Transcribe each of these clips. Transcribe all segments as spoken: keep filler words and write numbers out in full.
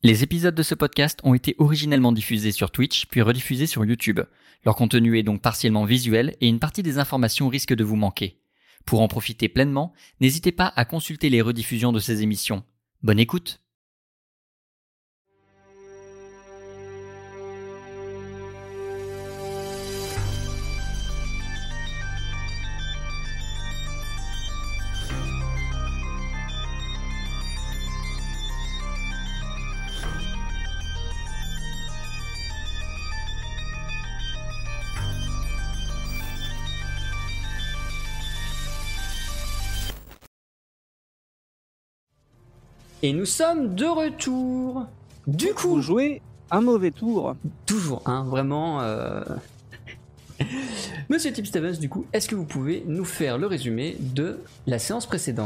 Les épisodes de ce podcast ont été originellement diffusés sur Twitch, puis rediffusés sur YouTube. Leur contenu est donc partiellement visuel et une partie des informations risque de vous manquer. Pour en profiter pleinement, n'hésitez pas à consulter les rediffusions de ces émissions. Bonne écoute! Et nous sommes de retour. Du coup, vous jouez un mauvais tour. Toujours, hein, vraiment. Euh... Monsieur Tip Stevens, du coup, est-ce que vous pouvez nous faire le résumé de la séance précédente ?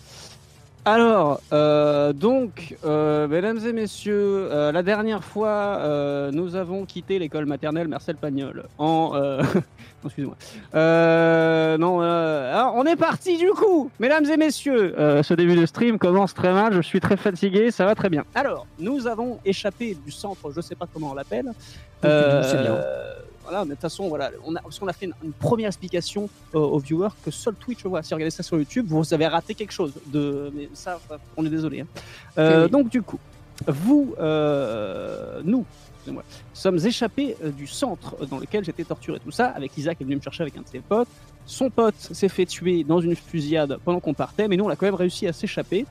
Alors, euh, donc, euh, mesdames et messieurs, euh, la dernière fois, euh, nous avons quitté l'école maternelle Marcel Pagnol en... Euh... non, excusez-moi. Euh, non, euh... Alors, on est parti du coup, mesdames et messieurs. Euh, ce début de stream commence très mal, je suis très fatigué, ça va très bien. Alors, nous avons échappé du centre, je ne sais pas comment on l'appelle. Euh, c'est bien. Voilà, mais de toute façon, voilà, on a, parce qu'on a fait une, une première explication euh, aux viewers que seul Twitch voit. Si vous regardez ça sur YouTube, vous avez raté quelque chose. De, mais ça, on est désolé. Hein. Euh, oui. Donc du coup, vous, euh, nous, excusez-moi, sommes échappés euh, du centre dans lequel j'étais torturé, tout ça, avec Lisa qui est venu me chercher avec un de ses potes. Son pote s'est fait tuer dans une fusillade pendant qu'on partait, mais nous, on a quand même réussi à s'échapper.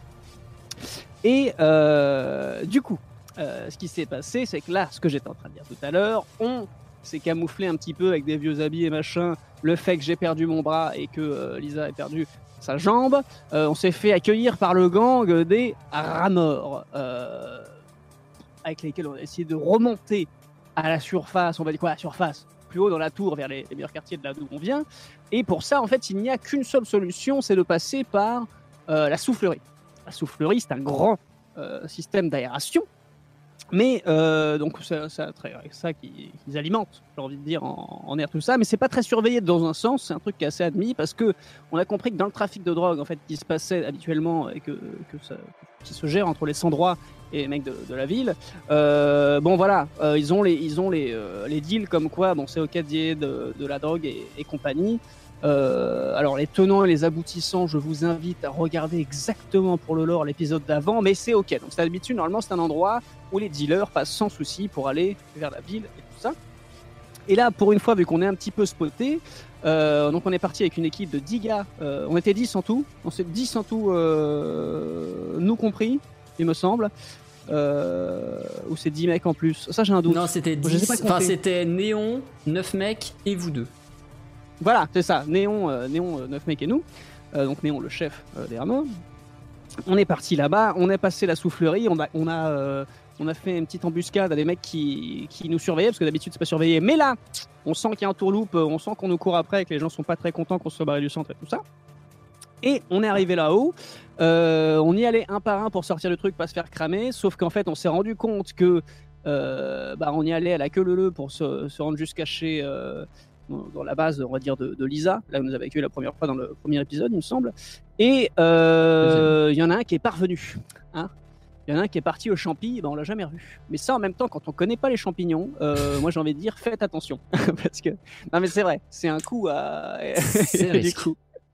Et euh, du coup, euh, ce qui s'est passé, c'est que là, ce que j'étais en train de dire tout à l'heure, on c'est camouflé un petit peu avec des vieux habits et machin, le fait que j'ai perdu mon bras et que euh, Lisa a perdu sa jambe. Euh, on s'est fait accueillir par le gang des Ramors, euh, avec lesquels on a essayé de remonter à la surface, on va dire quoi, à la surface, plus haut dans la tour, vers les, les meilleurs quartiers de là d'où on vient. Et pour ça, en fait, il n'y a qu'une seule solution, c'est de passer par euh, la soufflerie. La soufflerie, c'est un grand euh, système d'aération. Mais euh, donc c'est avec ça qu'ils, qu'ils alimentent, j'ai envie de dire, en, en air tout ça. Mais c'est pas très surveillé dans un sens, c'est un truc qui est assez admis parce que on a compris que dans le trafic de drogue en fait qui se passait habituellement et que, que ça, qui se gère entre les sans-droits et les mecs de, de la ville. Euh, bon voilà, euh, ils ont les ils ont les, euh, les deals comme quoi bon c'est au cadier de, de la drogue et, et compagnie. Euh, alors les tenants et les aboutissants, je vous invite à regarder exactement pour le lore l'épisode d'avant, mais c'est ok. Donc c'est d'habitude, normalement c'est un endroit où les dealers passent sans souci pour aller vers la ville et tout ça. Et là, pour une fois, vu qu'on est un petit peu spoté, euh, donc on est parti avec une équipe de dix gars, euh, on était dix en tout, on s'est dix en tout, euh, nous compris, il me semble. Euh, ou c'est dix mecs en plus, ça j'ai un doute. Non, c'était dix, enfin c'était Néon, neuf mecs et vous deux. Voilà, c'est ça, Néon, euh, Néon euh, neuf mecs et nous, euh, donc Néon le chef euh, des Ramors. On est parti là-bas, on est passé la soufflerie, on a, on a, euh, on a fait une petite embuscade à des mecs qui, qui nous surveillaient, parce que d'habitude c'est pas surveillé, mais là, on sent qu'il y a un tourloupe, on sent qu'on nous court après, que les gens sont pas très contents qu'on se soit barré du centre et tout ça. Et on est arrivé là-haut, euh, on y allait un par un pour sortir le truc, pas se faire cramer, sauf qu'en fait on s'est rendu compte que euh, bah, on y allait à la queue leu-leu pour se, se rendre jusqu'à chez... Euh, dans la base, on va dire, de, de Lisa. Là, on nous avait accueilli la première fois dans le premier épisode, il me semble. Et il euh, y en a un qui est parvenu. Hein. Il y en a un qui est parti au champi, ben, on l'a jamais revu. Mais ça, en même temps, quand on connaît pas les champignons, euh, moi j'ai envie de dire, faites attention. Parce que... Non mais c'est vrai, c'est un coup à... C'est du coup.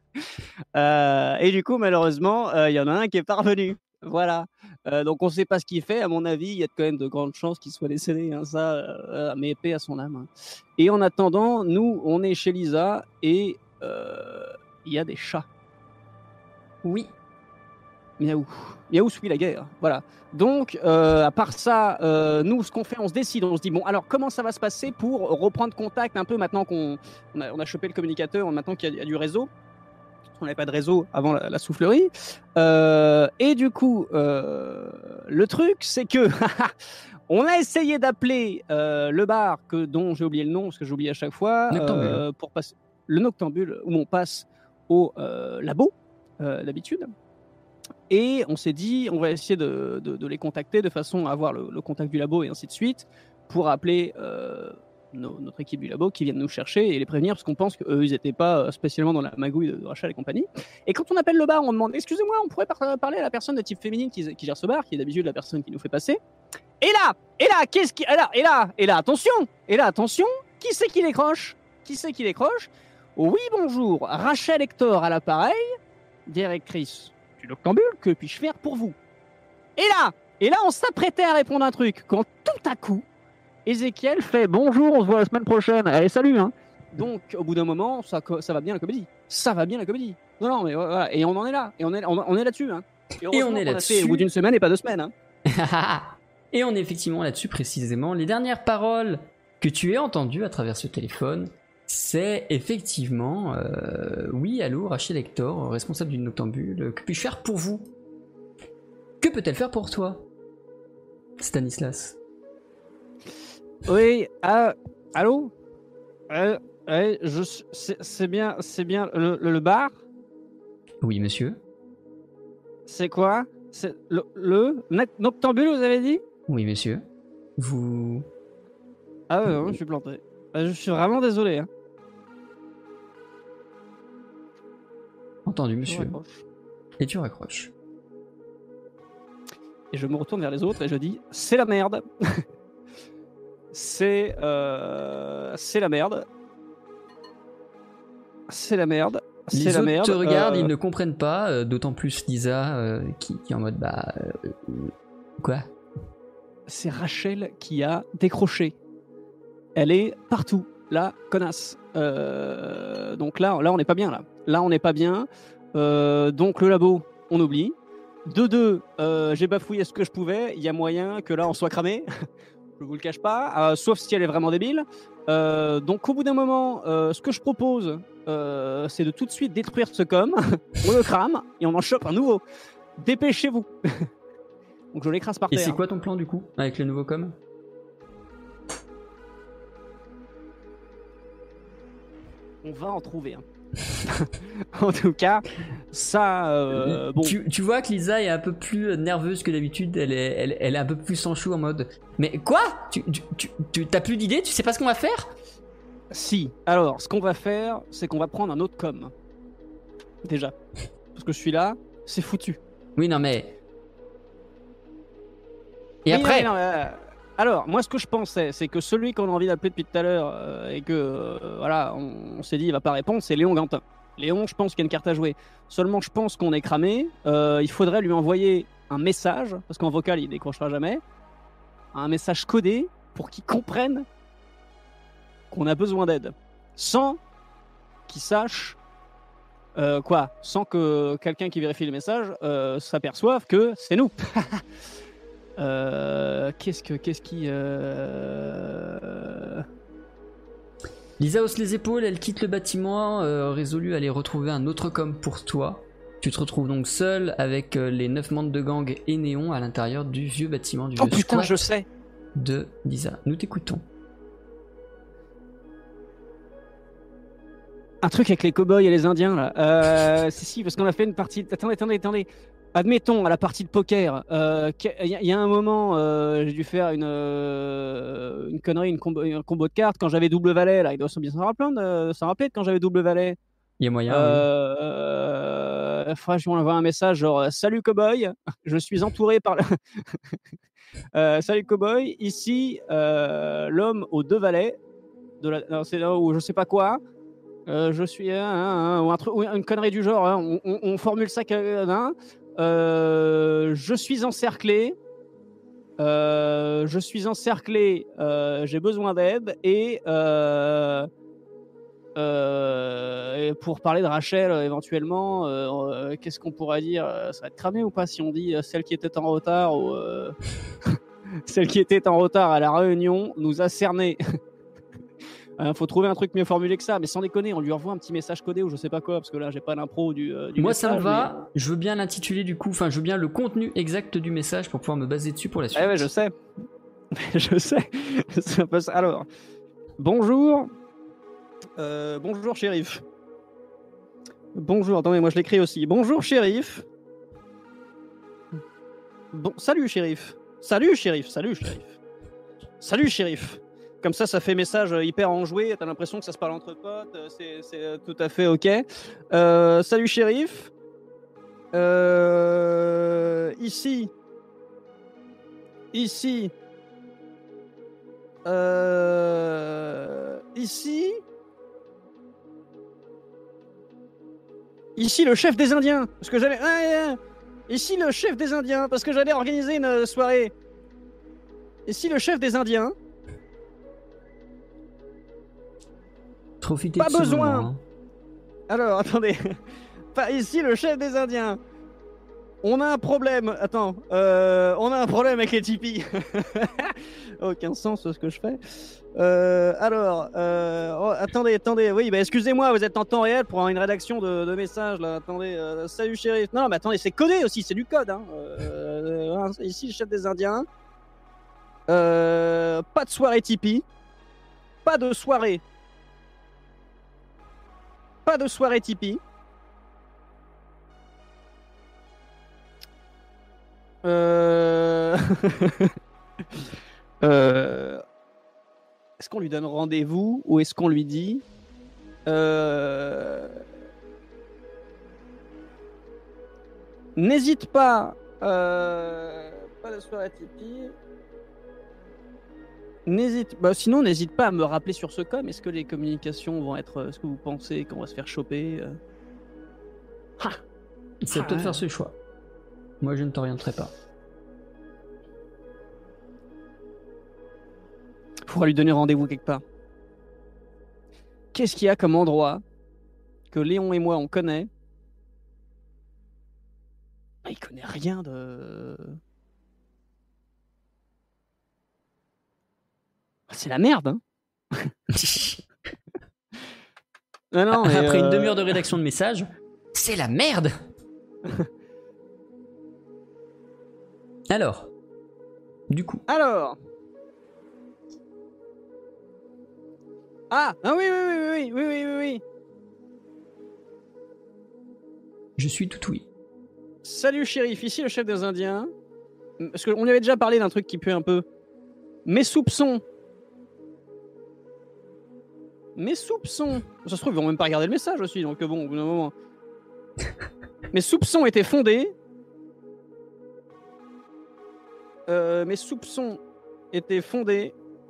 Euh, et du coup, malheureusement, il euh, y en a un qui est parvenu. Voilà. Euh, donc on ne sait pas ce qu'il fait. À mon avis, il y a quand même de grandes chances qu'il soit décédé. Hein, ça, euh, mais épée à son âme. Hein. Et en attendant, nous, on est chez Lisa et il euh, y a des chats. Oui. Miaou. Miaou suit la guerre. Voilà. Donc, euh, à part ça, euh, nous, ce qu'on fait, on se décide. On se dit, bon, alors comment ça va se passer pour reprendre contact un peu maintenant qu'on on a, on a chopé le communicateur, maintenant qu'il y a, il y a du réseau. On n'avait pas de réseau avant la, la soufflerie. Euh, et du coup, euh, le truc, c'est que on a essayé d'appeler euh, le bar que, dont j'ai oublié le nom, parce que j'oublie à chaque fois, euh, pour passer, le Noctambule, où on passe au euh, labo, euh, d'habitude. Et on s'est dit, on va essayer de, de, de les contacter de façon à avoir le, le contact du labo et ainsi de suite, pour appeler... Euh, nos, notre équipe du labo qui viennent nous chercher et les prévenir parce qu'on pense qu'eux, ils n'étaient pas spécialement dans la magouille de, de Rachel et compagnie. Et quand on appelle le bar, on demande « Excusez-moi, on pourrait par- parler à la personne de type féminine qui, qui gère ce bar, qui est d'habitude la personne qui nous fait passer. » Et là, et là, qu'est-ce qui... Et là, et là, et là, attention, et là, attention, qui c'est qui décroche ? Qui c'est qui décroche ? Oui, bonjour, Rachel Hector à l'appareil, directrice du Noctambule, que puis-je faire pour vous ? Et là, et là, on s'apprêtait à répondre un truc, quand tout à coup, Ézéchiel fait « Bonjour, on se voit la semaine prochaine, allez, salut hein !» Donc, au bout d'un moment, ça, ça va bien la comédie. Ça va bien la comédie. Non, non, mais voilà, et on en est là, et on est, on, on est là-dessus. Hein. Et, et on est là-dessus. Fait, au bout d'une semaine et pas deux semaines. Hein. Et on est effectivement là-dessus précisément. Les dernières paroles que tu as entendues à travers ce téléphone, c'est effectivement euh, oui, allô, Rachel Hector, responsable du Noctambule, que puis-je faire pour vous ? Que peut-elle faire pour toi, Stanislas ? Oui, ah, allô euh, euh, je, c'est, c'est bien, c'est bien le, le, le bar ? Oui, monsieur. C'est quoi ? C'est le, le Noctambule, vous avez dit ? Oui, monsieur. Vous... Ah ouais, non, je suis planté. Je suis vraiment désolé. Hein. Entendu, monsieur. Et tu raccroches. Et je me retourne vers les autres et je dis « C'est la merde !» C'est... Euh, c'est la merde. C'est la merde. C'est Les la autres merde. te regardent, euh... ils ne comprennent pas, euh, d'autant plus Lisa euh, qui, qui est en mode bah... Euh, quoi ? C'est Rachel qui a décroché. Elle est partout, la connasse. Euh, donc là, là, on n'est pas bien, là. Là, on n'est pas bien. Euh, donc le labo, on oublie. De deux, euh, j'ai bafouillé ce que je pouvais. Il y a moyen que là, on soit cramé. Je vous le cache pas. Euh, sauf si elle est vraiment débile. Euh, donc au bout d'un moment, euh, ce que je propose, euh, c'est de tout de suite détruire ce com. On le crame et on en chope un nouveau. Dépêchez-vous. Donc je l'écrase par Et terre. c'est quoi ton plan du coup avec le nouveau com ? On va en trouver un. En tout cas, ça. Euh, bon. tu, tu vois que Lisa est un peu plus nerveuse que d'habitude. Elle est, elle, elle est un peu plus sans chou en mode. Mais quoi ? Tu, tu, tu, tu t'as plus d'idée ? Tu sais pas ce qu'on va faire ? Si. Alors, ce qu'on va faire, c'est qu'on va prendre un autre com. Déjà. Parce que celui-là, c'est foutu. Oui, non mais. Et oui, après. Non, non, euh, alors, moi, ce que je pensais, c'est que celui qu'on a envie d'appeler depuis tout à l'heure euh, et que, euh, voilà, on, on s'est dit, il va pas répondre, c'est Léon Gantin. Léon, je pense qu'il y a une carte à jouer. Seulement, je pense qu'on est cramé. Euh, il faudrait lui envoyer un message, parce qu'en vocal, il décrochera jamais. Un message codé pour qu'il comprenne qu'on a besoin d'aide. Sans qu'il sache euh, quoi. Sans que quelqu'un qui vérifie le message euh, s'aperçoive que c'est nous. Euh, qu'est-ce que, qu'est-ce qui, euh... Lisa hausse les épaules, elle quitte le bâtiment, euh, résolue à aller retrouver un autre com pour toi. Tu te retrouves donc seul avec euh, les neuf membres de gang et Néon à l'intérieur du vieux bâtiment du oh vieux putain, squat je sais. de Lisa. Nous t'écoutons. Un truc avec les cow-boys et les Indiens là. Euh, si si, parce qu'on a fait une partie. Attendez, attendez, attendez. Admettons, à la partie de poker, il euh, y, y a un moment, euh, j'ai dû faire une, euh, une connerie, une combo, un combo de cartes quand j'avais double valet. Là, il doit bien s'en rappeler, de, s'en rappeler de quand j'avais double valet. Il y a moyen, euh, oui. Euh, franchement, on envoie un message genre « Salut cowboy, je suis entouré par... Le... euh, Salut cowboy, ici, euh, l'homme aux deux valets, de la... non, c'est là où je sais pas quoi. Euh, je suis un, un, un, ou un truc, ou une connerie du genre. Hein, on, on, on formule ça qu'un... Euh, je suis encerclé. Euh, je suis encerclé. Euh, j'ai besoin d'aide et, euh, euh, et pour parler de Rachel, euh, éventuellement, euh, euh, qu'est-ce qu'on pourrait dire ? Ça va être cramé ou pas si on dit euh, celle qui était en retard ou euh, celle qui était en retard à la réunion nous a cerné. Il faut trouver un truc mieux formulé que ça, mais sans déconner, on lui envoie un petit message codé ou je sais pas quoi, parce que là j'ai pas l'impro du, euh, du Moi message, ça me va, mais... je veux bien l'intituler du coup, enfin je veux bien le contenu exact du message pour pouvoir me baser dessus pour la suite. Ouais, ouais, je sais. je sais. C'est un peu ça. Alors, bonjour. Euh, bonjour, shérif. Bonjour, attendez, moi je l'écris aussi. Bonjour, shérif. Bon, salut, shérif. Salut, shérif. Salut, shérif. Salut, shérif. comme ça, ça fait message hyper enjoué. T'as l'impression que ça se parle entre potes. C'est, c'est tout à fait ok. Euh, salut shérif. Euh, ici. Ici. Euh, ici. Ici le chef des Indiens. Parce que j'allais. Ah, ici le chef des Indiens. Parce que j'allais organiser une soirée. Ici le chef des Indiens. Profitez Pas de ce besoin. moment, hein. Alors, attendez. Pas ici le chef des Indiens. On a un problème. Attends. Euh, on a un problème avec les Tipeee. Aucun sens ce que je fais. Euh, alors, euh, oh, attendez, attendez. Oui, bah excusez-moi, vous êtes en temps réel pour une rédaction de, de messages là. Attendez. Euh, salut shérif. Non, non, mais attendez, c'est codé aussi, c'est du code. Hein. Euh, euh, ici le chef des Indiens. Euh, pas de soirée Tipeee. Pas de soirée. Pas de soirée Tipeee. Euh... euh... Est-ce qu'on lui donne rendez-vous ou est-ce qu'on lui dit euh... N'hésite pas. Euh... Pas de soirée Tipeee. N'hésite. Bah, sinon, n'hésite pas à me rappeler sur ce com. Est-ce que les communications vont être. Est-ce que vous pensez qu'on va se faire choper euh... ah. C'est peut-être faire ce choix. Moi, je ne t'orienterai pas. Il faudra lui donner rendez-vous quelque part. Qu'est-ce qu'il y a comme endroit que Léon et moi on connaît? Ah, il connaît rien de. C'est la merde, hein. non, non, Après euh... une demi-heure de rédaction de messages, c'est la merde. Alors, du coup. Alors. Ah, ah oui, oui, oui, oui, oui, oui, oui, oui. Je suis tout oui. Salut shérif, ici le chef des Indiens. Parce qu'on lui avait déjà parlé d'un truc qui pue un peu. Mes soupçons. Mes soupçons. Ça se trouve, ils vont même pas regarder le message aussi, donc bon, au bout d'un moment. Mes soupçons étaient fondés. Euh, mes soupçons étaient fondés.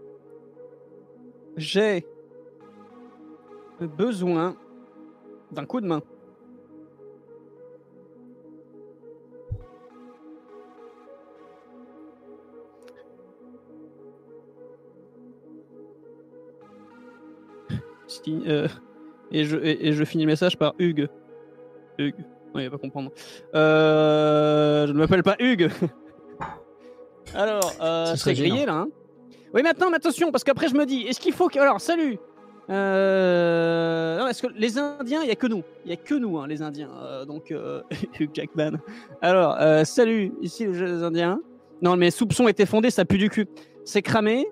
J'ai besoin d'un coup de main. Si, euh, et, je, et, et je finis le message par Hugues. Hugues. Non, il va pas comprendre. Euh, je ne m'appelle pas Hugues. Alors, euh, c'est grillé là. Hein. Oui, maintenant, mais attention, parce qu'après je me dis, est-ce qu'il faut que. Alors, salut. Euh... Non, est-ce que les Indiens, il n'y a que nous. Il n'y a que nous, hein, les Indiens. Euh, donc, euh... Hugh Jackman. Alors, euh, salut. Ici, le jeu des Indiens. Non, mes soupçons étaient fondés, ça pue du cul. C'est cramé.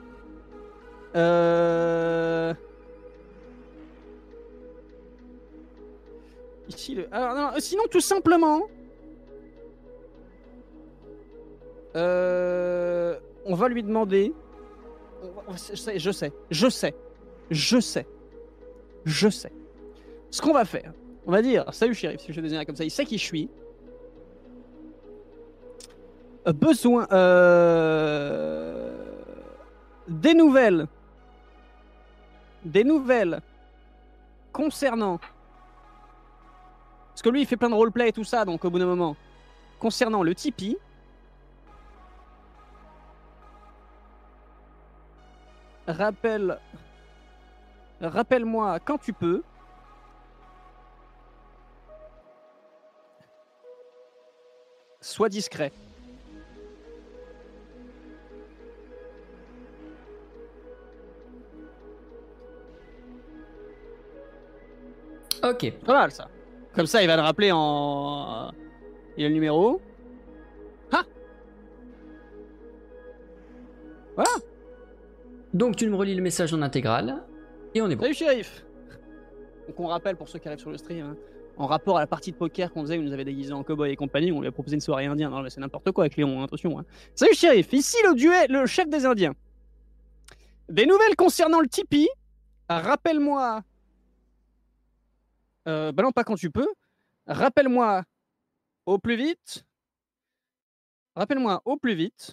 Euh. Ici, le... Alors, non, sinon, tout simplement. Euh... On va lui demander. On va... je, sais, je sais, je sais, je sais, je sais. Ce qu'on va faire, on va dire salut shérif, si je désigne comme ça, il sait qui je suis. Euh, besoin euh... des nouvelles, des nouvelles concernant. Parce que lui, il fait plein de roleplay et tout ça, donc au bout d'un moment, concernant le Tipeee. Rappelle... Rappelle-moi quand tu peux. Sois discret. Ok. Pas mal ça. Comme ça, il va le rappeler en... Il a le numéro. Ah. Voilà. Donc tu me relis le message en intégrale et on est bon. Salut shérif. Donc on rappelle pour ceux qui arrivent sur le stream, hein, en rapport à la partie de poker qu'on faisait où il nous avait déguisé en cowboy et compagnie, on lui a proposé une soirée indienne. Non mais c'est n'importe quoi avec Léon, hein, attention. Hein. Salut shérif, ici le duel, le chef des Indiens. Des nouvelles concernant le Tipeee. Rappelle-moi. Euh, bah non, pas quand tu peux. Rappelle-moi au plus vite. Rappelle-moi au plus vite.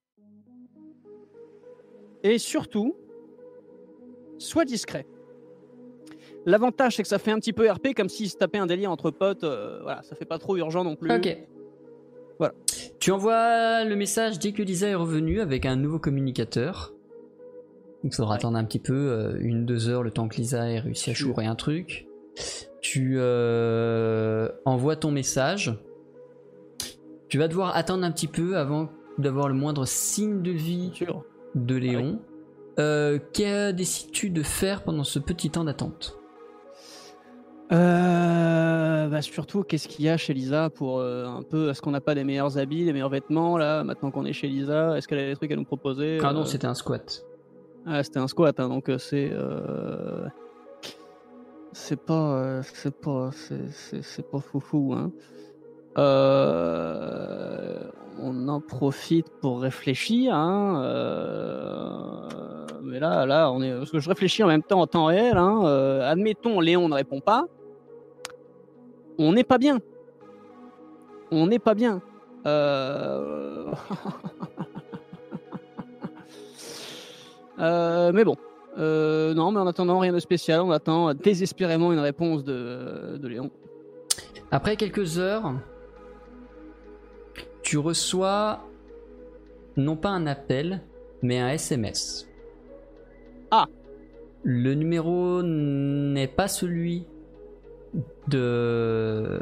Et surtout, sois discret. L'avantage, c'est que ça fait un petit peu R P, comme s'il se tapait un délire entre potes. Euh, voilà, ça fait pas trop urgent non plus. Ok. Voilà. Tu envoies le message dès que Lisa est revenue avec un nouveau communicateur. Il faudra ouais. attendre un petit peu, euh, une, deux heures, le temps que Lisa ait réussi à chourer un truc. Tu euh, envoies ton message. Tu vas devoir attendre un petit peu avant d'avoir le moindre signe de vie Sûr. de Léon. Ouais. Euh, que décides-tu de faire pendant ce petit temps d'attente ? Euh, bah surtout, qu'est-ce qu'il y a chez Lisa pour euh, un peu. Est-ce qu'on n'a pas des meilleurs habits, des meilleurs vêtements là, maintenant qu'on est chez Lisa? Est-ce qu'elle a des trucs à nous proposer? Ah non, euh... c'était un squat. Ah, c'était un squat, hein, donc c'est. Euh... C'est pas. Euh, c'est pas. C'est, c'est, c'est pas foufou, hein. Euh... On en profite pour réfléchir, hein. Euh... Mais là, là, on est. Parce que je réfléchis en même temps en temps réel, hein. Euh, admettons, Léon ne répond pas. On n'est pas bien. On n'est pas bien. Euh... euh, mais bon. Euh, non, mais en attendant, rien de spécial. On attend désespérément une réponse de, de Léon. Après quelques heures, tu reçois non pas un appel, mais un S M S. Ah! Le numéro n'est pas celui de...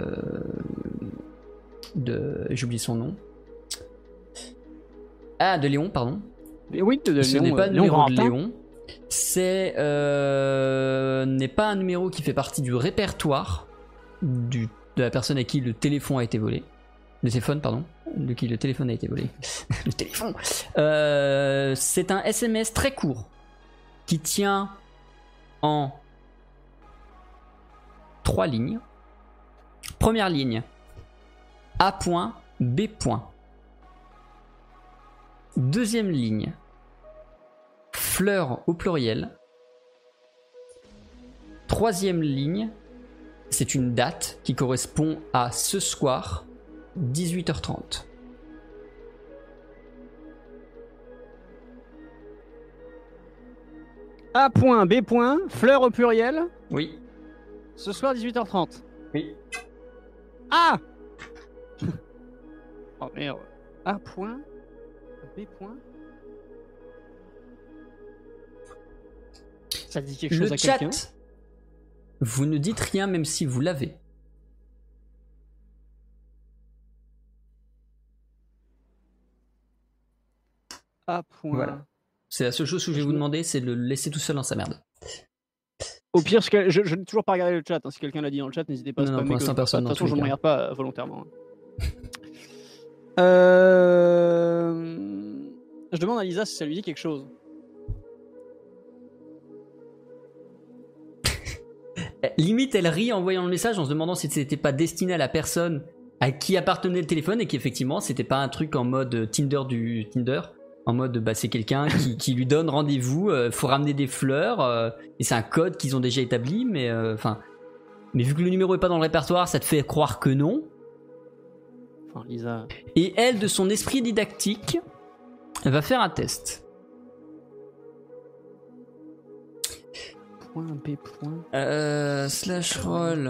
de... J'oublie son nom. Ah, de Léon, pardon. Mais oui, de, de Ce Léon, n'est pas euh, le Léon numéro de Valentin. Léon. C'est euh, n'est pas un numéro qui fait partie du répertoire du, de la personne à qui le téléphone a été volé. Le téléphone, pardon. De qui le téléphone a été volé. Le téléphone. Euh, c'est un S M S très court qui tient en trois lignes. Première ligne, A. B. Deuxième ligne, fleurs au pluriel. Troisième ligne, c'est une date qui correspond à ce soir, dix-huit heures trente. A. B. Fleur au pluriel. Oui. Ce soir, dix-huit heures trente. Oui. Ah! Oh merde. A. B. Ça dit quelque chose Le à quelqu'un? chat, vous ne dites rien même si vous l'avez. A. Voilà. C'est la seule chose que je vais vous demander, c'est de le laisser tout seul dans sa merde. Au pire, je, je, je n'ai toujours pas regardé le chat. Hein. Si quelqu'un l'a dit dans le chat, n'hésitez pas à Non, non, spammer. pour l'instant, personne. De toute dans façon, tous je les ne cas. regarde pas euh, volontairement. euh... Je demande à Lisa si ça lui dit quelque chose. Limite, elle rit en voyant le message en se demandant si c'était pas destiné à la personne à qui appartenait le téléphone et qu'effectivement, c'était pas un truc en mode Tinder du Tinder. En mode, bah, c'est quelqu'un qui, qui lui donne rendez-vous, euh, faut ramener des fleurs, euh, et c'est un code qu'ils ont déjà établi, mais enfin. Euh, mais vu que le numéro est pas dans le répertoire, ça te fait croire que non. Enfin, Lisa. Et elle, de son esprit didactique, elle va faire un test. Point B. Euh, slash roll.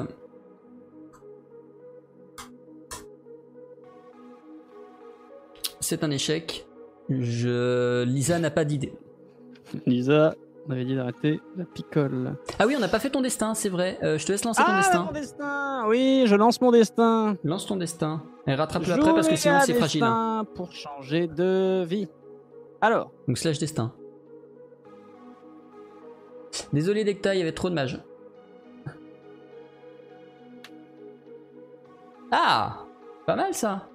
C'est un échec. Je... Lisa n'a pas d'idée. Lisa, on avait dit d'arrêter la picole. Ah oui, on n'a pas fait ton destin, c'est vrai. Euh, je te laisse lancer ton ah, destin. mon destin. Oui, je lance mon destin. Lance ton destin. Et rattrape-le après parce que sinon c'est fragile. Hein. Pour changer de vie. Alors. Donc slash destin. Désolé Decta, il y avait trop de mages. Ah, pas mal ça.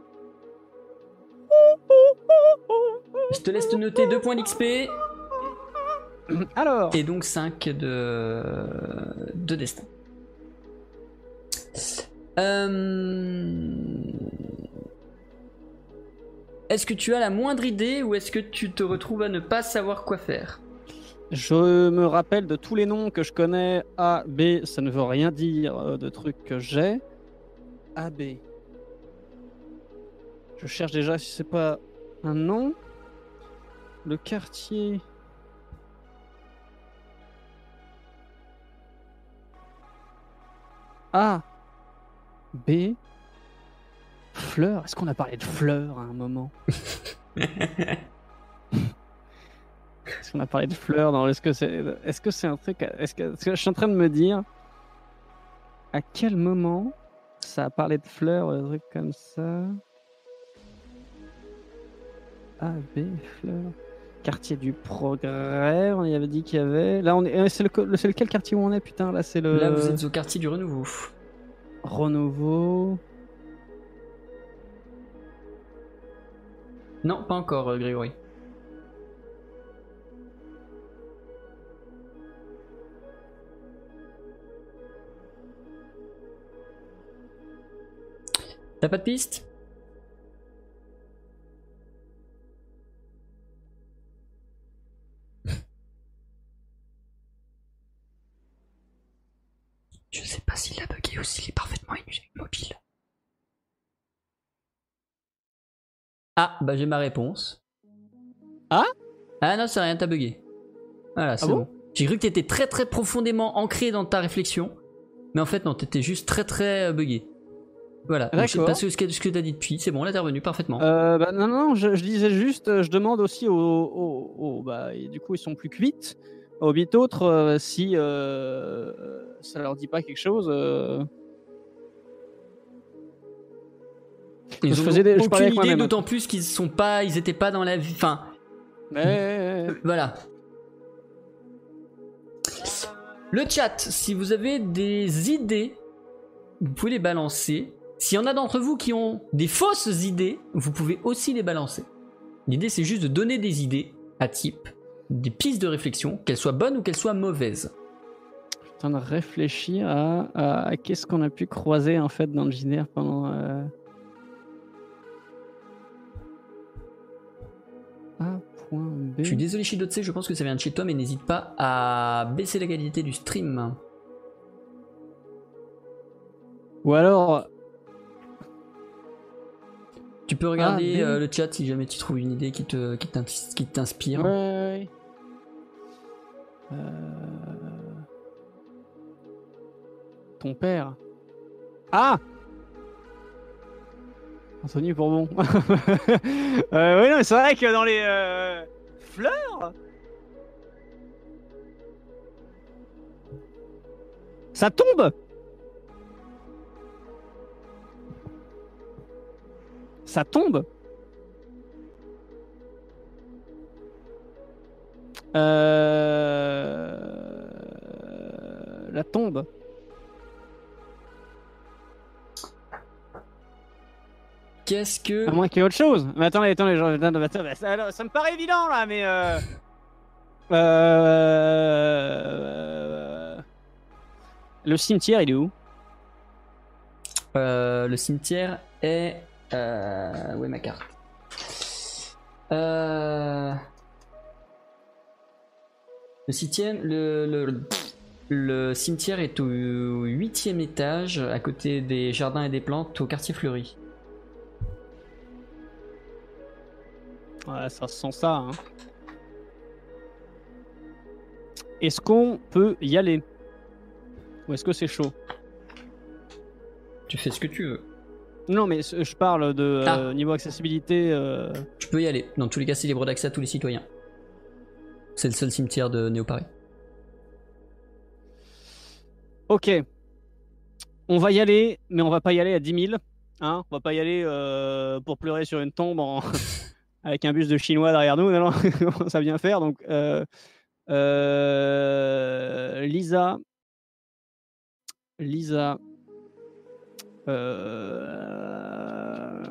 Je te laisse te noter deux points d'X P. Alors. Et donc cinq de, de destin. Euh... Est-ce que tu as la moindre idée ou est-ce que tu te retrouves à ne pas savoir quoi faire ? Je me rappelle de tous les noms que je connais. A, B, ça ne veut rien dire euh, de trucs que j'ai. A, B. Je cherche déjà si c'est pas un nom. Le quartier. A, B. Fleur. Est-ce qu'on a parlé de fleurs à un moment? Est-ce qu'on a parlé de fleurs dans... Est-ce que c'est est-ce que c'est un truc... Est-ce que... Est-ce que je suis en train de me dire à quel moment ça a parlé de fleurs, un truc comme ça? A, B, fleurs. Quartier du Progrès, on y avait dit qu'il y avait... Là, on est... C'est, le... c'est lequel quartier où on est, putain? Là, c'est le... Là, vous êtes au quartier du Renouveau. Renouveau... Non, pas encore, euh, Grégory. T'as pas de piste? Je sais pas s'il a bugué ou s'il est parfaitement immobile. Ah, bah j'ai ma réponse. Ah? Ah non, c'est rien, t'as bugué. Voilà, c'est Ah bon bon. J'ai cru que t'étais très très profondément ancré dans ta réflexion. Mais en fait, non, t'étais juste très très euh, bugué. Voilà, donc c'est D'accord. pas ce que, ce que t'as dit depuis, c'est bon, là t'es revenu parfaitement. Euh, bah, non, non, je, je disais juste, euh, je demande aussi aux... aux, aux- bah, et du coup, ils sont plus cuites. Aux huit autres, euh, si euh, ça leur dit pas quelque chose... euh, Ils je ont faisais des- je parlais aucune avec idée, moi-même. d'autant plus qu'ils sont pas, ils étaient pas dans la vie. Enfin, Mais... voilà. Le chat, si vous avez des idées, vous pouvez les balancer. S'il y en a d'entre vous qui ont des fausses idées, vous pouvez aussi les balancer. L'idée, c'est juste de donner des idées à type, des pistes de réflexion, qu'elles soient bonnes ou qu'elles soient mauvaises. Je suis en train de réfléchir à, à- à qu'est-ce qu'on a pu croiser en fait dans le J D R pendant... Euh... A point B. Je suis désolé Shidotse, je pense que ça vient de chez toi, mais n'hésite pas à baisser la qualité du stream. Ou alors... Tu peux regarder Ah, mais- euh, le chat si jamais tu trouves une idée qui te qui t'in- qui t'inspire. Ouais, ouais, ouais. Euh... Ton père. Ah, Anthony Bourbon. euh, oui, non, mais c'est vrai que dans les euh, fleurs, ça tombe. Ça tombe. Euh... La tombe. Qu'est-ce que... À moins qu'il y ait autre chose. Mais attendez, attendez, genre, attends, attends, bah, ça, alors, ça me paraît évident là, mais euh... Euh... Le cimetière, il est où? Euh, le cimetière est... Euh... Où est ma carte? Euh... Le cimetière, le, le, le cimetière est au huitième étage, à côté des jardins et des plantes, au quartier fleuri. Ouais, ça sent ça. Hein. Est-ce qu'on peut y aller? Ou est-ce que c'est chaud? Tu fais ce que tu veux. Non, mais je parle de euh, Ah. niveau accessibilité. Euh... Tu peux y aller. Dans tous les cas, c'est libre d'accès à tous les citoyens. C'est le seul cimetière de Néo-Paris. Ok. On va y aller, mais on va pas y aller à dix mille. Hein, on va pas y aller euh, pour pleurer sur une tombe en... avec un bus de Chinois derrière nous. Non, non, ça vient faire. Donc, euh, euh, Lisa. Lisa. Euh...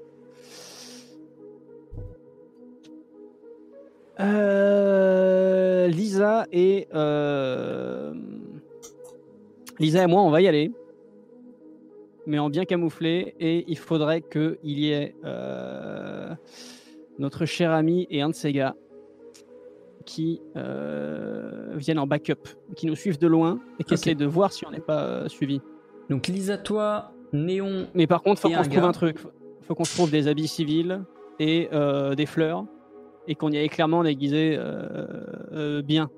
Euh... Lisa et euh... Lisa et moi, on va y aller, mais en bien camouflé, et il faudrait qu'il y ait euh... notre cher ami et un de ses gars qui euh, viennent en backup, qui nous suivent de loin et qui Ok. essaient de voir si on n'est pas euh, suivi. Donc Lisa, toi, Néon. Mais par contre, faut Et qu'on un se trouve gars. un truc. Faut qu'on se trouve des habits civils et euh, des fleurs et qu'on y aille clairement déguisé euh, euh, bien.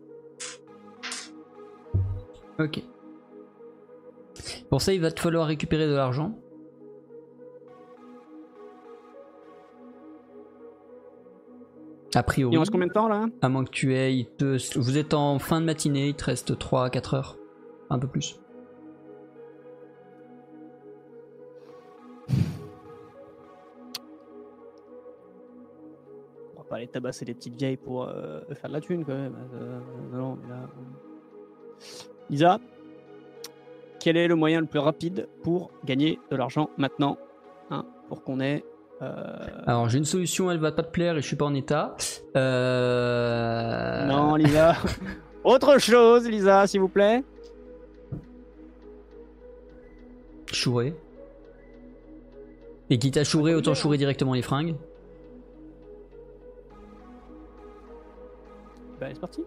Ok. Pour ça, il va te falloir récupérer de l'argent. A priori. Il reste combien de temps là? À moins que tu aies. il te- Vous êtes en fin de matinée, il te reste trois à quatre heures. Un peu plus. On va pas aller tabasser les petites vieilles pour euh, faire de la thune quand même. Euh, non, non, mais là. euh. Lisa, quel est le moyen le plus rapide pour gagner de l'argent maintenant, hein, pour qu'on ait. euh, Alors j'ai une solution, elle va pas te plaire et je suis pas en état. Euh... Non, Lisa. Autre chose, Lisa, s'il vous plaît. Chourer. Et quitte à chourer, autant hein. chourer directement les fringues. Bah, c'est parti.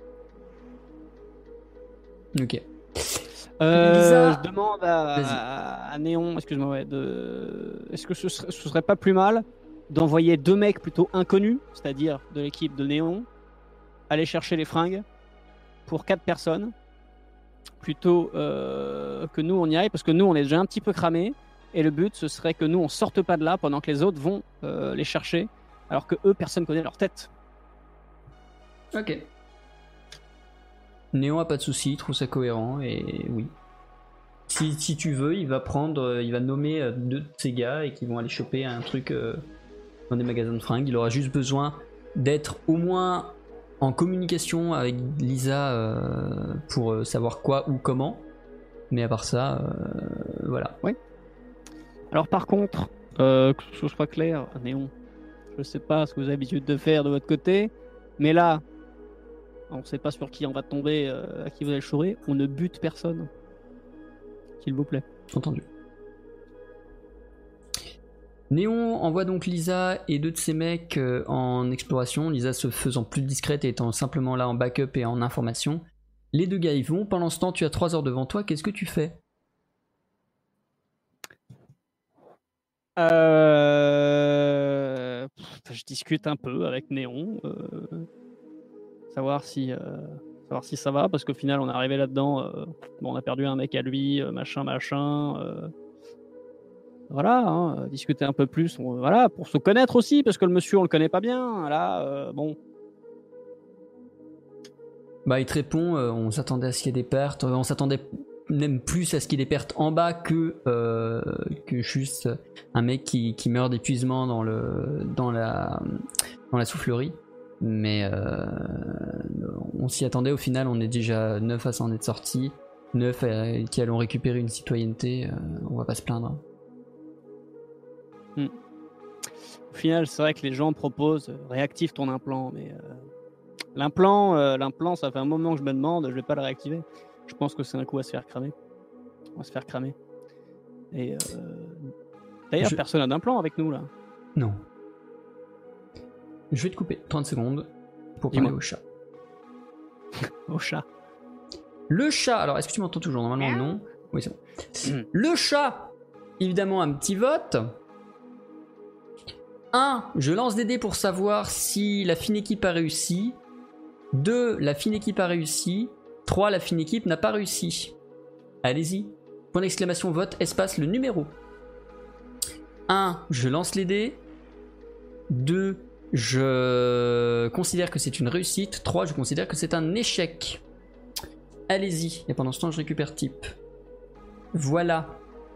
Ok. Euh, Lisa. Je demande à, Vas-y. à, à Néon, excuse-moi, ouais, de... est-ce que ce serait, ce serait pas plus mal d'envoyer deux mecs plutôt inconnus, c'est-à-dire de l'équipe de Néon, aller chercher les fringues pour quatre personnes, plutôt euh, que nous on y aille, parce que nous on est déjà un petit peu cramés, et le but ce serait que nous on sorte pas de là pendant que les autres vont euh, les chercher, alors que eux personne connaît leur tête. Ok. Néon a pas de souci, il trouve ça cohérent et oui. Si, si tu veux, il va prendre, euh, il va nommer euh, deux de ses gars et qui vont aller choper un truc euh, dans des magasins de fringues. Il aura juste besoin d'être au moins en communication avec Lisa euh, pour euh, savoir quoi ou comment. Mais à part ça, euh, voilà. Alors par contre, euh, que ce soit clair, Néon, je sais pas ce que vous avez l'habitude de faire de votre côté, mais là, on sait pas sur qui on va tomber, euh, à qui vous allez chourer, on ne bute personne. S'il vous plaît. Entendu. Néon envoie donc Lisa et deux de ses mecs euh, en exploration, Lisa se faisant plus discrète et étant simplement là en backup et en information. Les deux gars y vont, pendant ce temps tu as trois heures devant toi, qu'est-ce que tu fais? Euh... pff, Je discute un peu avec Néon, euh, savoir si, euh, savoir si ça va, parce qu'au final on est arrivé là-dedans, euh, bon, on a perdu un mec à lui, euh, machin, machin. euh, Voilà, hein, euh, discuter un peu plus, on- voilà, pour se connaître aussi, parce que le monsieur on le connaît pas bien. Là, euh, bon, Bah il te répond, euh, on s'attendait à ce qu'il y ait des pertes, euh, on s'attendait même plus à ce qu'il y ait des pertes en bas que, euh, que juste un mec qui, qui meurt d'épuisement dans, le, dans, la, dans la soufflerie. Mais euh, on s'y attendait, au final on est déjà neuf à s'en être sortis, neuf à- qui allons récupérer une citoyenneté, euh, on va pas se plaindre. au final, c'est vrai que les gens proposent euh, réactive ton implant, mais euh, l'implant, euh, l'implant, ça fait un moment que je me demande, je vais pas le réactiver. Je pense que c'est un coup à se faire cramer. On va se faire cramer. Et euh, d'ailleurs, Je- personne n'a d'implant avec nous là. Non. Je vais te couper trente secondes pour parler Dis-moi. au chat. Au chat. Le chat, alors est-ce que tu m'entends toujours? Normalement non. Oui, c'est bon. Mm. Le chat, évidemment un petit vote. un. Je lance des dés pour savoir si la fine équipe a réussi. deux. La fine équipe a réussi. trois. La fine équipe n'a pas réussi. Allez-y. Point d'exclamation vote, espace le numéro. un. Je lance les dés. deux. Je considère que c'est une réussite. trois. Je considère que c'est un échec. Allez-y. Et pendant ce temps, je récupère type. Voilà.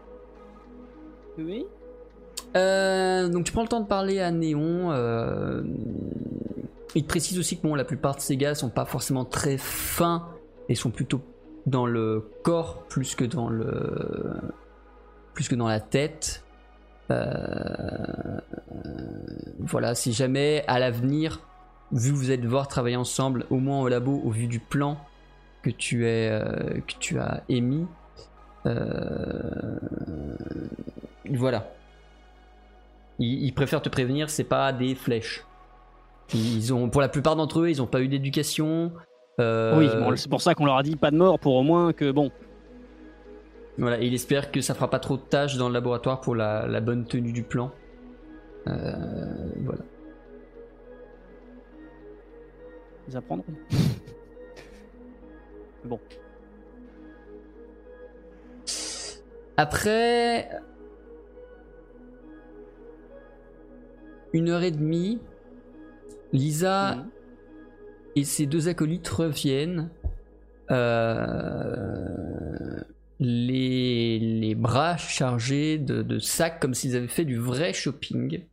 Oui. Euh, donc tu prends le temps de parler à Néon. Euh, il te précise aussi que bon, la plupart de ces gars sont pas forcément très fins et sont plutôt dans le corps plus que dans le plus que dans la tête. Euh, voilà, si jamais à l'avenir, vu que vous allez devoir travailler ensemble, au moins au labo, au vu du plan que tu, es, euh, que tu as émis, euh, voilà. Il, il préfère te prévenir, c'est pas des flèches. Ils ont, pour la plupart d'entre eux, ils n'ont pas eu d'éducation. Euh... Oui, bon, c'est pour ça qu'on leur a dit pas de mort, pour au moins que bon. Voilà, et il espère que ça fera pas trop de tâches dans le laboratoire pour la, la bonne tenue du plan. Euh, voilà. Ils apprendront. Bon. Après une heure et demie, Lisa mmh. et ses deux acolytes reviennent, euh, les, les bras chargés de, de sacs comme s'ils avaient fait du vrai shopping.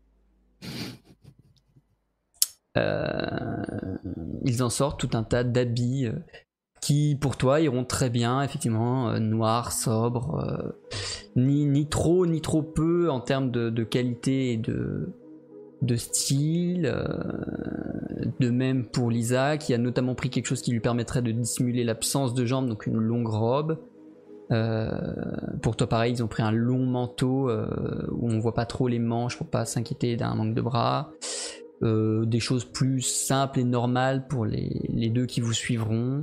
Euh, ils en sortent tout un tas d'habits euh, qui pour toi iront très bien, effectivement, euh, noirs, sobres, euh, ni, ni trop ni trop peu en termes de, de qualité et de, de style. Euh, de même pour Lisa, qui a notamment pris quelque chose qui lui permettrait de dissimuler l'absence de jambes, donc une longue robe. Euh, pour toi pareil, ils ont pris un long manteau euh, où on voit pas trop les manches pour pas s'inquiéter d'un manque de bras. Euh, des choses plus simples et normales pour les, les deux qui vous suivront.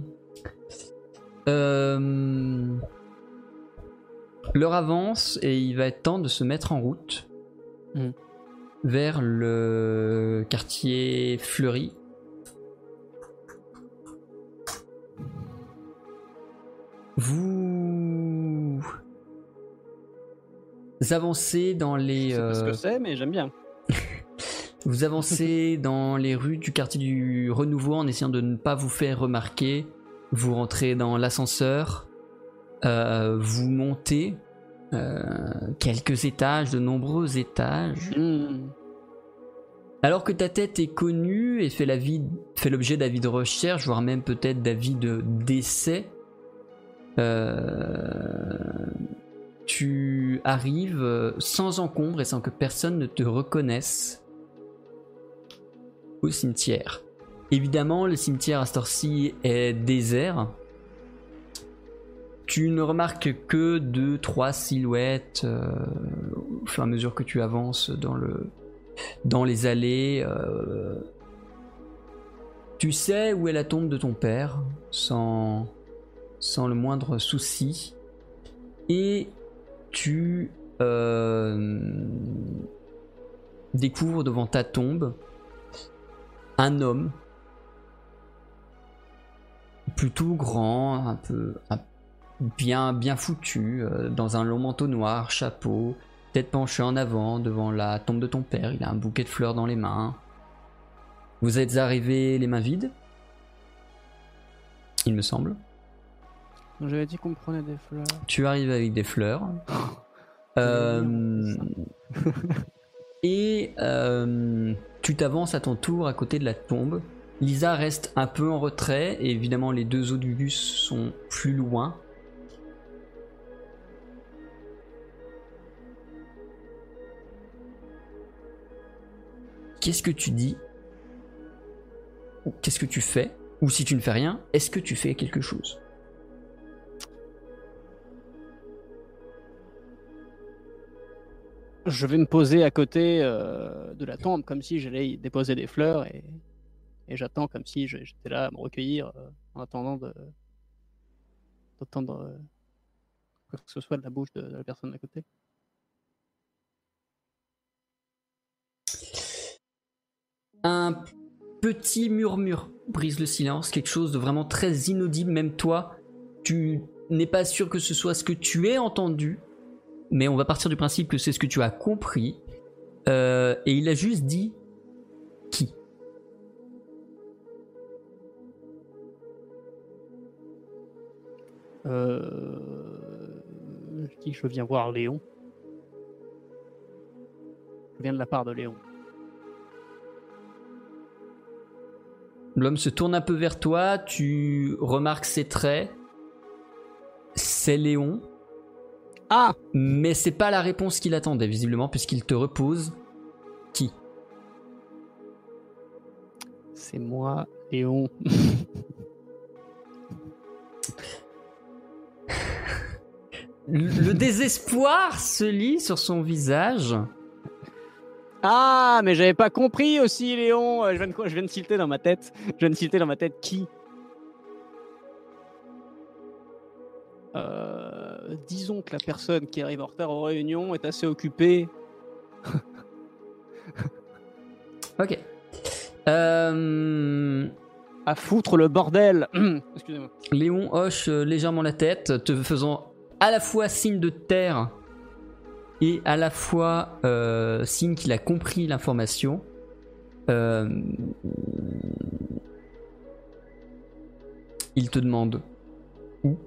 Euh, l'heure avance et il va être temps de se mettre en route mmh. vers le quartier fleuri. Vous avancez dans les... Je sais pas ce euh... que c'est, mais j'aime bien. Vous avancez dans les rues du quartier du Renouveau en essayant de ne pas vous faire remarquer. Vous rentrez dans l'ascenseur. Euh, vous montez euh, quelques étages, de nombreux étages. Mmh. Alors que ta tête est connue et fait, la vie, fait l'objet d'avis de recherche, voire même peut-être d'avis de décès, euh, tu arrives sans encombre et sans que personne ne te reconnaisse au cimetière. Évidemment, le cimetière à cette heure-ci est désert. Tu ne remarques que deux, trois silhouettes euh, au fur et à mesure que tu avances dans, le, dans les allées. Euh, tu sais où est la tombe de ton père, sans, sans le moindre souci. Et tu euh, découvres devant ta tombe un homme plutôt grand, un peu un, bien, bien foutu, euh, dans un long manteau noir, chapeau, tête penchée en avant devant la tombe de ton père. Il a un bouquet de fleurs dans les mains. Vous êtes arrivés les mains vides, il me semble. J'avais dit qu'on me prenait des fleurs. Tu arrives avec des fleurs. euh, et euh, tu t'avances à ton tour à côté de la tombe. Lisa reste un peu en retrait et évidemment les deux autres Gus sont plus loin. Qu'est-ce que tu dis? Qu'est-ce que tu fais? Ou si tu ne fais rien, est-ce que tu fais quelque chose? Je vais me poser à côté euh, de la tombe comme si j'allais y déposer des fleurs et, et j'attends comme si je, j'étais là à me recueillir euh, en attendant de, d'entendre euh, quoi que ce soit de la bouche de, de la personne à côté. Un petit murmure brise le silence, quelque chose de vraiment très inaudible. Même toi, tu n'es pas sûr que ce soit ce que tu aies entendu. Mais on va partir du principe que c'est ce que tu as compris. Euh, et il a juste dit qui. Euh... Je dis que je viens voir Léon. Je viens de la part de Léon. L'homme se tourne un peu vers toi. Tu remarques ses traits. C'est Léon. Ah! Mais c'est pas la réponse qu'il attendait, visiblement, puisqu'il te repose qui? C'est moi, Léon. Le désespoir se lit sur son visage. Ah, mais j'avais pas compris aussi, Léon. Je viens de, je viens de tilter dans ma tête. Je viens de tilter dans ma tête qui euh, disons que la personne qui arrive en retard aux réunions est assez occupée. Ok. Euh... À foutre le bordel. Excusez-moi. Léon hoche légèrement la tête, te faisant à la fois signe de terre et à la fois euh, signe qu'il a compris l'information. Euh... Il te demande où.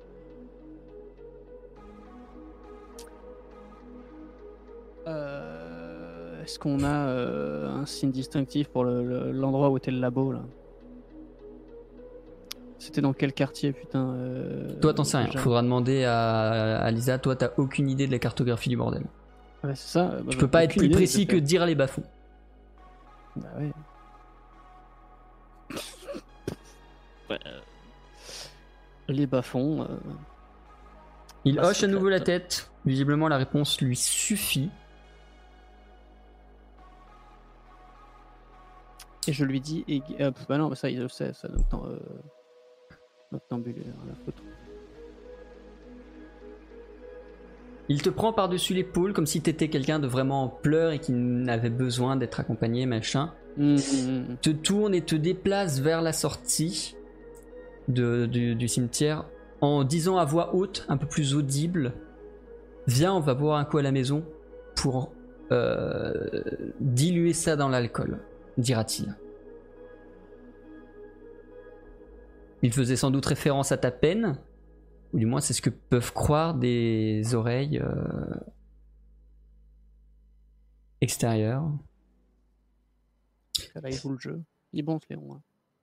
Euh, est-ce qu'on a euh, un signe distinctif pour le, le, l'endroit où était le labo là? C'était dans quel quartier, putain euh, Toi, t'en sais rien. déjà Faudra demander à, à Lisa. Toi, t'as aucune idée de la cartographie du bordel. Ouais, c'est ça. Bah, Je peux pas être plus idée, précis que dire les bas-fonds. Bah ouais. ouais. Les bas-fonds. Euh... Il bah, hoche à nouveau la tête. Visiblement, la réponse lui suffit. Et je lui dis, et, euh, bah non, bah ça il le sait, ça. Donc, euh, noctambulaire, la photo. Il te prend par-dessus l'épaule comme si t'étais quelqu'un de vraiment en pleurs et qui n'avait besoin d'être accompagné, machin. Mmh, mmh. Te tourne et te déplace vers la sortie de, du, du cimetière en disant à voix haute, un peu plus audible, viens, on va boire un coup à la maison pour euh, diluer ça dans l'alcool, dira-t-il. Il faisait sans doute référence à ta peine, ou du moins c'est ce que peuvent croire des oreilles euh, extérieures. Là, il joue le jeu. Il est bon ce Léon. Hein.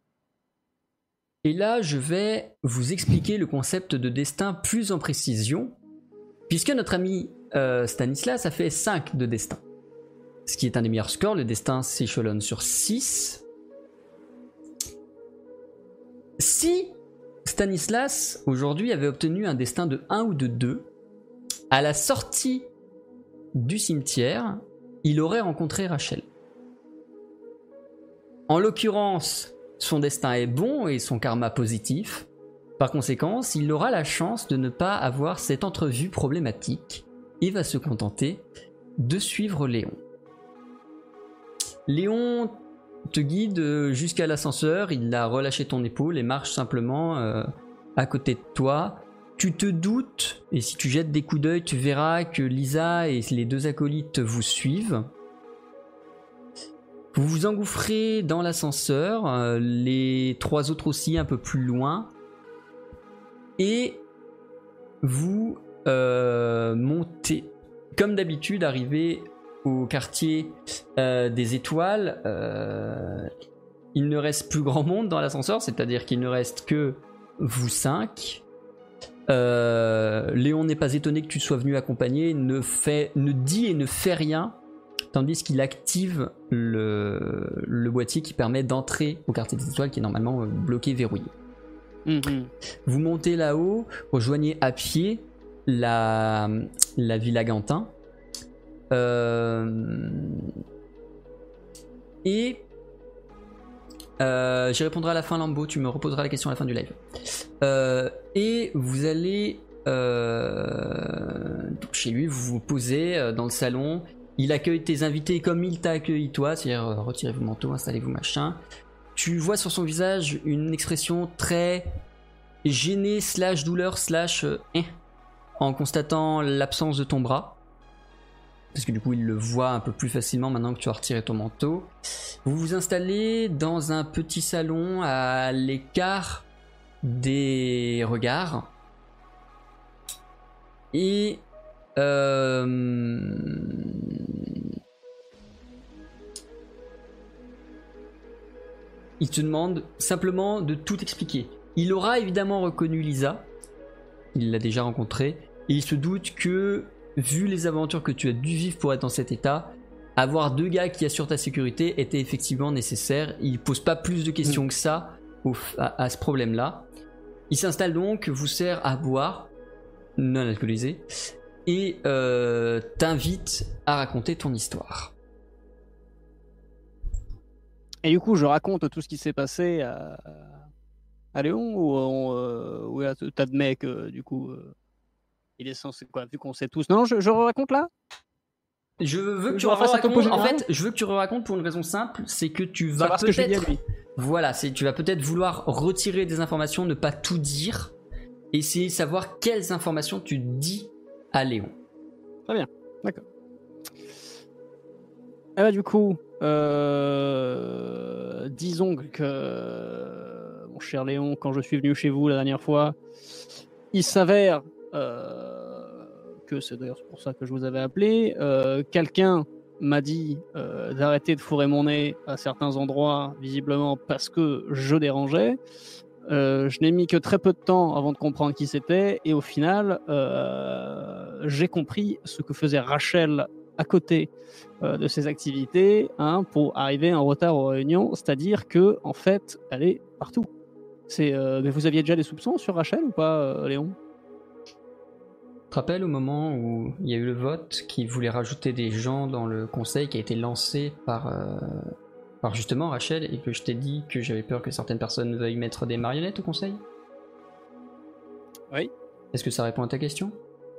Et là, je vais vous expliquer le concept de destin plus en précision, puisque notre ami euh, Stanislas a fait cinq de destin. Ce qui est un des meilleurs scores, le destin s'échelonne sur six. Si Stanislas, aujourd'hui, avait obtenu un destin de un ou de deux, à la sortie du cimetière, il aurait rencontré Rachel. En l'occurrence, son destin est bon et son karma positif. Par conséquent, il aura la chance de ne pas avoir cette entrevue problématique et va se contenter de suivre Léon. Léon te guide jusqu'à l'ascenseur, il a relâché ton épaule et marche simplement euh, à côté de toi. Tu te doutes, et si tu jettes des coups d'œil, tu verras que Lisa et les deux acolytes vous suivent. Vous vous engouffrez dans l'ascenseur, euh, les trois autres aussi un peu plus loin, et vous euh, montez. Comme d'habitude, arrivé au quartier euh, des étoiles, euh, il ne reste plus grand monde dans l'ascenseur, c'est-à-dire qu'il ne reste que vous cinq. Euh, Léon n'est pas étonné que tu sois venu accompagner, ne, fait, ne dit et ne fait rien, tandis qu'il active le, le boîtier qui permet d'entrer au quartier des étoiles qui est normalement bloqué, verrouillé. Mmh. Vous montez là-haut, rejoignez à pied la, la Villa Gantin. Euh, et euh, j'y répondrai à la fin, Lambeau, tu me reposeras la question à la fin du live. Euh, et vous allez euh, chez lui, vous vous posez dans le salon, il accueille tes invités comme il t'a accueilli toi, c'est-à-dire euh, retirez vos manteaux, installez-vous machin. Tu vois sur son visage une expression très gênée slash douleur slash euh, eh, en constatant l'absence de ton bras. Parce que du coup il le voit un peu plus facilement maintenant que tu as retiré ton manteau. Vous vous installez dans un petit salon à l'écart des regards. Et... Euh... il te demande simplement de tout expliquer. Il aura évidemment reconnu Lisa. Il l'a déjà rencontrée. Et il se doute que... vu les aventures que tu as dû vivre pour être dans cet état, avoir deux gars qui assurent ta sécurité était effectivement nécessaire. Il pose pas plus de questions que ça au, à, à ce problème-là. Il s'installe donc, vous sert à boire, non alcoolisé, et euh, t'invite à raconter ton histoire. Et du coup, je raconte tout ce qui s'est passé à, à Léon ou, on, euh, ou là, t'admets que du coup, euh, il est censé quoi, vu qu'on sait tous. Non, je, je raconte là. Je veux que je tu refasse un topo racontes. En général fait, je veux que tu racontes pour une raison simple, c'est que tu vas Savoir ce que je lui dis à peut-être. lui. Voilà, c'est tu vas peut-être vouloir retirer des informations, ne pas tout dire, essayer de savoir quelles informations tu dis à Léon. Très bien, d'accord. Et bah du coup, euh, disons que mon cher Léon, quand je suis venu chez vous la dernière fois, il s'avère euh, que c'est d'ailleurs pour ça que je vous avais appelé. Euh, quelqu'un m'a dit euh, d'arrêter de fourrer mon nez à certains endroits, visiblement parce que je dérangeais. Euh, je n'ai mis que très peu de temps avant de comprendre qui c'était, et au final, euh, j'ai compris ce que faisait Rachel à côté euh, de ses activités, hein, pour arriver en retard aux réunions, c'est-à-dire que en fait, elle est partout. C'est, euh, mais vous aviez déjà des soupçons sur Rachel ou pas, euh, Léon ? Tu te rappelles au moment où il y a eu le vote qui voulait rajouter des gens dans le conseil qui a été lancé par, euh, par justement Rachel, et que je t'ai dit que j'avais peur que certaines personnes veuillent mettre des marionnettes au conseil ? Oui. Est-ce que ça répond à ta question ?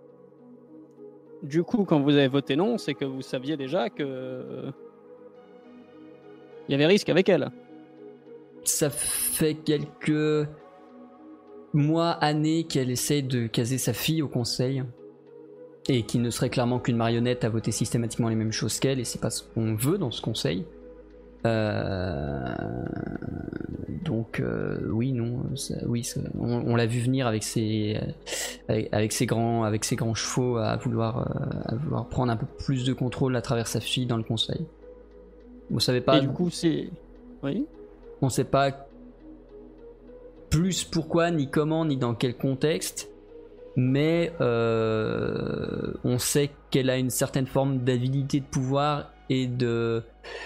Du coup, quand vous avez voté non, c'est que vous saviez déjà que il y avait risque avec elle. Ça fait quelques mois, années qu'elle essaye de caser sa fille au conseil, et qui ne serait clairement qu'une marionnette à voter systématiquement les mêmes choses qu'elle, et c'est pas ce qu'on veut dans ce conseil. Euh... Donc euh, oui, non, ça, oui, ça, on, on l'a vu venir avec ses, avec, avec ses grands, avec ses grands chevaux à vouloir, euh, à vouloir prendre un peu plus de contrôle à travers sa fille dans le conseil. Vous savez pas. Et du coup, c'est, oui. On sait pas plus pourquoi, ni comment, ni dans quel contexte, mais euh, on sait qu'elle a une certaine forme d'avidité de pouvoir et de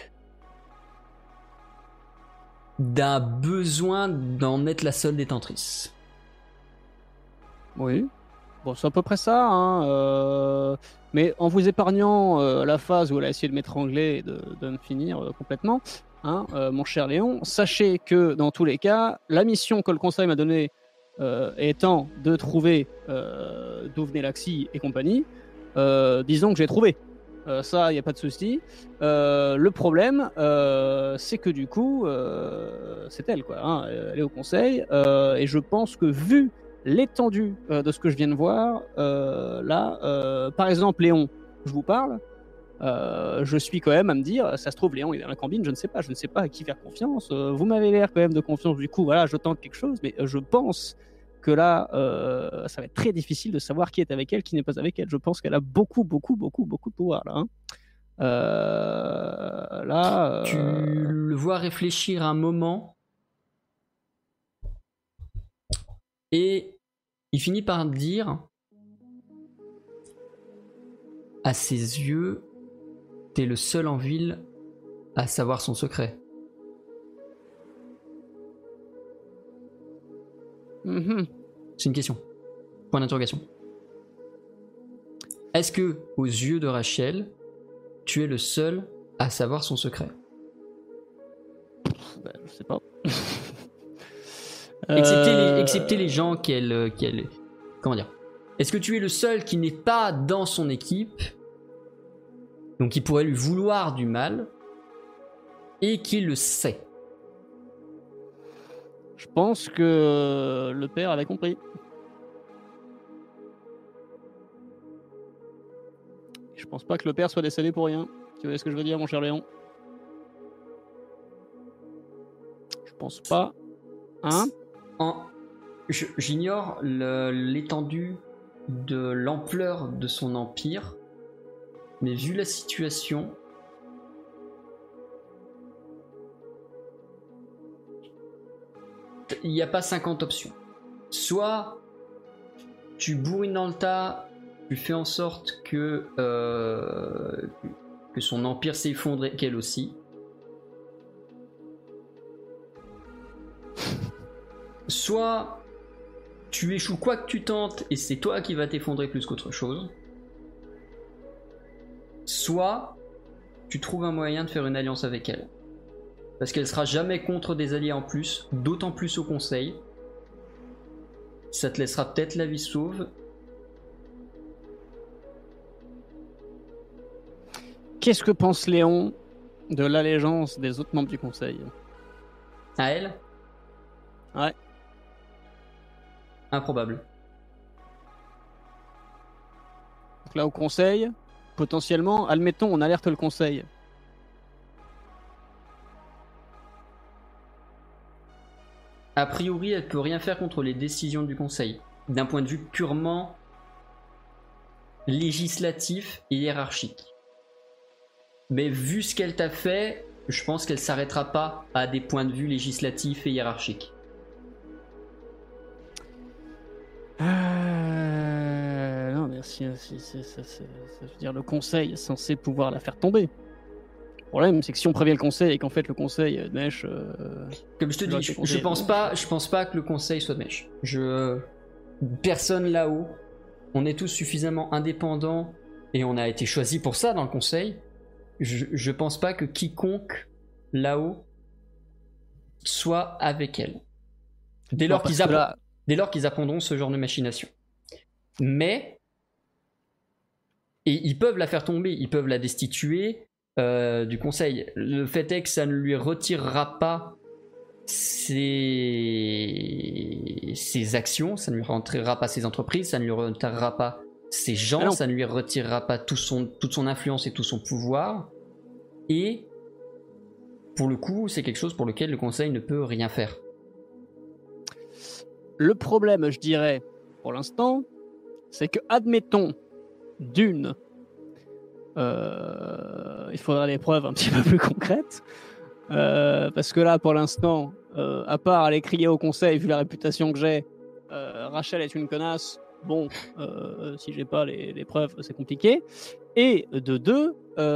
d'un besoin d'en être la seule détentrice. Oui. Bon, c'est à peu près ça, hein. Euh... Mais en vous épargnant euh, la phase où elle a essayé de m'étrangler et de, de me finir euh, complètement, hein, euh, mon cher Léon, sachez que dans tous les cas, la mission que le conseil m'a donnée euh, étant de trouver euh, d'où venait l'Axi et compagnie, euh, disons que j'ai trouvé. Euh, ça, il n'y a pas de souci. Euh, le problème, euh, c'est que du coup, euh, c'est elle, quoi. Hein, elle est au conseil, euh, et je pense que vu l'étendue euh, de ce que je viens de voir, euh, là, euh, par exemple, Léon, je vous parle, euh, je suis quand même à me dire, ça se trouve, Léon, il est dans la combine, je ne sais pas, je ne sais pas à qui faire confiance. Euh, vous m'avez l'air quand même de confiance, du coup, voilà, je tente quelque chose, mais je pense que là, euh, ça va être très difficile de savoir qui est avec elle, qui n'est pas avec elle. Je pense qu'elle a beaucoup, beaucoup, beaucoup, beaucoup de pouvoir, là. Hein. Euh, là euh... Tu le vois réfléchir un moment, et il finit par dire, à ses yeux, t'es le seul en ville à savoir son secret. Mm-hmm. C'est une question. Point d'interrogation. Est-ce que, aux yeux de Rachel, tu es le seul à savoir son secret ? Ben, je sais pas. Excepté, euh... les, excepté les gens qu'elle, qu'elle... Comment dire ? Est-ce que tu es le seul qui n'est pas dans son équipe, donc qui pourrait lui vouloir du mal, et qui le sait ? Je pense que le père avait compris. Je pense pas que le père soit décédé pour rien. Tu vois ce que je veux dire, mon cher Léon ? Je pense pas. Hein ? En... Je, j'ignore le, l'étendue de l'ampleur de son empire, mais vu la situation, il n'y a pas cinquante options. Soit tu bourrines dans le tas, tu fais en sorte que, euh, que son empire s'effondre et qu'elle aussi. Soit tu échoues quoi que tu tentes et c'est toi qui vas t'effondrer plus qu'autre chose. Soit tu trouves un moyen de faire une alliance avec elle. parce qu'elle sera jamais contre des alliés en plus, d'autant plus au conseil. Ça te laissera peut-être la vie sauve. Qu'est-ce que pense Léon de l'allégeance des autres membres du conseil? À elle? Ouais. Improbable. Donc là, au conseil, potentiellement, admettons, on alerte le conseil. A priori, elle peut rien faire contre les décisions du conseil, d'un point de vue purement législatif et hiérarchique. Mais vu ce qu'elle t'a fait, je pense qu'elle s'arrêtera pas à des points de vue législatifs et hiérarchiques. Euh... Non, mais si, si, si, si, si, si, je veux dire, le conseil est censé pouvoir la faire tomber. Le problème, c'est que si on prévient le conseil et qu'en fait le conseil de mèche. Euh... Comme je te dis, je, je pense pas, je pense pas que le conseil soit de mèche. Je, personne là-haut. On est tous suffisamment indépendants et on a été choisis pour ça dans le conseil. Je, je pense pas que quiconque là-haut soit avec elle. Dès lors qu'ils apprendront, là... dès lors qu'ils apprendront ce genre de machination. Mais et ils peuvent la faire tomber, ils peuvent la destituer. Euh, du conseil. Le fait est que ça ne lui retirera pas ses... ses actions, ça ne lui retirera pas ses entreprises, ça ne lui retirera pas ses gens, ça ne lui retirera pas tout son, toute son influence et tout son pouvoir. Et pour le coup, c'est quelque chose pour lequel le conseil ne peut rien faire. Le problème, je dirais, pour l'instant, c'est que, admettons, d'une, Euh, il faudra des preuves un petit peu plus concrètes. Euh, parce que là, pour l'instant, euh, à part aller crier au conseil, vu la réputation que j'ai, euh, Rachel est une connasse. Bon, euh, si j'ai pas les, les preuves, c'est compliqué. Et de deux,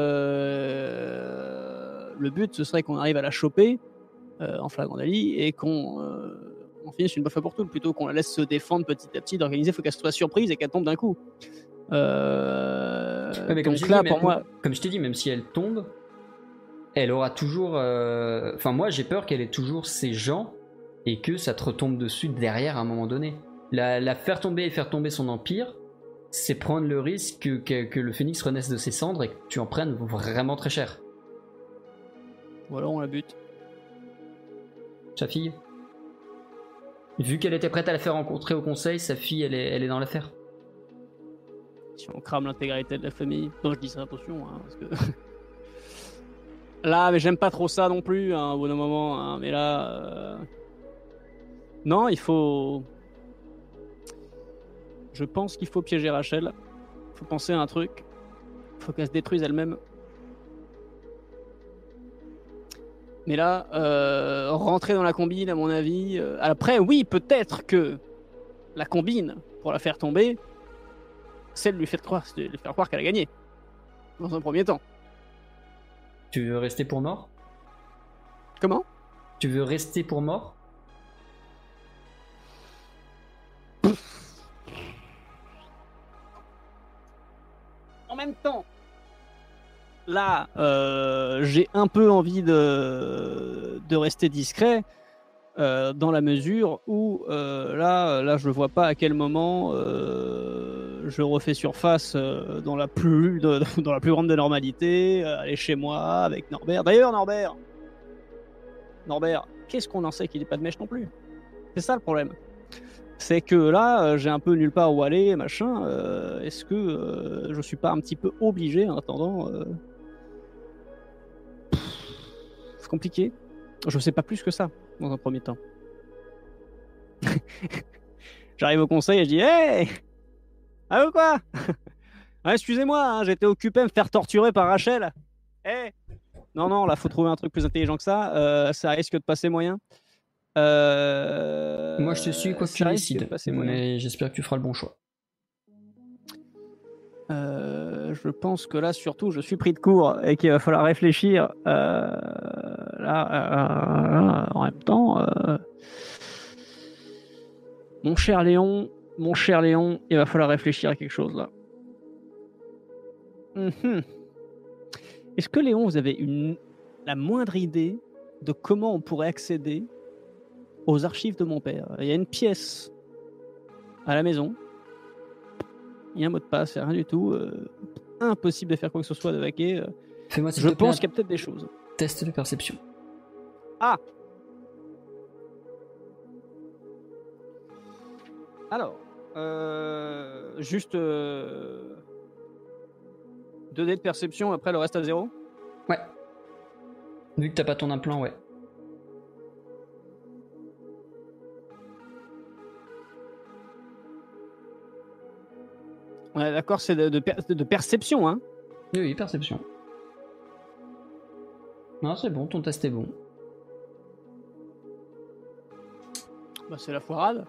euh, le but, ce serait qu'on arrive à la choper euh, en flagrant délit et qu'on euh, on finisse une bonne fois pour toutes, plutôt qu'on la laisse se défendre petit à petit, d'organiser. Il faut qu'elle soit surprise et qu'elle tombe d'un coup. Euh... Ouais, mais comme, donc je là, dit, pour même, moi, comme je t'ai dit, même si elle tombe, elle aura toujours. Euh... Enfin, moi, j'ai peur qu'elle ait toujours ses gens et que ça te retombe dessus derrière à un moment donné. La, la faire tomber et faire tomber son empire, c'est prendre le risque que, que, que le phénix renaisse de ses cendres et que tu en prennes vraiment très cher. Ou alors on la bute. Sa fille. Vu qu'elle était prête à la faire rencontrer au conseil, sa fille, elle est, elle est dans l'affaire. Si on crame l'intégralité de la famille. Non, je dis ça, attention, hein, parce que... Là, mais j'aime pas trop ça non plus, hein, au bout d'un moment, hein, mais là... Euh... Non, il faut... Je pense qu'il faut piéger Rachel. Il faut penser à un truc. Il faut qu'elle se détruise elle-même. Mais là, euh, rentrer dans la combine, à mon avis... Euh... Après, oui, peut-être que la combine, pour la faire tomber... c'est de lui faire croire, de lui faire croire qu'elle a gagné. Dans un premier temps. Tu veux rester pour mort? Comment? Tu veux rester pour mort? En même temps, là, euh, j'ai un peu envie de, de rester discret. Euh, dans la mesure où euh, là, là, je ne vois pas à quel moment euh, je refais surface euh, dans, la plus, de, dans la plus grande des normalités, euh, aller chez moi avec Norbert. D'ailleurs, Norbert, Norbert, qu'est-ce qu'on en sait qu'il n'est pas de mèche non plus? C'est ça le problème. C'est que là, euh, j'ai un peu nulle part où aller, machin. Euh, est-ce que euh, je suis pas un petit peu obligé en attendant euh... C'est compliqué. Je sais pas plus que ça. Dans un premier temps. J'arrive au conseil et je dis hey, ah ou quoi? Ah, excusez-moi, hein, j'étais occupé à me faire torturer par Rachel. Hey. Non, non, là, faut trouver un truc plus intelligent que ça. Euh, ça risque de passer moyen. Euh... Moi, je te suis quoi que tu décides. Mais j'espère que tu feras le bon choix. Euh, je pense que là, surtout, je suis pris de court et qu'il va falloir réfléchir. Euh, là, euh, en même temps, euh, mon cher Léon, mon cher Léon, il va falloir réfléchir à quelque chose là. Mm-hmm. Est-ce que Léon, vous avez une, la moindre idée de comment on pourrait accéder aux archives de mon père. Il y a une pièce à la maison. Il y a un mot de passe, il n'y a rien du tout. Euh, impossible de faire quoi que ce soit, de vaquer. Euh, Fais-moi, s'il je te plaît, pense un qu'il y a peut-être des choses. test de perception. Ah Alors, euh, juste euh, deux dés de perception, après le reste à zéro. Ouais. Vu que t'as pas ton implant, ouais. Ouais, d'accord, c'est de, de, per- de perception, hein. Oui, oui, perception. Non, c'est bon, ton test est bon. Bah, c'est la foirade.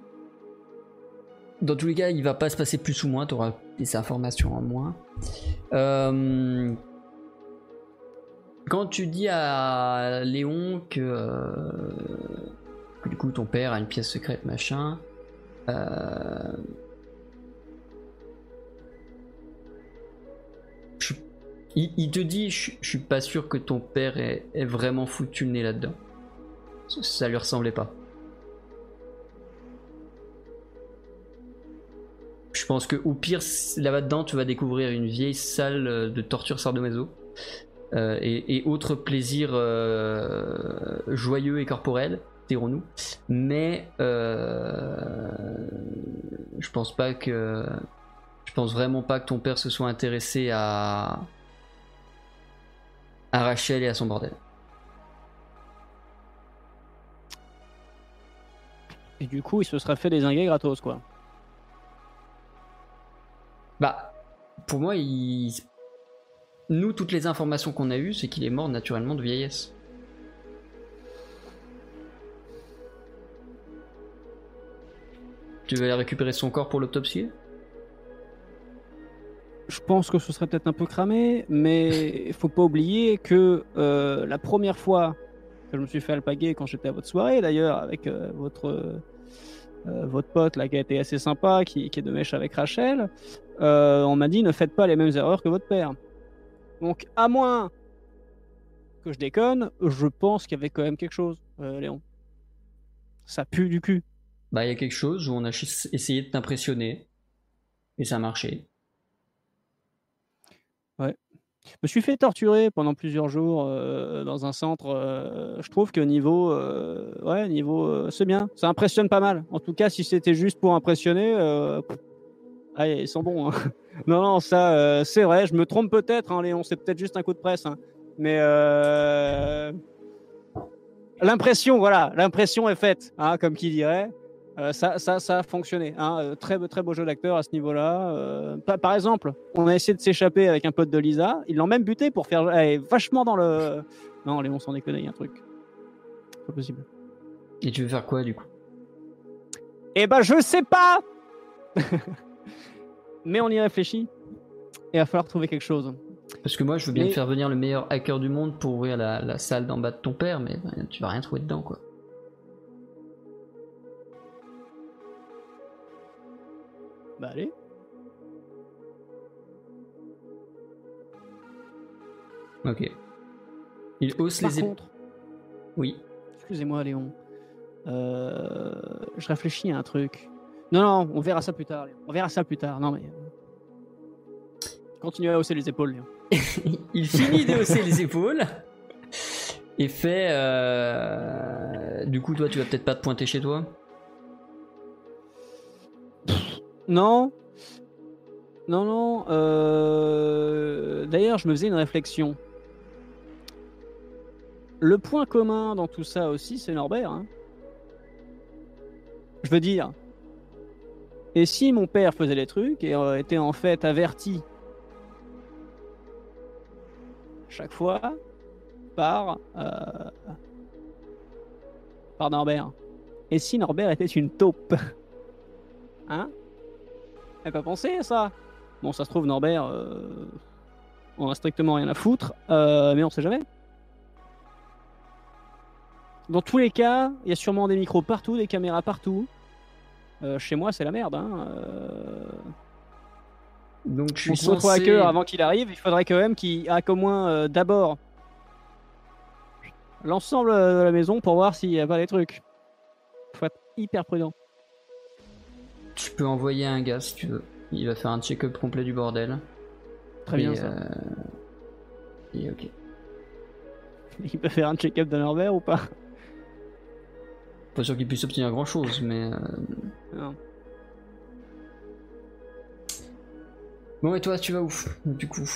Dans tous les cas, il va pas se passer plus ou moins, tu auras des informations en moins. Euh... Quand tu dis à Léon que, euh... que du coup ton père a une pièce secrète, machin, euh... je... il, il te dit, je, je suis pas sûr que ton père ait, ait vraiment foutu le nez là-dedans. Ça, ça lui ressemblait pas. Je pense que au pire, là-dedans, tu vas découvrir une vieille salle de torture sadomaso euh, et, et autres plaisirs euh, joyeux et corporels, dirons-nous. Mais euh, je pense pas que, je pense vraiment pas que ton père se soit intéressé à à Rachel et à son bordel. Et du coup, il se serait fait dézinguer gratos, quoi. Bah, pour moi, il... nous, toutes les informations qu'on a eues, c'est qu'il est mort naturellement de vieillesse. Tu veux aller récupérer son corps pour l'autopsie ? Je pense que ce serait peut-être un peu cramé, mais il faut pas oublier que euh, la première fois que je me suis fait alpaguer, quand j'étais à votre soirée d'ailleurs, avec euh, votre, euh, votre pote là, qui a été assez sympa, qui, qui est de mèche avec Rachel, euh, on m'a dit ne faites pas les mêmes erreurs que votre père. Donc à moins que je déconne, je pense qu'il y avait quand même quelque chose, euh, Léon. Ça pue du cul. Bah, il y a quelque chose où on a ch- essayé de t'impressionner, et ça a marché. Ouais. Je me suis fait torturer pendant plusieurs jours euh, dans un centre. Euh, je trouve que niveau, euh, ouais, niveau, euh, c'est bien. Ça impressionne pas mal. En tout cas, si c'était juste pour impressionner, euh, pff, allez, ils sont bons. Hein. non, non, ça, euh, c'est vrai. Je me trompe peut-être, hein, Léon. C'est peut-être juste un coup de presse, hein. Mais euh, l'impression, voilà, l'impression est faite, hein, comme qui dirait. Euh, ça, ça, ça a fonctionné. Hein. Euh, très, très beau jeu d'acteur à ce niveau-là. Euh, par, par exemple, on a essayé de s'échapper avec un pote de Lisa. Ils l'ont même buté pour faire allez, vachement dans le. Non, Léon, sans déconner, il y a un truc. Pas possible. Et tu veux faire quoi du coup ? Eh ben, je sais pas. Mais on y réfléchit. Et il va falloir trouver quelque chose. Parce que moi, je veux bien mais... te faire venir le meilleur hacker du monde pour ouvrir la, la salle d'en bas de ton père, mais bah, tu vas rien trouver dedans, quoi. Bah allez. Ok. Il hausse Par les épaules. contre, Oui. excusez-moi Léon, euh, je réfléchis à un truc. Non, non, on verra ça plus tard, Léon. On verra ça plus tard. Non mais continue à hausser les épaules, Léon. Il finit de hausser les épaules et fait. Euh... Du coup, toi, tu vas peut-être pas te pointer chez toi. Non, non, non. Euh... D'ailleurs, je me faisais une réflexion. Le point commun dans tout ça aussi, c'est Norbert. Hein. Je veux dire, et si mon père faisait les trucs et euh, était en fait averti chaque fois par euh, par Norbert. Et si Norbert était une taupe, hein? T'as pas pensé à ça? Bon, ça se trouve, Norbert, euh, on a strictement rien à foutre, euh, mais on sait jamais. Dans tous les cas, il y a sûrement des micros partout, des caméras partout. Euh, chez moi, c'est la merde. Hein. Euh... Donc, je suis Donc, votre censé... hacker, avant qu'il arrive, il faudrait quand même qu'il hack au moins euh, d'abord l'ensemble de la maison pour voir s'il n'y a pas des trucs. Faut être hyper prudent. Tu peux envoyer un gars si tu veux. Il va faire un check-up complet du bordel. Très bien et, ça. Euh... Et ok. Il peut faire un check-up de Norbert ou pas? Pas sûr qu'il puisse obtenir grand chose, mais. Euh... Non. Bon, et toi, tu vas où, du coup?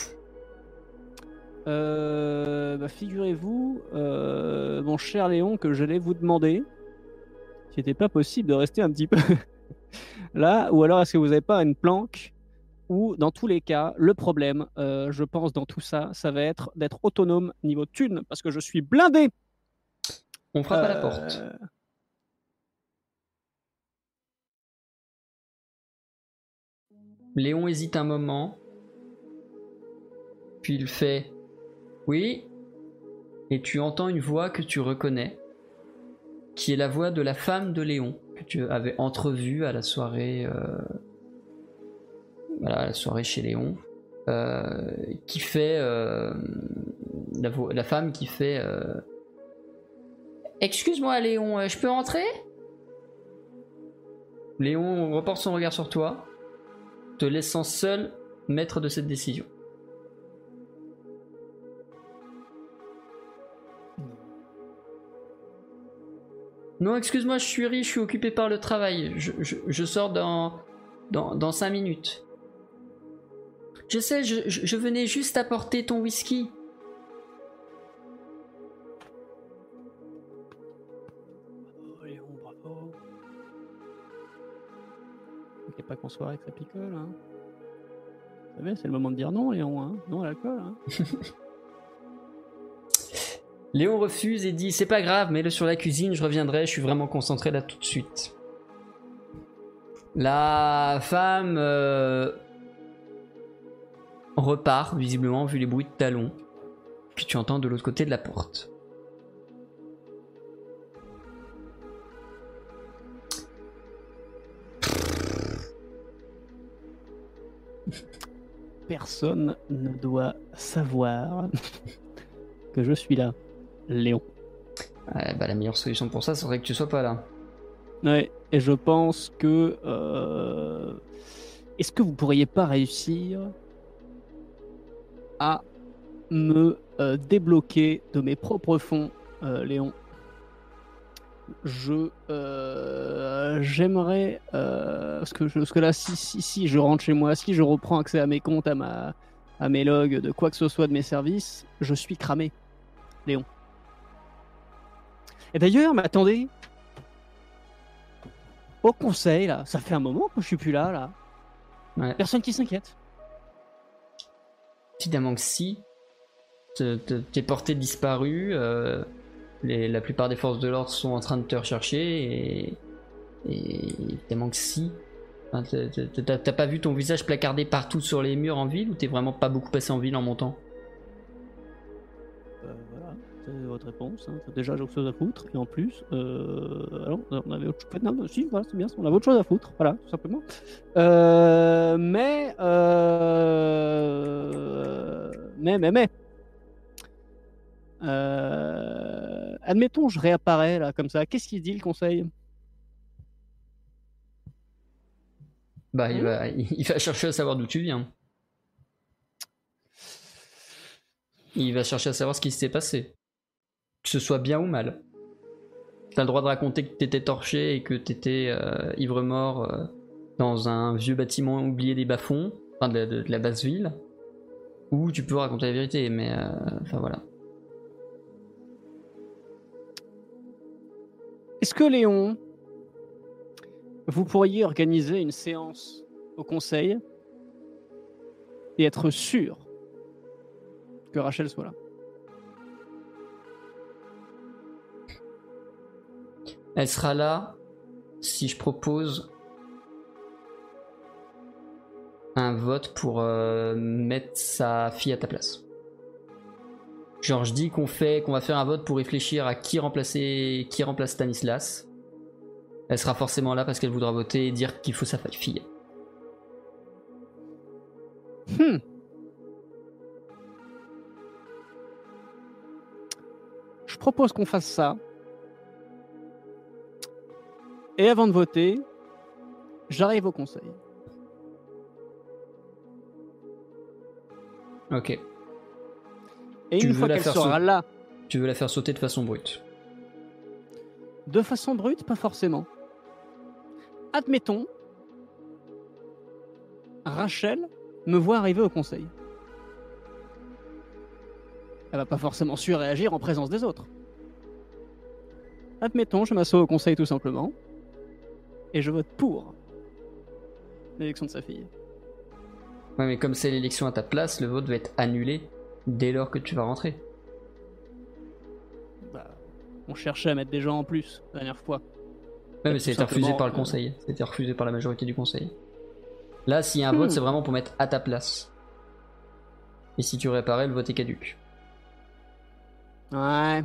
Euh, bah figurez-vous, euh, mon cher Léon, que j'allais vous demander s'il n'était pas possible de rester un petit peu là, ou alors est-ce que vous n'avez pas une planque, ou dans tous les cas, le problème, euh, je pense, dans tout ça, ça va être d'être autonome niveau thune, parce que je suis blindé. On frappe Euh, à la porte. Léon hésite un moment, puis il fait oui, et tu entends une voix que tu reconnais, qui est la voix de la femme de Léon, que tu avais entrevue à la soirée, euh... voilà, à la soirée chez Léon, euh, qui fait euh... la, vo- la femme qui fait euh... excuse-moi Léon, euh, je peux entrer? Léon reporte son regard sur toi, te laissant seul maître de cette décision. Non, excuse-moi, je suis riche, je suis occupé par le travail. Je, je, je sors dans, dans, dans cinq minutes. Je sais, je, je, je venais juste apporter ton whisky. Bravo, Léon, bravo. Faut pas qu'on soit avec ça picole, hein. Vous savez, c'est le moment de dire non, Léon, hein. Non à l'alcool, hein. Léon refuse et dit c'est pas grave, mets-le sur la cuisine, je reviendrai, je suis vraiment concentré là tout de suite. La femme euh, repart, visiblement, vu les bruits de talons que tu entends de l'autre côté de la porte. Personne ne doit savoir que je suis là, Léon. Ouais, bah, la meilleure solution pour ça serait que tu sois pas là. Ouais, et je pense que... Euh... Est-ce que vous pourriez pas réussir à me euh, débloquer de mes propres fonds, euh, Léon? Je euh, j'aimerais euh, parce que je, parce que là si, si si je rentre chez moi, si je reprends accès à mes comptes, à ma à mes logs, de quoi que ce soit de mes services, je suis cramé, Léon. Et d'ailleurs, mais attendez, au conseil là, ça fait un moment que je suis plus là là. Ouais. Personne qui s'inquiète. Évidemment que si, te- te- t'es porté disparu, euh, les, la plupart des forces de l'ordre sont en train de te rechercher et, et évidemment que si. Enfin, t'as- t'as t'as- t'as pas vu ton visage placardé partout sur les murs en ville ou t'es vraiment pas beaucoup passé en ville en montant? Euh, voilà, c'est votre réponse. Hein. Déjà, j'ai autre chose à foutre. Et en plus, euh, alors, on avait autre chose. Non, si, voilà, c'est bien. On avait autre chose à foutre. Voilà, tout simplement. Euh, mais, euh, mais, mais, mais. Euh, admettons, je réapparais là, comme ça. Qu'est-ce qu'il dit, le conseil? Bah, il Hmm va, il va chercher à savoir d'où tu viens. Il va chercher à savoir ce qui s'est passé. Que ce soit bien ou mal. T'as le droit de raconter que t'étais torché et que t'étais euh, ivre-mort euh, dans un vieux bâtiment oublié des bas-fonds, enfin de la, de, de la basse ville. Ou tu peux raconter la vérité, mais euh, enfin voilà. Est-ce que Léon, vous pourriez organiser une séance au conseil et être sûr que Rachel soit là? Elle sera là si je propose un vote pour euh, mettre sa fille à ta place. Genre je dis qu'on fait, qu'on va faire un vote pour réfléchir à qui remplacer, qui remplace Stanislas. Elle sera forcément là parce qu'elle voudra voter et dire qu'il faut sa fille. Hmm. Je propose qu'on fasse ça. Et avant de voter, j'arrive au conseil. Ok. Et Tu une veux fois la qu'elle faire sera sau- là, Tu veux la faire sauter de façon brute. de façon brute, pas forcément. Admettons, Rachel me voit arriver au conseil. Elle va pas forcément surréagir en présence des autres. Admettons, je m'assois au conseil tout simplement, et je vote pour l'élection de sa fille. Ouais, mais comme c'est l'élection à ta place, le vote va être annulé dès lors que tu vas rentrer. Bah, on cherchait à mettre des gens en plus la dernière fois. Ouais, mais Tout c'était refusé simplement, par le euh, conseil. C'était refusé par la majorité du conseil. Là, s'il y a un vote, Hmm. c'est vraiment pour mettre à ta place. Et si tu réparais, le vote est caduque. Ouais.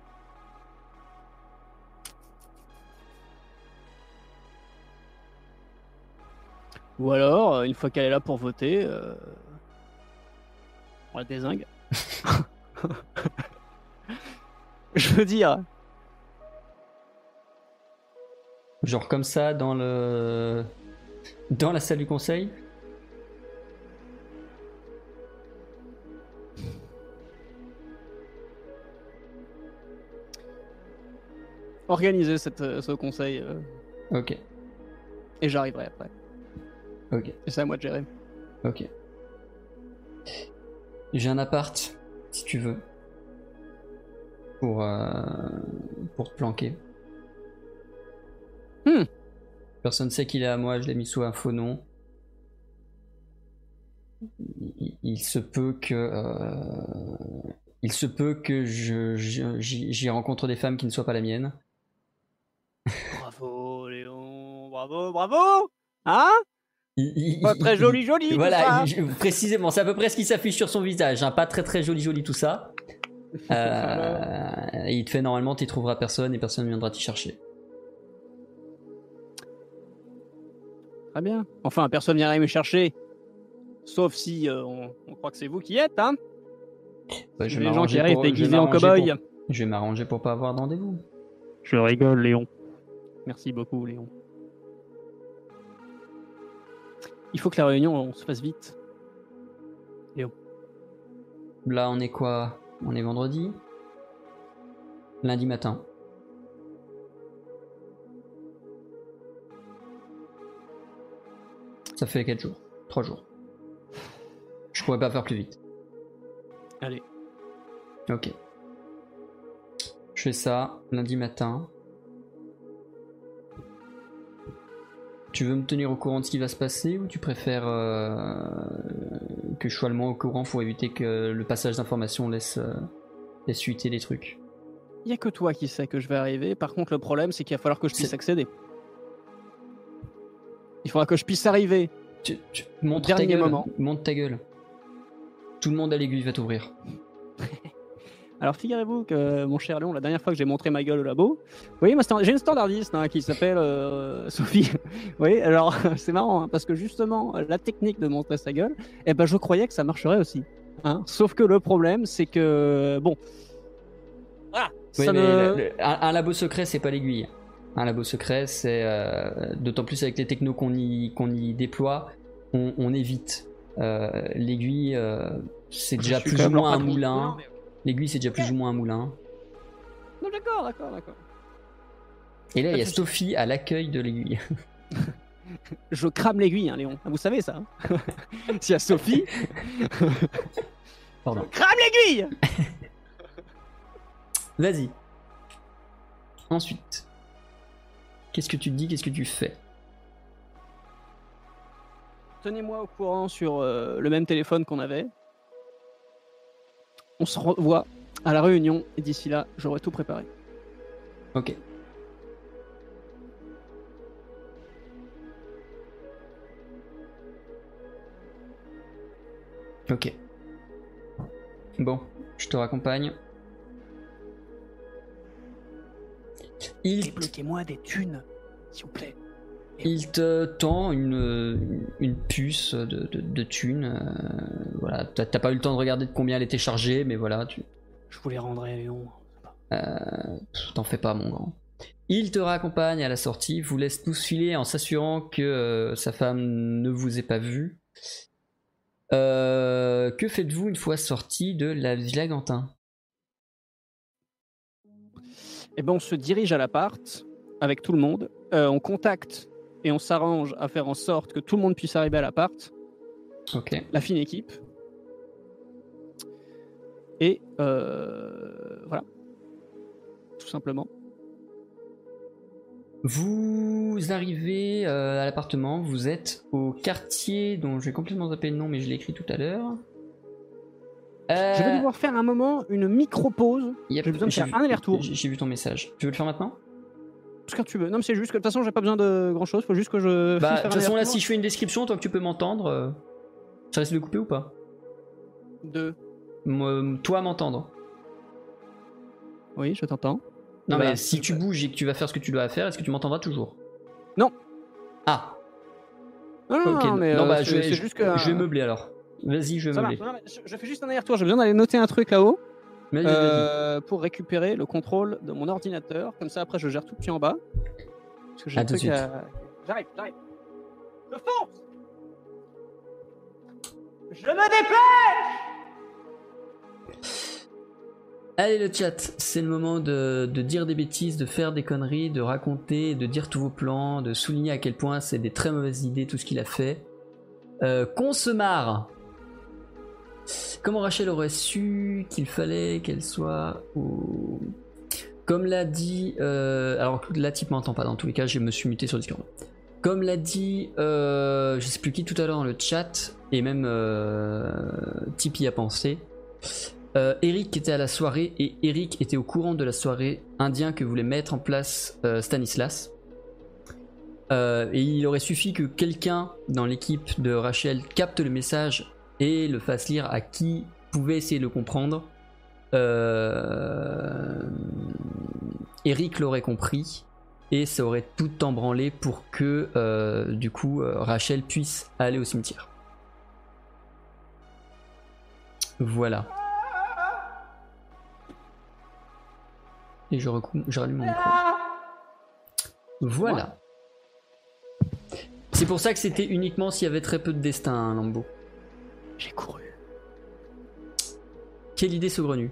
Ou alors, euh, une fois qu'elle est là pour voter, euh, on la dézingue. Je veux dire, Genre comme ça, dans le... Dans la salle du conseil. organiser cette, euh, ce conseil, euh, Ok, et j'arriverai après. ok, Et c'est à moi de gérer. ok. J'ai un appart, si tu veux. Pour, euh, pour te planquer. Hmm. Personne sait qu'il est à moi, je l'ai mis sous un faux nom. Il, il se peut que... euh, il se peut que je, je- j'y j'y rencontre des femmes qui ne soient pas la mienne. Bravo, Léon, bravo, bravo. Hein? Il- il- Pas il- très il- joli, joli, tout Voilà, ça. il- je- précisément, c'est à peu près ce qui s'affiche sur son visage. Hein, pas très très joli joli tout ça. Euh, il te fait normalement, tu trouveras personne et personne ne viendra t'y chercher. Très bien. Enfin, personne viendra me chercher. Sauf si euh, on, on croit que c'est vous qui êtes, hein? Ouais, je vais Les gens qui m'arranger arrivent pour- je vais déguisés en m'arranger cow-boy. pour- Je vais m'arranger pour pas avoir de rendez-vous. Je rigole, Léon. Merci beaucoup, Léon. Il faut que la réunion on se fasse vite. Là, on est quoi? On est vendredi? Lundi matin. Ça fait quatre jours. trois jours. Je pourrais pas faire plus vite. Allez. Ok. Je fais ça lundi matin. Tu veux me tenir au courant de ce qui va se passer ou tu préfères euh, que je sois le moins au courant pour éviter que le passage d'informations laisse, euh, laisse fuiter les trucs? Il y a que toi qui sais que je vais arriver. Par contre, le problème, c'est qu'il va falloir que je puisse C'est- accéder. Il faudra que je puisse arriver. Tu, tu- montre ta Dernier gueule. moment. Montre ta gueule. Tout le monde à l'aiguille va t'ouvrir. Alors, figurez-vous que, mon cher Léon, la dernière fois que j'ai montré ma gueule au labo, vous voyez, ma stand- j'ai une standardiste hein, qui s'appelle euh, Sophie. Vous voyez, alors, c'est marrant, hein, parce que justement, la technique de montrer sa gueule, eh ben, je croyais que ça marcherait aussi. Hein. Sauf que le problème, c'est que, bon, voilà, Oui, ça mais ne... le- le- un, un labo secret, c'est pas l'aiguille. Un labo secret, c'est euh, d'autant plus avec les technos qu'on y, qu'on y déploie, on, on évite. Euh, l'aiguille, euh, c'est déjà Je suis plus quand ou même leur moins un patron. moulin. Non, mais- L'aiguille, c'est déjà plus ou moins un moulin. Non, d'accord, d'accord, d'accord. Et là, il y a Pas de souci. Sophie à l'accueil de l'aiguille. Je crame l'aiguille, hein, Léon. Vous savez ça. Hein. S'il y a Sophie, Pardon. crame l'aiguille. Vas-y. Ensuite, qu'est-ce que tu dis, qu'est-ce que tu fais? Tenez-moi au courant sur euh, le même téléphone qu'on avait. On se revoit à la réunion et d'ici là, j'aurai tout préparé. Ok. Ok. Bon, je te raccompagne. Il, Débloquez-moi des thunes, s'il vous plaît. il te tend une, une puce de, de, de thunes. euh, voilà, t'as t'as pas eu le temps de regarder de combien elle était chargée, mais voilà, tu, Je vous les rendrai, Léon. Euh, pff, T'en fais pas, mon grand. Il te raccompagne à la sortie, vous laisse tous filer en s'assurant que euh, sa femme ne vous ait pas vu. Euh, que faites-vous une fois sorti de la Villa Gantin? Eh ben, on se dirige à l'appart avec tout le monde. Euh, on contacte et on s'arrange à faire en sorte que tout le monde puisse arriver à l'appart. Ok. La fine équipe. Et euh, voilà. Tout simplement. Vous arrivez euh, à l'appartement, vous êtes au quartier dont j'ai complètement zappé le nom, mais je l'ai écrit tout à l'heure. Euh... Je vais devoir faire un moment une micro-pause. Yep, j'ai besoin de j'ai faire vu- un aller-retour. J'ai j'ai vu ton message. Tu veux le faire maintenant? Parce que tu veux. Non, mais c'est juste que de toute façon, j'ai pas besoin de grand-chose. Faut juste que je. Bah, finisse de faire toute un façon, là, aller-retour. si je fais une description, toi que tu peux m'entendre, euh, ça risque de couper ou pas? De. Moi, toi m'entendre. Oui, je t'entends. Non, Voilà. mais si tu bouges et que tu vas faire ce que tu dois faire, est-ce que tu m'entendras toujours? Non. Ah, Non, non, ok. non, mais non, euh, bah, c'est- je vais, c'est juste que. je vais meubler alors. Vas-y, je vais Ça meubler. marche. Non, mais je, je fais juste un aller-retour. J'ai besoin d'aller noter un truc là-haut Vas-y, vas-y. euh, pour récupérer le contrôle de mon ordinateur. Comme ça, après, je gère tout petit en bas. Parce que j'ai À un tout de truc suite. à. J'arrive, j'arrive. Je fonce. Je me dépêche. Allez le chat, c'est le moment de, de dire des bêtises, de faire des conneries, de raconter, de dire tous vos plans, de souligner à quel point c'est des très mauvaises idées tout ce qu'il a fait. Euh, qu'on se marre. Comment Rachel aurait su qu'il fallait qu'elle soit au... Comme l'a dit... Euh, alors la type m'entend pas dans tous les cas, je me suis muté sur Discord. Comme l'a dit, euh, je sais plus qui tout à l'heure dans le chat, et même euh, Tipeee y a pensé, euh, Eric était à la soirée, et Eric était au courant de la soirée indien que voulait mettre en place euh, Stanislas. Euh, et il aurait suffi que quelqu'un dans l'équipe de Rachel capte le message et le fasse lire à qui pouvait essayer de le comprendre. Euh... Eric l'aurait compris et ça aurait tout embranlé pour que euh, du coup euh, Rachel puisse aller au cimetière. Voilà. Et je, recou- je rallume mon micro. Voilà. C'est pour ça que c'était uniquement s'il y avait très peu de destin, hein, Lambeau. J'ai couru. Quelle idée saugrenue.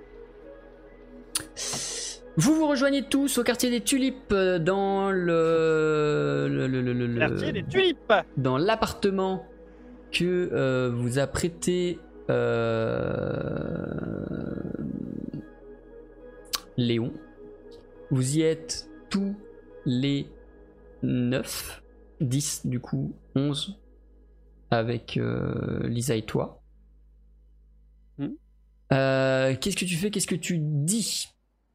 Vous vous rejoignez tous au quartier des Tulipes euh, dans le, le, le, le, le- Quartier des tulipes. dans l'appartement que euh, vous a prêté euh, Léon. Vous y êtes tous les neuf, dix du coup, onze avec euh, Lisa et toi. Hmm. Euh, qu'est-ce que tu fais? Qu'est-ce que tu dis?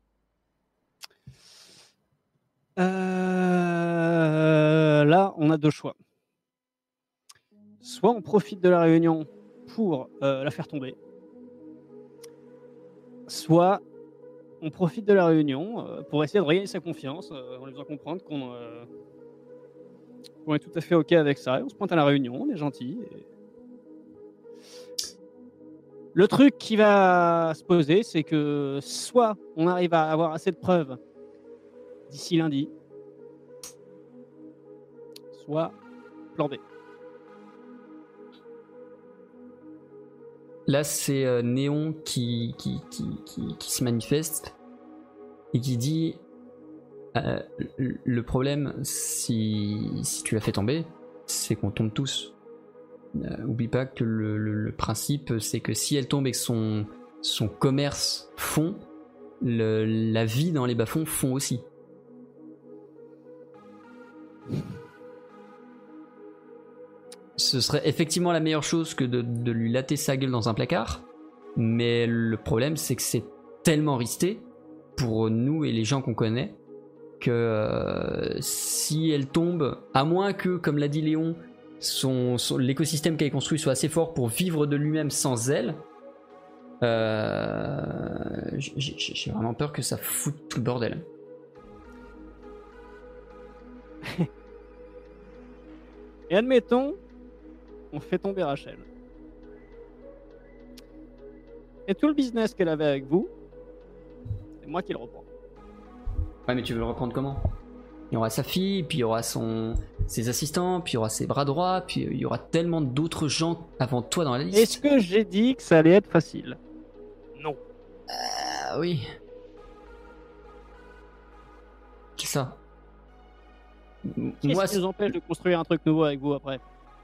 Euh, là, on a deux choix. Soit on profite de la réunion pour euh, la faire tomber, soit on profite de la réunion euh, pour essayer de regagner sa confiance euh, en lui faisant comprendre qu'on euh, qu'on est tout à fait OK avec ça. Et on se pointe à la réunion, on est gentil. et- Le truc qui va se poser, c'est que soit on arrive à avoir assez de preuves d'ici lundi, soit plan B. Là, c'est euh, Néon qui, qui, qui, qui, qui se manifeste et qui dit euh, le- le problème, si, si tu l'as fait tomber, c'est qu'on tombe tous. Euh, oublie pas que le, le- le principe, c'est que si elle tombe et que son, son commerce fond, le- la vie dans les bas-fonds fond aussi. Ce serait effectivement la meilleure chose que de, de lui latter sa gueule dans un placard, mais le problème c'est que c'est tellement risqué pour nous et les gens qu'on connaît que euh, si elle tombe, à moins que, comme l'a dit Léon, son, son- l'écosystème qu'elle construit soit assez fort pour vivre de lui-même sans elle, euh, j'ai, j'ai- j'ai vraiment peur que ça foute tout le bordel. Et admettons, on fait tomber Rachel. Et tout le business qu'elle avait avec vous, C'est moi qui le reprends. Ouais, mais tu veux le reprendre comment? Il y aura sa fille, puis il y aura son... ses assistants, puis il y aura ses bras droits, puis il y aura tellement d'autres gens avant toi dans la liste. Est-ce que j'ai dit que ça allait être facile? Non. Ah oui. Qui ça? Qu'est-ce Moi, qui nous empêche de construire un truc nouveau avec vous après?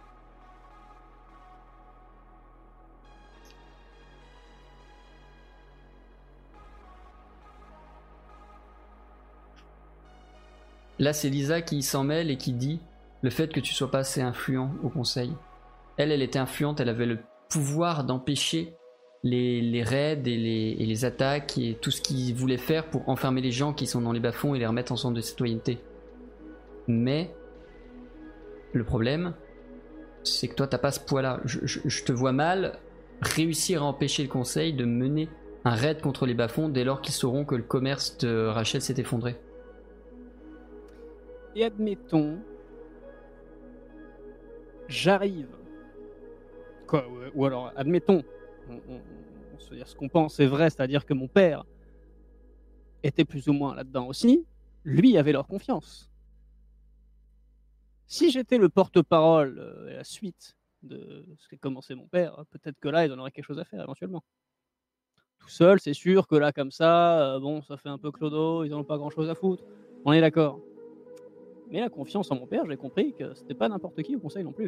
là, c'est Lisa qui s'en mêle et qui dit le fait que tu sois pas assez influent au conseil. Elle, elle était influente, elle avait le pouvoir d'empêcher les, les raids et les, et les attaques et tout ce qu'ils voulaient faire pour enfermer les gens qui sont dans les bas-fonds et les remettre en centre de citoyenneté. Mais le problème, c'est que toi, t'as pas ce poids-là. Je, je, je te vois mal réussir à empêcher le conseil de mener un raid contre les bas-fonds dès lors qu'ils sauront que le commerce de Rachel s'est effondré. Et admettons, j'arrive. Quoi, ou, ou alors, admettons, on, on, on se dire ce qu'on pense, c'est vrai, c'est-à-dire que mon père était plus ou moins là-dedans aussi, lui avait leur confiance. Si j'étais le porte-parole euh, et la suite de ce qu'a commencé mon père, peut-être que là, ils en auraient quelque chose à faire éventuellement. Tout seul, c'est sûr que là, comme ça, euh, bon, ça fait un peu clodo, ils n'en ont pas grand-chose à foutre. On est d'accord. Mais la confiance en mon père, j'ai compris que c'était pas n'importe qui au conseil non plus.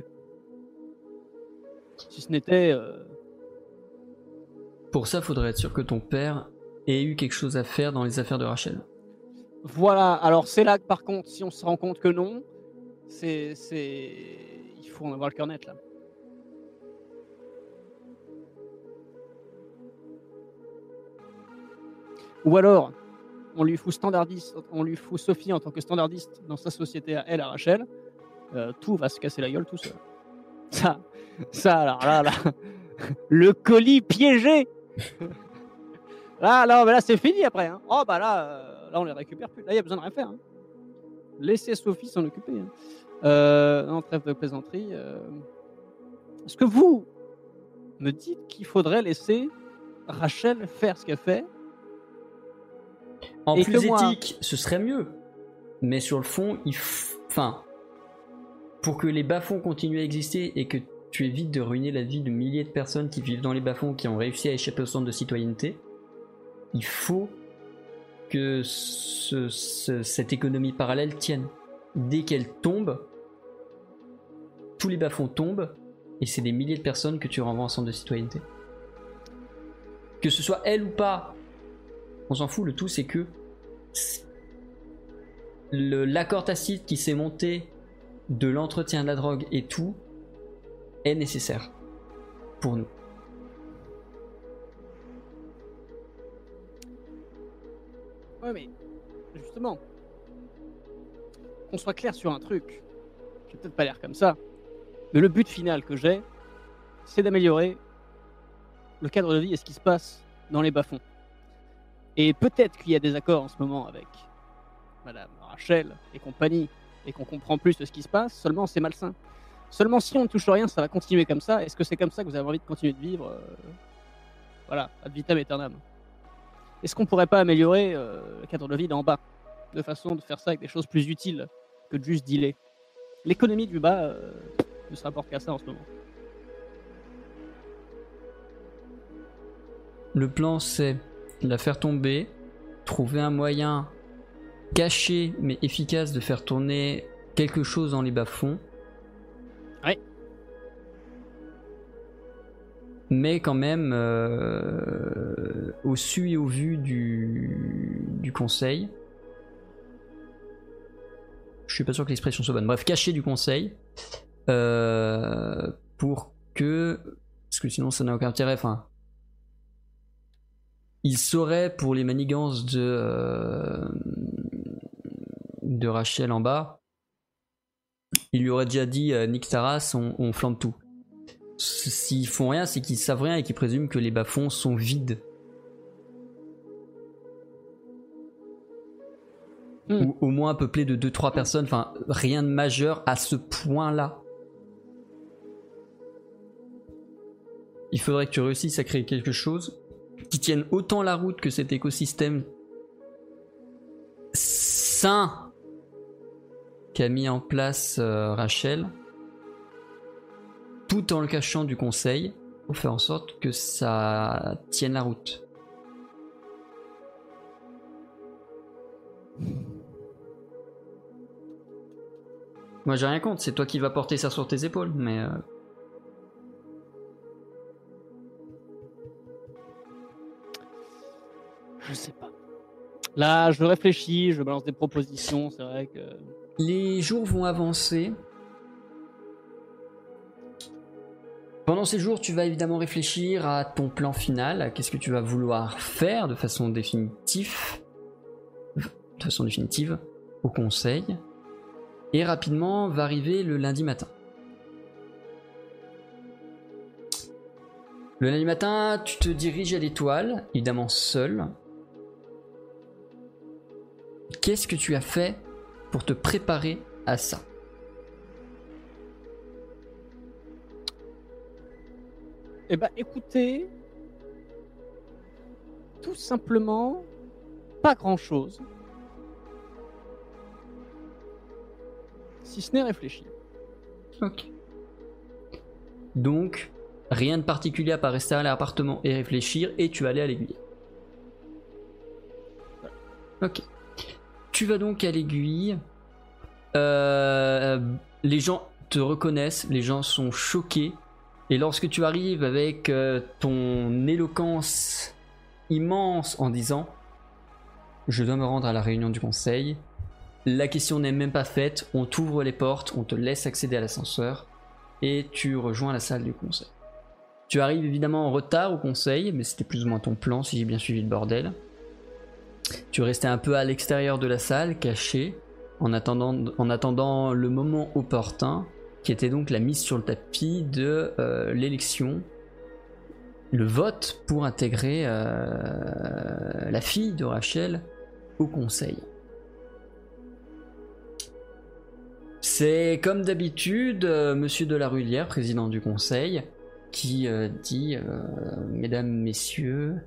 Si ce n'était... Euh... Pour ça, faudrait être sûr que ton père ait eu quelque chose à faire dans les affaires de Rachel. Voilà, alors c'est là que par contre, si on se rend compte que non, c'est... c'est... il faut en avoir le cœur net là. Ou alors, on lui fout standardiste, on lui fout Sophie en tant que standardiste dans sa société à elle, à Rachel, euh, tout va se casser la gueule tout seul. Ça, ça alors là, là, le colis piégé. Là, là, là c'est fini après. Hein. Oh bah là, euh, là on les récupère plus. Là, il y a besoin de rien faire. Hein. Laissez Sophie s'en occuper. Hein. Euh, non, trêve de plaisanterie. Euh... Est-ce que vous me dites qu'il faudrait laisser Rachel faire ce qu'elle fait? En Et plus que moi- éthique, ce serait mieux. Mais sur le fond, il f... enfin, pour que les bas-fonds continuent à exister et que tu évites de ruiner la vie de milliers de personnes qui vivent dans les bas-fonds qui ont réussi à échapper au centre de citoyenneté, il faut que ce, ce- cette économie parallèle tienne. Dès qu'elle tombe, tous les bas-fonds tombent et c'est des milliers de personnes que tu renvoies en centre de citoyenneté. Que ce soit elle ou pas, on s'en fout, le tout c'est que le, l'accord tacite qui s'est monté de l'entretien de la drogue et tout est nécessaire pour nous. Ouais, mais justement, qu'on soit clair sur un truc, j'ai peut-être pas l'air comme ça, mais le but final que j'ai, c'est d'améliorer le cadre de vie et ce qui se passe dans les bas-fonds. Et peut-être qu'il y a des accords en ce moment avec Madame Rachel et compagnie, et qu'on comprend plus de ce qui se passe, seulement c'est malsain. Seulement si on ne touche rien, ça va continuer comme ça. Est-ce que c'est comme ça que vous avez envie de continuer de vivre euh, Voilà, ad vitam aeternam. Est-ce qu'on pourrait pas améliorer euh, le cadre de vie d'en bas, de façon de faire ça avec des choses plus utiles que de juste dealer? L'économie du bas euh, ne se rapporte qu'à ça en ce moment. Le plan c'est la faire tomber, trouver un moyen caché mais efficace de faire tourner quelque chose dans les bas-fonds. Ouais. Mais quand même euh, au su et au vu du, du conseil. Je suis pas sûr que l'expression soit bonne. Bref, caché du conseil euh, pour que, parce que sinon ça n'a aucun intérêt. Enfin, il saurait pour les manigances de euh, de Rachel en bas. Il lui aurait déjà dit euh, Nick Taras, on, on flambe tout. S'ils font rien, c'est qu'ils savent rien et qu'ils présument que les bas-fonds sont vides. Mm. Ou au moins peuplés de deux trois personnes, enfin rien de majeur à ce point-là. Il faudrait que tu réussisses à créer quelque chose qui tienne autant la route que cet écosystème sain qu'a mis en place euh, Rachel, tout en le cachant du conseil, pour faire en sorte que ça tienne la route. Moi j'ai rien contre, c'est toi qui vas porter ça sur tes épaules, mais... Euh... Je sais pas. Là, je réfléchis, je balance des propositions, c'est vrai que... Les jours vont avancer. Pendant ces jours, tu vas évidemment réfléchir à ton plan final, à qu'est-ce que tu vas vouloir faire de façon définitive, de façon définitive au conseil. Et rapidement va arriver le lundi matin. Le lundi matin, tu te diriges à l'étoile, évidemment seul. Qu'est-ce que tu as fait pour te préparer à ça? Eh ben, écoutez, tout simplement, pas grand-chose. Si ce n'est réfléchir. Ok. Donc, rien de particulier à part rester à l'appartement et réfléchir, et tu vas aller à l'aiguille. Ok. Tu vas donc à l'aiguille. Euh, les gens te reconnaissent, les gens sont choqués. Et lorsque tu arrives avec euh, ton éloquence immense en disant « Je dois me rendre à la réunion du conseil », la question n'est même pas faite, on t'ouvre les portes, on te laisse accéder à l'ascenseur et tu rejoins la salle du conseil. Tu arrives évidemment en retard au conseil, mais c'était plus ou moins ton plan si j'ai bien suivi le bordel. Tu restais un peu à l'extérieur de la salle, caché, en attendant, en attendant le moment opportun, qui était donc la mise sur le tapis de euh, l'élection, le vote pour intégrer euh, la fille de Rachel au conseil. C'est comme d'habitude euh, Monsieur de la Rullière, président du conseil, qui euh, dit euh, « Mesdames, Messieurs,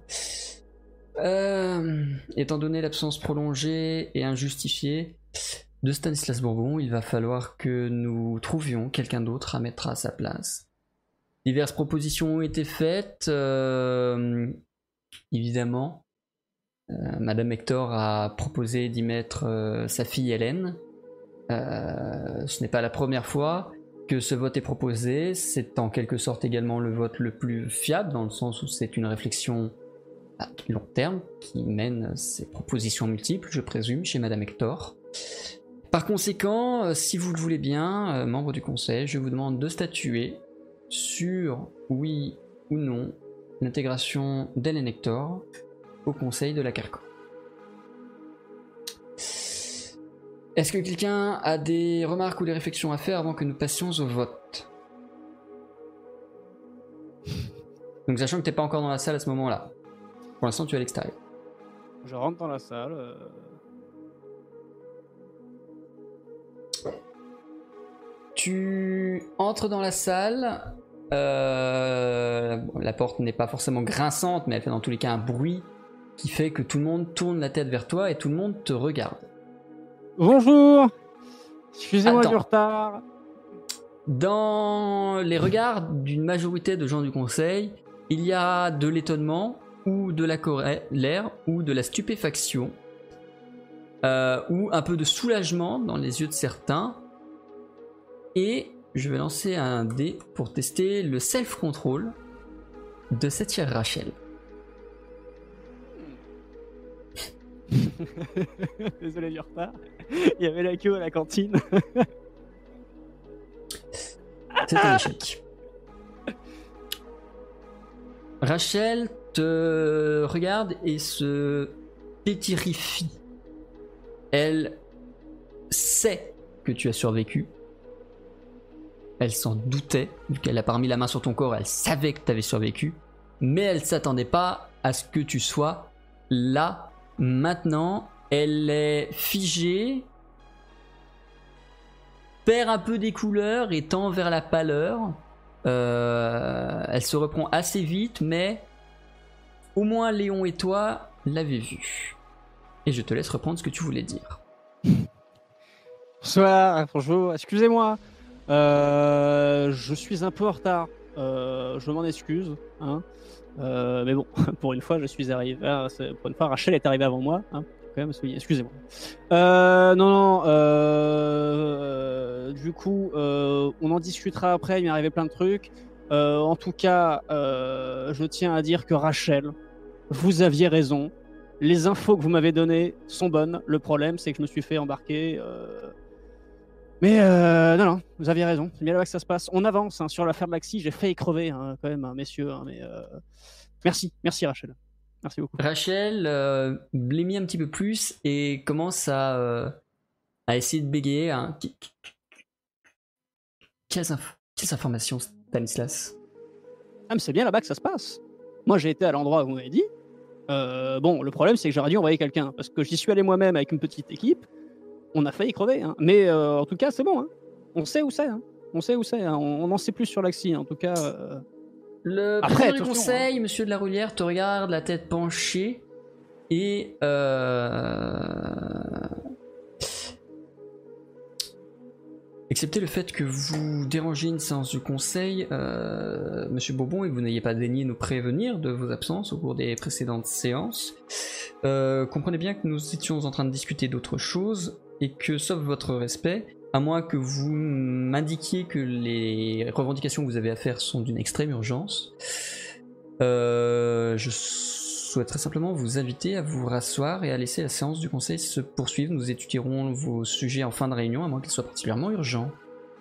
euh, étant donné l'absence prolongée et injustifiée de Stanislas Bourbon, il va falloir que nous trouvions quelqu'un d'autre à mettre à sa place. Diverses propositions ont été faites, euh, évidemment. Euh, Madame Hector a proposé d'y mettre euh, sa fille Hélène. Euh, ce n'est pas la première fois que ce vote est proposé, c'est en quelque sorte également le vote le plus fiable, dans le sens où c'est une réflexion à long terme qui mène ces propositions multiples, je présume, chez Madame Hector. Par conséquent, si vous le voulez bien, euh, membre du conseil, je vous demande de statuer sur oui ou non l'intégration d'Hélène Hector au conseil de la Carco. Est-ce que quelqu'un a des remarques ou des réflexions à faire avant que nous passions au vote? Donc sachant que t'es pas encore dans la salle à ce moment-là. Pour l'instant tu es à l'extérieur. Je rentre dans la salle. Euh... Tu entres dans la salle. Euh... Bon, la porte n'est pas forcément grinçante, mais elle fait dans tous les cas un bruit qui fait que tout le monde tourne la tête vers toi et tout le monde te regarde. Bonjour. Excusez-moi Attends. du retard. Dans les regards d'une majorité de gens du conseil, il y a de l'étonnement, ou de la colère, ou de la stupéfaction, euh, ou un peu de soulagement dans les yeux de certains. Et je vais lancer un dé pour tester le self-control de cette chère Rachel. Désolé du retard. Il y avait la queue à la cantine. C'est un échec. Rachel te regarde et se pétrifie. Elle sait que tu as survécu. Elle s'en doutait, vu qu'elle a pas remis la main sur ton corps, elle savait que tu avais survécu. Mais elle s'attendait pas à ce que tu sois là. Maintenant, elle est figée, perd un peu des couleurs et tend vers la pâleur. Euh, elle se reprend assez vite, mais au moins Léon et toi l'avez vue. Et je te laisse reprendre ce que tu voulais dire. Bonsoir, bonjour, excusez-moi. Euh, je suis un peu en retard. Euh, je m'en excuse. Hein. Euh, mais bon, pour une fois, je suis arrivé. Ah, pour une fois, Rachel est arrivée avant moi. Hein. Quand même, excusez-moi. Euh, non, non. Euh, du coup, euh, on en discutera après. Il m'est arrivé plein de trucs. Euh, en tout cas, euh, je tiens à dire que Rachel, vous aviez raison. Les infos que vous m'avez données sont bonnes. Le problème, c'est que je me suis fait embarquer. Euh... Mais euh, non, non, vous aviez raison. C'est bien là que ça se passe. On avance hein, sur l'affaire de Maxi. J'ai failli crever hein, quand même, hein, messieurs. Hein, mais euh... merci, merci Rachel. Merci beaucoup. Rachel euh, blémit un petit peu plus et commence à, euh, à essayer de bégayer. Hein. Quelles, inf- quelles informations, Stanislas? Ah, mais c'est bien là-bas que ça se passe. Moi, j'ai été à l'endroit où vous m'avez dit. Euh, bon, le problème, c'est que j'aurais dû envoyer quelqu'un parce que j'y suis allé moi-même avec une petite équipe. On a failli crever. Hein. Mais euh, en tout cas, c'est bon. Hein. On sait où c'est. Hein. On sait où c'est. Hein. On, on en sait plus sur l'Axi. En tout cas. Euh... Le Après, président du conseil, hein. Monsieur de la Roulière, te regarde la tête penchée et euh... excepté le fait que vous dérangez une séance du conseil, euh, Monsieur Bourbon, et que vous n'ayez pas daigné nous prévenir de vos absences au cours des précédentes séances, euh, comprenez bien que nous étions en train de discuter d'autre chose et que, sauf votre respect, à moins que vous m'indiquiez que les revendications que vous avez à faire sont d'une extrême urgence, euh, je souhaiterais simplement vous inviter à vous rasseoir et à laisser la séance du conseil se poursuivre. Nous étudierons vos sujets en fin de réunion, à moins qu'ils soient particulièrement urgents.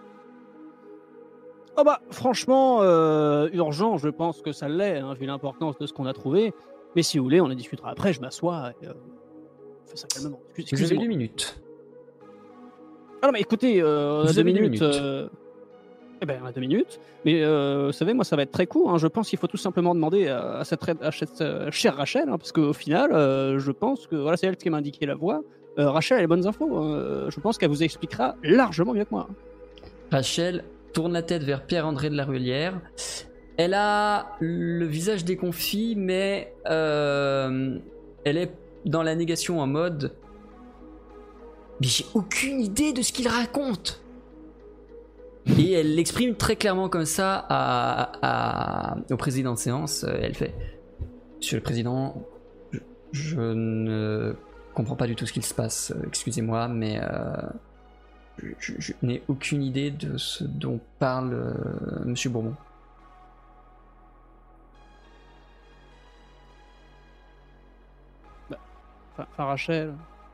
Oh bah, franchement, euh, urgent, je pense que ça l'est, hein, vu l'importance de ce qu'on a trouvé. Mais si vous voulez, on en discutera après, je m'assois et... Euh, on fait ça calmement. Vous avez deux minutes. Ah non, mais écoutez, euh, vous deux avez minutes... deux minutes. Euh... Eh ben, on a deux minutes. Mais euh, vous savez, moi, ça va être très court. Hein. Je pense qu'il faut tout simplement demander à, à cette, à cette euh, chère Rachel, hein, parce qu'au final, euh, je pense que voilà, c'est elle qui m'a indiqué la voie. Euh, Rachel a les bonnes infos. Hein. Je pense qu'elle vous expliquera largement mieux que moi. Rachel tourne la tête vers Pierre-André de la Ruelière. Elle a le visage déconfit, mais euh, elle est dans la négation en mode « Mais j'ai aucune idée de ce qu'il raconte !» Et elle l'exprime très clairement comme ça à, à, au président de séance. Elle fait « Monsieur le président, je, je ne comprends pas du tout ce qu'il se passe. Excusez-moi, mais euh, je, je, je n'ai aucune idée de ce dont parle euh, Monsieur Bourbon. » Bah, enfin, Rachel...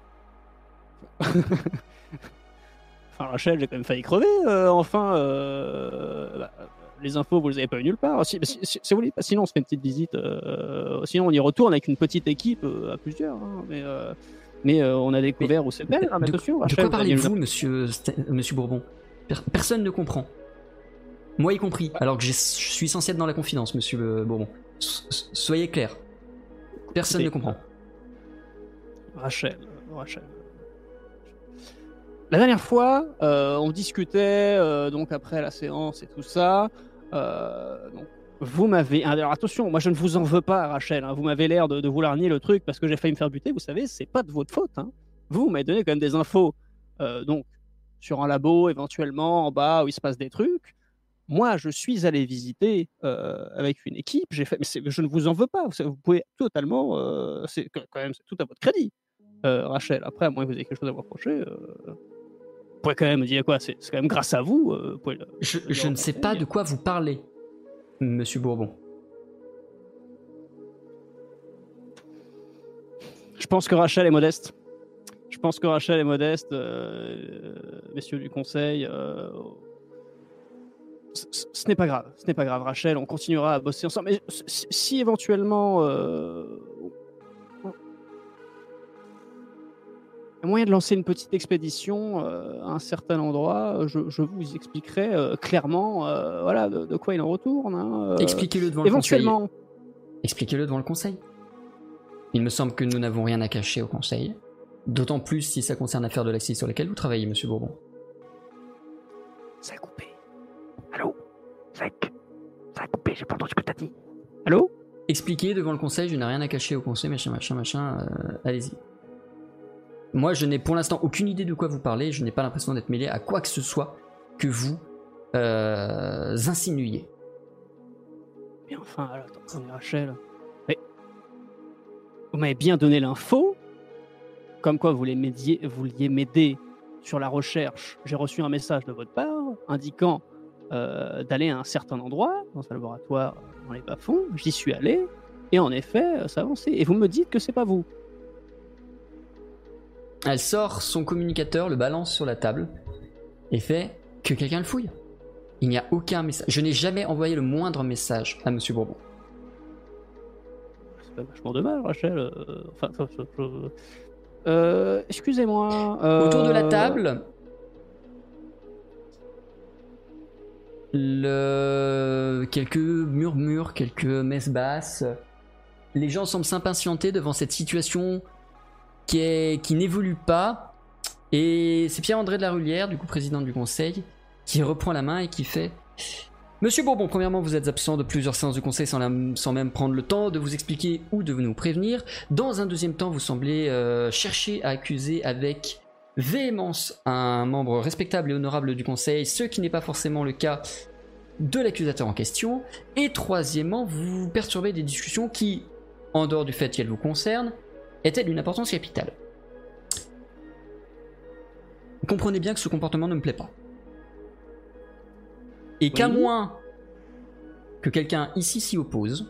Enfin, Rachel, j'ai quand même failli crever. Euh, enfin, euh, bah, les infos, vous les avez pas eu nulle part. Si, si, si, si vous voulez, sinon, on se fait une petite visite. Euh, sinon, on y retourne avec une petite équipe euh, à plusieurs. Hein, mais euh, mais euh, on a découvert mais, où c'est belle. Hein, de, attention, de Rachel, quoi parlez-vous, monsieur, monsieur Bourbon? Personne ne comprend. Moi y compris. Alors que je suis censé être dans la confidence, monsieur Bourbon. Soyez clair. Personne Écoutez, ne comprend. Rachel, Rachel. La dernière fois, euh, on discutait euh, donc après la séance et tout ça. Euh, donc, vous m'avez. Alors attention, moi je ne vous en veux pas, Rachel. Hein, vous m'avez l'air de, de vouloir nier le truc parce que j'ai failli me faire buter. Vous savez, c'est pas de votre faute. Hein. Vous, vous m'avez donné quand même des infos. Euh, donc sur un labo, éventuellement en bas où il se passe des trucs. Moi, je suis allé visiter euh, avec une équipe. J'ai fait, mais je ne vous en veux pas. Vous, vous pouvez totalement. Euh, c'est quand même c'est tout à votre crédit, euh, Rachel. Après, à moins que vous ayez quelque chose à vous reprocher. Euh, Vous pouvez quand même me dire quoi, c'est quand même grâce à vous. Euh, vous pouvez le, je le je ne sais pas de quoi vous parlez, monsieur Bourbon. Je pense que Rachel est modeste. Je pense que Rachel est modeste, euh, messieurs du conseil. Euh, ce, ce n'est pas grave, ce n'est pas grave, Rachel. On continuera à bosser ensemble. Mais si, si éventuellement. Euh, moyen de lancer une petite expédition euh, à un certain endroit, je, je vous expliquerai euh, clairement euh, voilà, de, de quoi il en retourne. Hein, euh, Expliquez-le devant éventuellement... le conseil. Expliquez-le devant le conseil. Il me semble que nous n'avons rien à cacher au conseil. D'autant plus si ça concerne l'affaire de l'Axis sur laquelle vous travaillez, monsieur Bourbon. Ça a coupé. Allô? Ça a, ça a coupé, j'ai pas entendu ce que t'as dit. Allô? Expliquez devant le conseil, je n'ai rien à cacher au conseil, machin, machin, machin, euh, allez-y. moi, je n'ai pour l'instant aucune idée de quoi vous parlez. Je n'ai pas l'impression d'être mêlé à quoi que ce soit que vous euh, insinuiez. Mais enfin, alors, attends, Rachel. Mais vous m'avez bien donné l'info, comme quoi vous vouliez m'aider, vous vouliez m'aider sur la recherche. J'ai reçu un message de votre part indiquant euh, d'aller à un certain endroit, dans un laboratoire dans les bas-fonds. J'y suis allé, et en effet, ça avançait. Et vous me dites que c'est pas vous. Elle sort son communicateur, le balance sur la table, et fait que quelqu'un le fouille. Il n'y a aucun message. Je n'ai jamais envoyé le moindre message à Monsieur Bourbon. C'est pas vachement dommage, Rachel. Euh, enfin, enfin, je- je- euh, excusez-moi. euh, Autour de la table, le... quelques murmures, quelques messes basses. Les gens semblent s'impatienter devant cette situation qui, est... qui n'évolue pas. Et c'est Pierre-André de la Rulière, du coup président du conseil, qui reprend la main et qui fait... Monsieur Bourbon, premièrement, vous êtes absent de plusieurs séances du conseil sans, la- sans même prendre le temps de vous expliquer ou de nous prévenir. Dans un deuxième temps, vous semblez euh, chercher à accuser avec véhémence un membre respectable et honorable du conseil, ce qui n'est pas forcément le cas de l'accusateur en question. Et troisièmement, vous perturbez des discussions qui, en dehors du fait qu'elles vous concernent, étaient d'une importance capitale. Comprenez bien que ce comportement ne me plaît pas. Et qu'à Oui. moins que quelqu'un ici s'y oppose,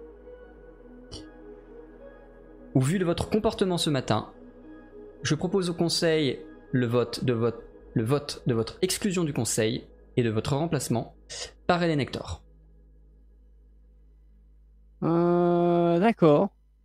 au vu de votre comportement ce matin, je propose au conseil le vote de votre, le vote de votre exclusion du conseil et de votre remplacement par Hélène Hector. Euh, d'accord.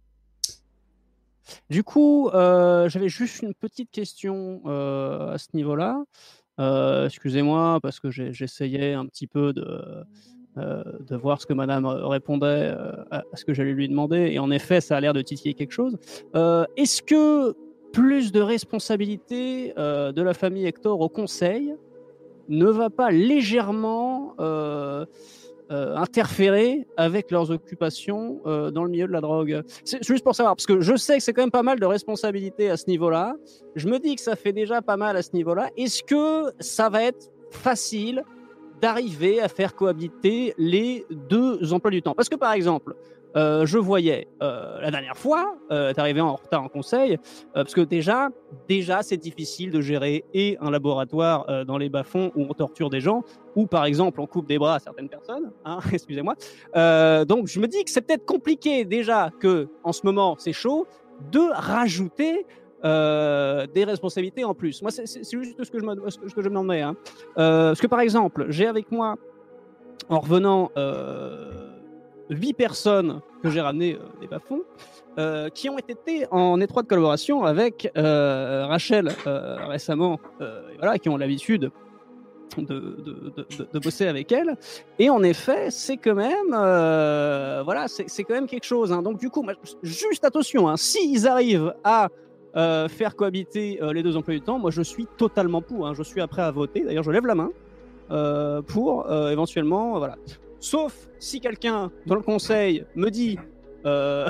Du coup, euh, j'avais juste une petite question euh, à ce niveau-là. Euh, excusez-moi, parce que j'ai- j'essayais un petit peu de, euh, de voir ce que madame répondait euh, à, à ce que j'allais lui demander. Et en effet, ça a l'air de titiller quelque chose. Euh, Est-ce que plus de responsabilité euh, de la famille Hector au conseil ne va pas légèrement euh, euh, interférer avec leurs occupations euh, dans le milieu de la drogue? C'est juste pour savoir, parce que je sais que c'est quand même pas mal de responsabilités à ce niveau-là. Je me dis que ça fait déjà pas mal à ce niveau-là. Est-ce que ça va être facile d'arriver à faire cohabiter les deux emplois du temps? Parce que par exemple, euh, je voyais euh, la dernière fois, euh, tu arrivé en retard en conseil, euh, parce que déjà, déjà c'est difficile de gérer et un laboratoire euh, dans les bas-fonds où on torture des gens, ou par exemple on coupe des bras à certaines personnes, hein, excusez-moi. Euh, donc je me dis que c'est peut-être compliqué déjà que en ce moment c'est chaud de rajouter euh, des responsabilités en plus. Moi c'est, c'est juste ce que je me, ce que je me demandais. Hein. Euh, parce que par exemple j'ai avec moi en revenant euh, huit personnes que j'ai ramenées euh, des bas-fonds. Euh, qui ont été en étroite collaboration avec euh, Rachel euh, récemment, euh, et voilà, qui ont l'habitude de, de, de, de, bosser avec elle. Et en effet, c'est quand même, euh, voilà, c'est, c'est quand même quelque chose. Hein. Donc du coup, moi, juste attention, hein, s'ils arrivent à euh, faire cohabiter euh, les deux emplois du temps, moi je suis totalement pour. Hein. Je suis prêt à voter. D'ailleurs, je lève la main euh, pour euh, éventuellement, voilà. Sauf si quelqu'un dans le conseil me dit. Euh,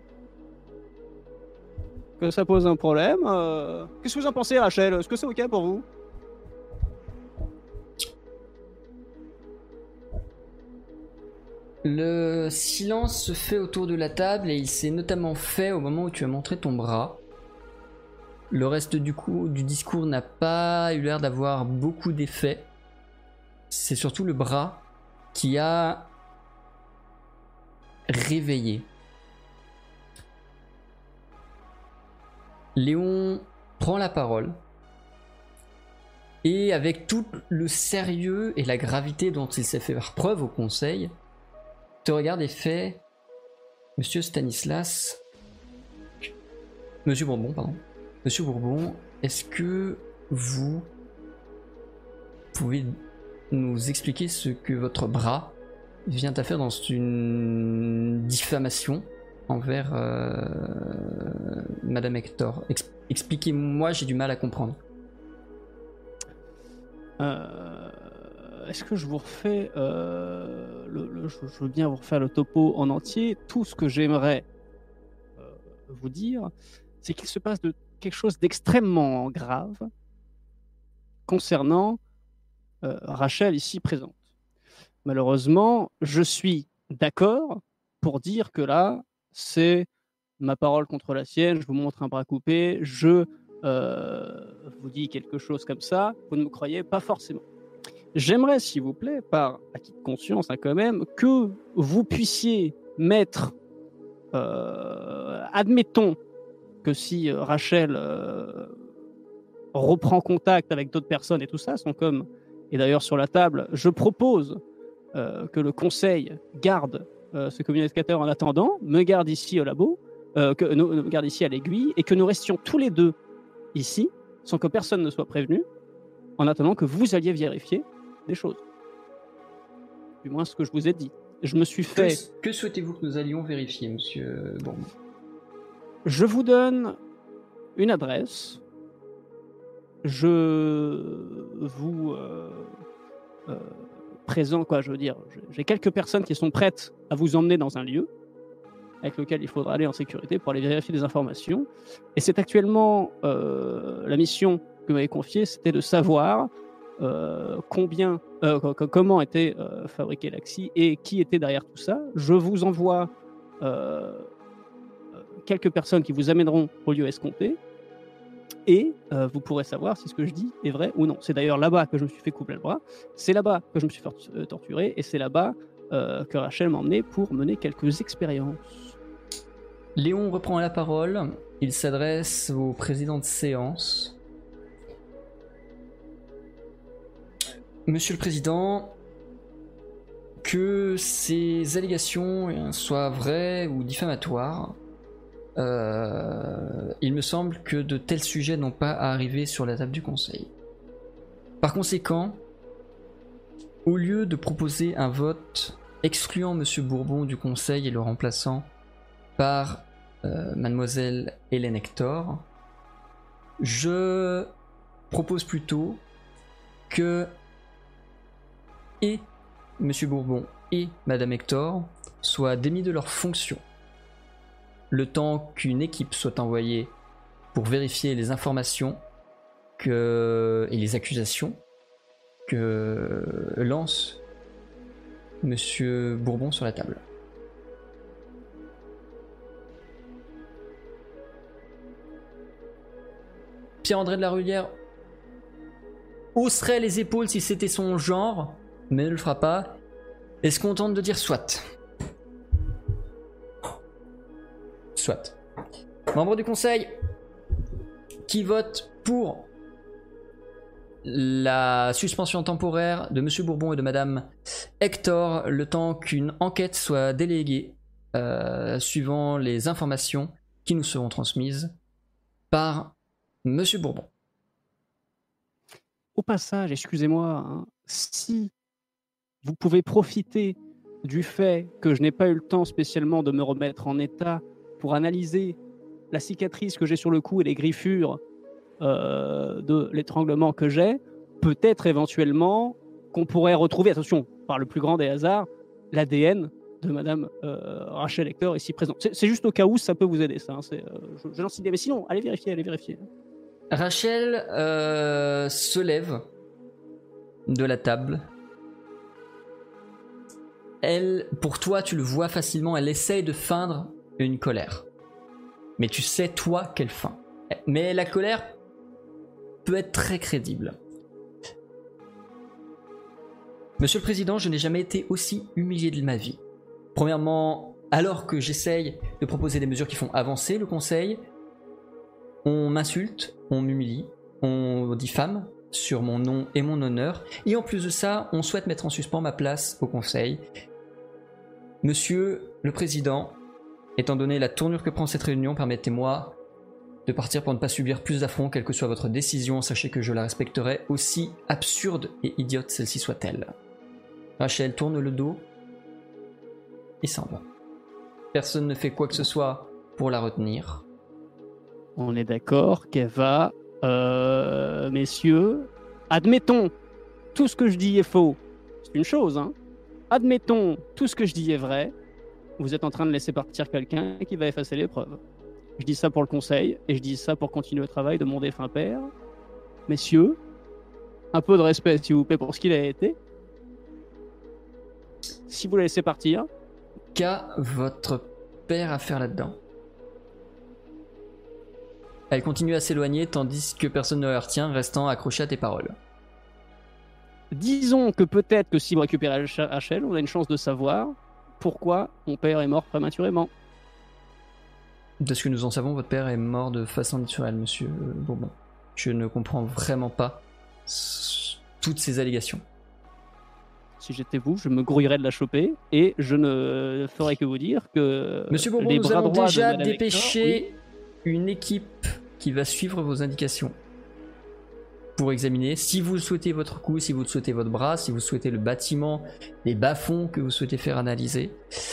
que ça pose un problème. Euh... Qu'est-ce que vous en pensez, Rachel? Est-ce que c'est OK pour vous? Le silence se fait autour de la table et il s'est notamment fait au moment où tu as montré ton bras. Le reste du coup du discours n'a pas eu l'air d'avoir beaucoup d'effet. C'est surtout le bras qui a réveillé. Léon prend la parole et avec tout le sérieux et la gravité dont il s'est fait faire preuve au conseil, te regarde et fait: Monsieur Stanislas, Monsieur Bourbon, pardon, Monsieur Bourbon, est-ce que vous pouvez nous expliquer ce que votre bras vient à faire dans une diffamation envers euh, Madame Hector? Ex- Expliquez-moi, j'ai du mal à comprendre. Euh, est-ce que je vous refais euh, le, le, je, je veux bien vous refaire le topo en entier. Tout ce que j'aimerais euh, vous dire, c'est qu'il se passe de quelque chose d'extrêmement grave concernant euh, Rachel ici présente. Malheureusement, je suis d'accord pour dire que là, c'est ma parole contre la sienne, je vous montre un bras coupé, je euh, vous dis quelque chose comme ça, vous ne me croyez pas forcément. J'aimerais, s'il vous plaît, par acquis de conscience hein, quand même, que vous puissiez mettre, euh, admettons que si euh, Rachel euh, reprend contact avec d'autres personnes et tout ça, son com est d'ailleurs sur la table, je propose euh, que le conseil garde euh, ce communicateur en attendant, me garde ici au labo, euh, que nous, nous garde ici à l'aiguille, et que nous restions tous les deux ici, sans que personne ne soit prévenu, en attendant que vous alliez vérifier des choses. Du moins ce que je vous ai dit. Je me suis fait... Que, que souhaitez-vous que nous allions vérifier, monsieur Bourbon ? Je vous donne une adresse. Je vous euh, euh, présente, quoi, je veux dire, j'ai quelques personnes qui sont prêtes à vous emmener dans un lieu avec lequel il faudra aller en sécurité pour aller vérifier des informations. Et c'est actuellement euh, la mission que vous m'avez confiée, c'était de savoir euh, combien, euh, comment était euh, fabriqué l'Axi et qui était derrière tout ça. Je vous envoie euh, quelques personnes qui vous amèneront au lieu escompté et euh, vous pourrez savoir si ce que je dis est vrai ou non. C'est d'ailleurs là-bas que je me suis fait couper le bras, c'est là-bas que je me suis fait torturer et c'est là-bas euh, que Rachel m'a emmené pour mener quelques expériences. Léon reprend la parole, il s'adresse au président de séance. Monsieur le Président, que ces allégations soient vraies ou diffamatoires, euh, il me semble que de tels sujets n'ont pas à arriver sur la table du Conseil. Par conséquent, au lieu de proposer un vote excluant Monsieur Bourbon du Conseil et le remplaçant par euh, Mademoiselle Hélène Hector, je propose plutôt que et Monsieur Bourbon et Madame Hector soient démis de leurs fonctions, le temps qu'une équipe soit envoyée pour vérifier les informations que, et les accusations que lance Monsieur Bourbon sur la table. Pierre-André de la Rulière hausserait les épaules si c'était son genre, mais ne le fera pas, et se contente de dire soit. Soit. Membre du conseil qui vote pour la suspension temporaire de Monsieur Bourbon et de Madame Hector, le temps qu'une enquête soit déléguée euh, suivant les informations qui nous seront transmises par Monsieur Bourbon. Au passage, excusez-moi, hein, si vous pouvez profiter du fait que je n'ai pas eu le temps spécialement de me remettre en état pour analyser la cicatrice que j'ai sur le cou et les griffures euh, de l'étranglement que j'ai, peut-être éventuellement qu'on pourrait retrouver, attention, par le plus grand des hasards, l'A D N de Madame euh, Rachel Hector ici présente. C'est, c'est juste au cas où ça peut vous aider, ça. Hein, c'est, euh, je, je lance l'idée, mais sinon, allez vérifier, allez vérifier. Rachel euh, se lève de la table. Elle, pour toi, tu le vois facilement, elle essaye de feindre une colère. Mais tu sais, toi, qu'elle feint. Mais la colère peut être très crédible. Monsieur le Président, je n'ai jamais été aussi humilié de ma vie. Premièrement, alors que j'essaye de proposer des mesures qui font avancer le Conseil, on m'insulte, on m'humilie, on diffame sur mon nom et mon honneur, et en plus de ça, on souhaite mettre en suspens ma place au Conseil. Monsieur le Président, étant donné la tournure que prend cette réunion, permettez-moi de partir pour ne pas subir plus d'affronts, quelle que soit votre décision. Sachez que je la respecterai, aussi absurde et idiote celle-ci soit-elle. Rachel tourne le dos et s'en va. Personne ne fait quoi que ce soit pour la retenir. On est d'accord qu'elle va, euh, messieurs, admettons, tout ce que je dis est faux. C'est une chose, hein. Admettons, tout ce que je dis est vrai. Vous êtes en train de laisser partir quelqu'un qui va effacer les preuves. Je dis ça pour le conseil, et je dis ça pour continuer le travail de mon défunt père. Messieurs, un peu de respect, s'il vous plaît, pour ce qu'il a été. Si vous la laissez partir... Qu'a votre père à faire là-dedans? Elle continue à s'éloigner tandis que personne ne la retient, restant accrochée à tes paroles. Disons que peut-être que si vous récupérez H L, on a une chance de savoir pourquoi mon père est mort prématurément. De ce que nous en savons, votre père est mort de façon naturelle, monsieur Bourbon. Je ne comprends vraiment pas toutes ces allégations. Si j'étais vous, je me grouillerais de la choper et je ne ferais que vous dire que... Monsieur Bourbon, les nous bras allons droits déjà de Madame dépêcher Hector, oui. une équipe qui va suivre vos indications pour examiner si vous souhaitez votre cou, si vous souhaitez votre bras, si vous souhaitez le bâtiment, les bas-fonds que vous souhaitez faire analyser.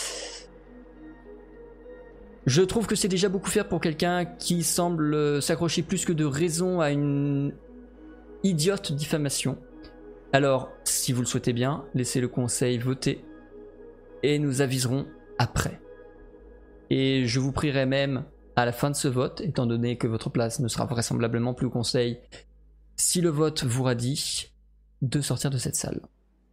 Je trouve que c'est déjà beaucoup faire pour quelqu'un qui semble s'accrocher plus que de raison à une idiote diffamation. Alors, si vous le souhaitez bien, laissez le conseil voter et nous aviserons après. Et je vous prierai même à la fin de ce vote, étant donné que votre place ne sera vraisemblablement plus au conseil, si le vote vous a dit, de sortir de cette salle.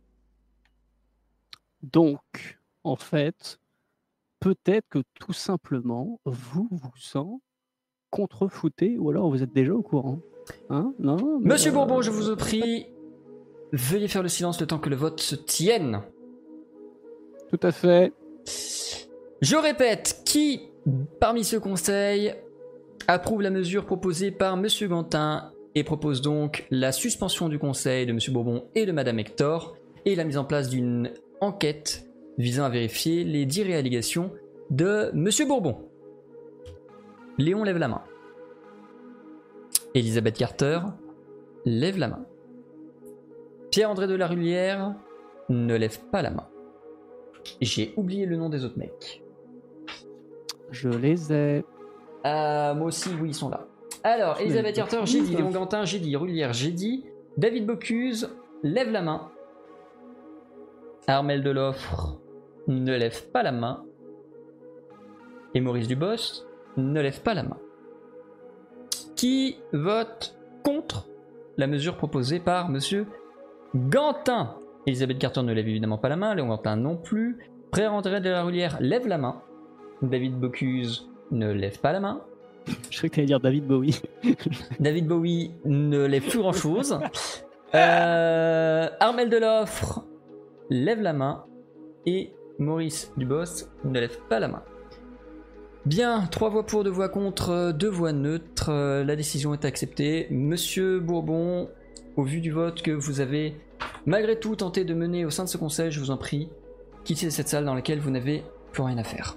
Donc, en fait, peut-être que tout simplement, vous vous en contrefoutez, ou alors vous êtes déjà au courant. Hein? Non, mais Monsieur euh... Bourbon, je vous en prie, veuillez faire le silence le temps que le vote se tienne. Tout à fait. Je répète, qui, parmi ce conseil, approuve la mesure proposée par Monsieur Gantin et propose donc la suspension du conseil de Monsieur Bourbon et de Madame Hector et la mise en place d'une enquête visant à vérifier les dires et allégations de Monsieur Bourbon? Léon lève la main. Elisabeth Carter lève la main. Pierre-André de la Rullière ne lève pas la main. J'ai oublié le nom des autres mecs. Je les ai. Euh, moi aussi, oui, ils sont là. Alors, Elisabeth Carter, j'ai dit. Léon Gantin, j'ai dit. Rullière, j'ai dit. David Bocuse lève la main. Armel Deloffre ne lève pas la main. Et Maurice Dubos ne lève pas la main. Qui vote contre la mesure proposée par Monsieur Gantin? Elisabeth Carter ne lève évidemment pas la main. Léon Gantin non plus. Pierre-André de la Rullière lève la main. David Bocuse ne lève pas la main. Je croyais que tu allais dire David Bowie. David Bowie ne lève plus grand chose. Euh, Armel Deloffre lève la main. Et Maurice Dubos ne lève pas la main. Bien, trois voix pour, deux voix contre, deux voix neutres. La décision est acceptée. Monsieur Bourbon, au vu du vote que vous avez malgré tout tenté de mener au sein de ce conseil, je vous en prie, quittez cette salle dans laquelle vous n'avez plus rien à faire.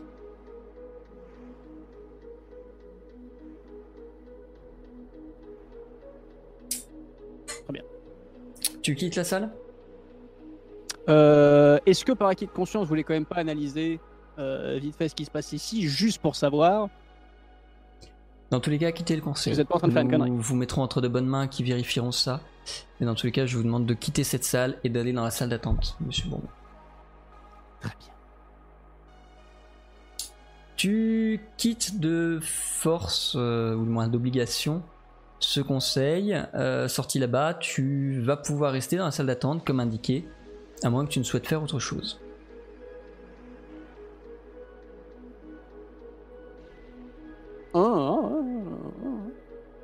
Très bien. Tu quittes la salle ? euh, Est-ce que par acquis de conscience, vous voulez quand même pas analyser euh, vite fait ce qui se passe ici, juste pour savoir? Dans tous les cas, quittez le conseil. Vous n'êtes pas en train de faire une connerie. Nous vous mettrons entre de bonnes mains qui vérifieront ça. Mais dans tous les cas, je vous demande de quitter cette salle et d'aller dans la salle d'attente, monsieur Bourbon. Très bien. Tu quittes de force, euh, ou du moins d'obligation, ce conseil. Euh, sorti là-bas, tu vas pouvoir rester dans la salle d'attente comme indiqué, à moins que tu ne souhaites faire autre chose. Oh, oh, oh, oh.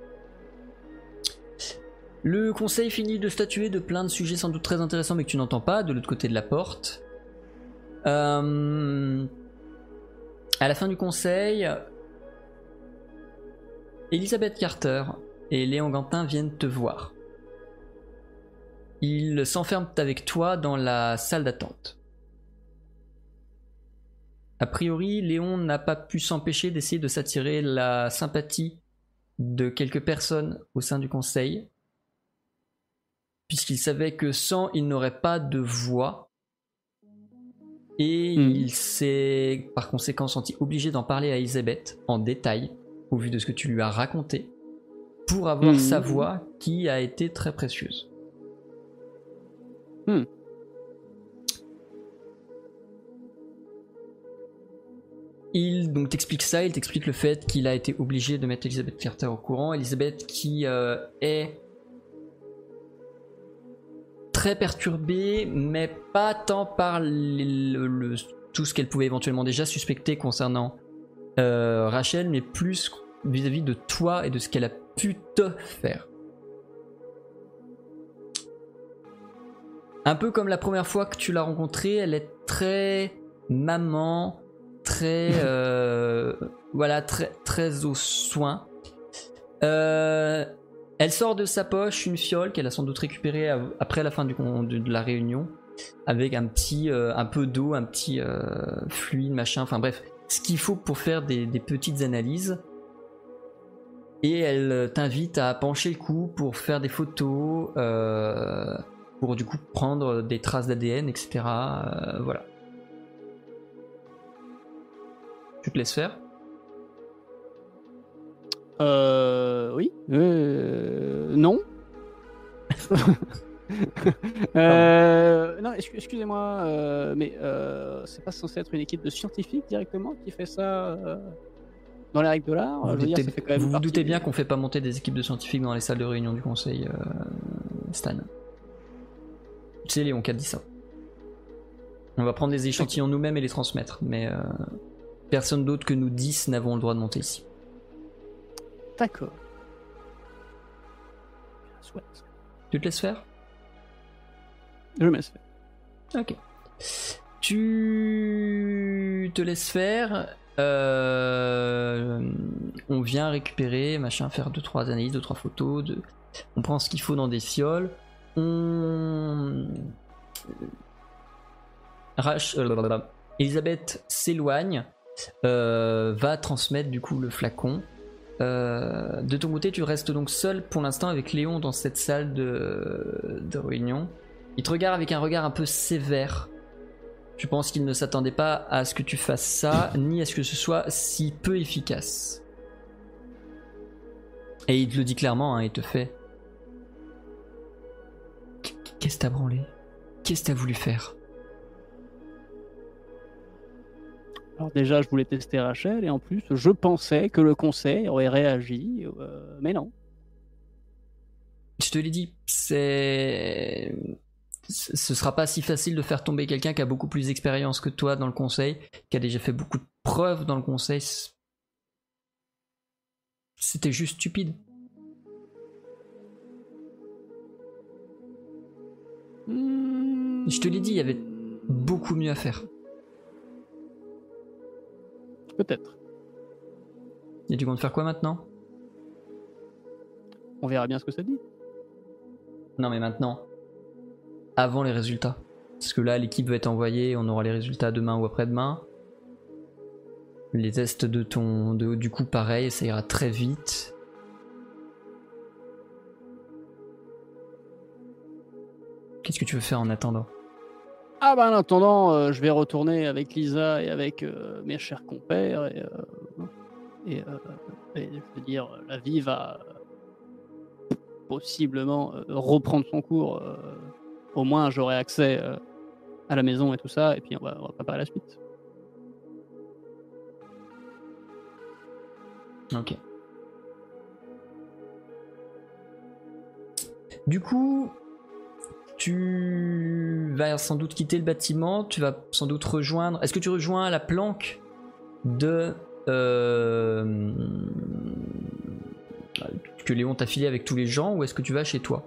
Le conseil finit de statuer de plein de sujets sans doute très intéressants mais que tu n'entends pas de l'autre côté de la porte. Euh... À la fin du conseil, Elisabeth Carter et Léon Gantin viennent te voir. Ils s'enferment avec toi dans la salle d'attente. A priori, Léon n'a pas pu s'empêcher d'essayer de s'attirer la sympathie de quelques personnes au sein du conseil, puisqu'il savait que sans, il n'aurait pas de voix, et mmh. il s'est par conséquent senti obligé d'en parler à Elisabeth en détail, au vu de ce que tu lui as raconté, pour avoir mmh. sa voix qui a été très précieuse. Mmh. il donc t'explique ça, il t'explique le fait qu'il a été obligé de mettre Elizabeth Carter au courant. Elizabeth qui euh, est très perturbée, mais pas tant par les, le, le, tout ce qu'elle pouvait éventuellement déjà suspecter concernant euh, Rachel, mais plus vis-à-vis de toi et de ce qu'elle a pu te faire. Un peu comme la première fois que tu l'as rencontrée, elle est très maman, très euh, voilà, très très aux soins. Euh, elle sort de sa poche une fiole qu'elle a sans doute récupérée après la fin du, de, de la réunion, avec un petit, euh, un peu d'eau, un petit euh, fluide, machin. Enfin bref, ce qu'il faut pour faire des, des petites analyses. Et elle t'invite à pencher le cou pour faire des photos. Euh, pour du coup prendre des traces d'A D N, et cetera. Euh, voilà. Tu te laisses faire ? Euh... Oui. Euh... Non. euh... Non, excusez-moi, euh, mais euh, c'est pas censé être une équipe de scientifiques directement qui fait ça euh, dans les règles de l'art. Vous, Je veux doutez, dire, ça fait quand même vous, vous doutez bien des... qu'on fait pas monter des équipes de scientifiques dans les salles de réunion du conseil, euh, Stan. C'est Léon qui a dit ça. On va prendre des échantillons nous-mêmes et les transmettre, mais euh, personne d'autre que nous dix n'avons le droit de monter ici. D'accord. Soit. Tu te laisses faire ? Je me laisse faire. Ok. Tu te laisses faire. Euh... On vient récupérer, machin, faire deux trois analyses, deux trois photos. De... On prend ce qu'il faut dans des fioles. On... Rach... Euh, Elisabeth s'éloigne, euh, va transmettre du coup le flacon. Euh, de ton côté, tu restes donc seul pour l'instant avec Léon dans cette salle de, de réunion. Il te regarde avec un regard un peu sévère. Je pense qu'il ne s'attendait pas à ce que tu fasses ça, ni à ce que ce soit si peu efficace. Et il te le dit clairement, hein, il te fait... Qu'est-ce que t'as branlé ? Qu'est-ce que t'as voulu faire ? Alors déjà, je voulais tester Rachel, et en plus, je pensais que le conseil aurait réagi, euh, mais non. Je te l'ai dit, c'est... Ce sera pas si facile de faire tomber quelqu'un qui a beaucoup plus d'expérience que toi dans le conseil, qui a déjà fait beaucoup de preuves dans le conseil. C'était juste stupide. Mmh... Je te l'ai dit, il y avait beaucoup mieux à faire. Peut-être. Et tu comptes faire quoi maintenant ? On verra bien ce que ça dit. Non mais maintenant, avant les résultats. Parce que là, l'équipe va être envoyée, on aura les résultats demain ou après-demain. Les tests de ton... De, du coup, pareil, ça ira très vite. Qu'est-ce que tu veux faire en attendant ? Ah bah en attendant, euh, je vais retourner avec Lisa et avec euh, mes chers compères et, euh, et, euh, et je veux dire, la vie va possiblement euh, reprendre son cours. Euh, au moins, j'aurai accès euh, à la maison et tout ça, et puis on va, on va préparer la suite. Ok. Du coup, tu vas sans doute quitter le bâtiment, tu vas sans doute rejoindre... Est-ce que tu rejoins la planque de... Euh... que Léon t'a filé avec tous les gens, ou est-ce que tu vas chez toi ?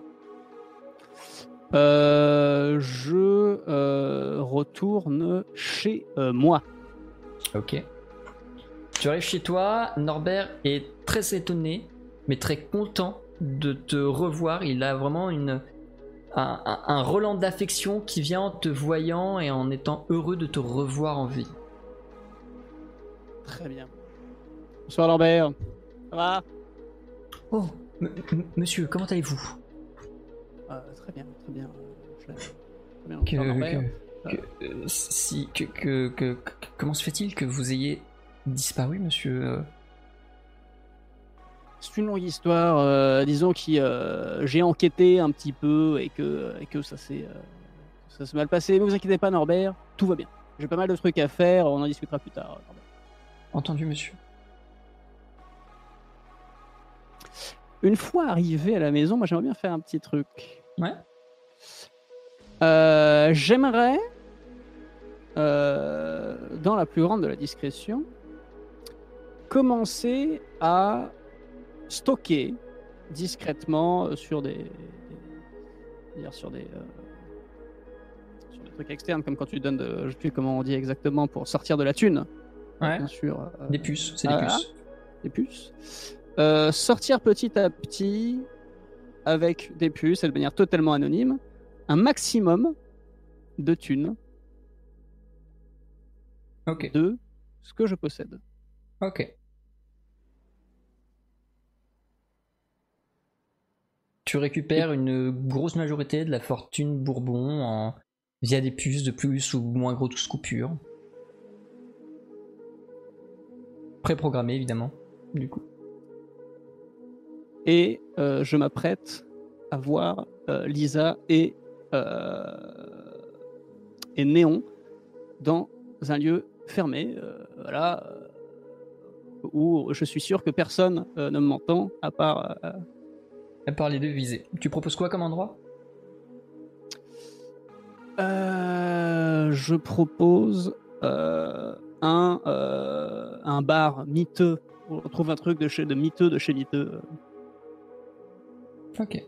euh, Je euh, retourne chez euh, moi. Ok. Tu arrives chez toi, Norbert est très étonné, mais très content de te revoir. Il a vraiment une... Un, un, un relent d'affection qui vient en te voyant et en étant heureux de te revoir en vie. Très bien. Bonsoir Lambert. Ça va ? Oh, m- m- monsieur, comment allez-vous ? euh, Très bien, très bien. Je... Très bien. Que, Bonsoir, Lambert. que, que, euh, si, que, que, que, que- comment se fait-il que vous ayez disparu, monsieur euh C'est une longue histoire. Euh, disons que euh, j'ai enquêté un petit peu et que, et que ça s'est euh, ça s'est mal passé. Ne vous inquiétez pas, Norbert, tout va bien. J'ai pas mal de trucs à faire. On en discutera plus tard. Norbert. Entendu, monsieur. Une fois arrivé à la maison, moi j'aimerais bien faire un petit truc. Ouais. Euh, j'aimerais, euh, dans la plus grande de la discrétion, commencer à stocker discrètement sur des, des dire sur des, euh, sur des trucs externes, comme quand tu donnes, de, je sais plus comment on dit exactement, pour sortir de la thune. Ouais. Bien sûr. Euh, Des puces, c'est des ah, puces. Des puces. Euh, sortir petit à petit avec des puces et de manière totalement anonyme un maximum de thunes Ok. de ce que je possède. Ok. Tu récupères une grosse majorité de la fortune Bourbon en... via des puces de plus ou moins grosses coupures. Préprogrammées évidemment, du coup. Et euh, je m'apprête à voir euh, Lisa et, euh, et Néon dans un lieu fermé, euh, voilà, euh, où je suis sûr que personne euh, ne m'entend à part... Euh, À part les deux visées. Tu proposes quoi comme endroit ? euh, Je propose euh, un, euh, un bar miteux. On retrouve un truc de, chez, de miteux de chez miteux. Ok.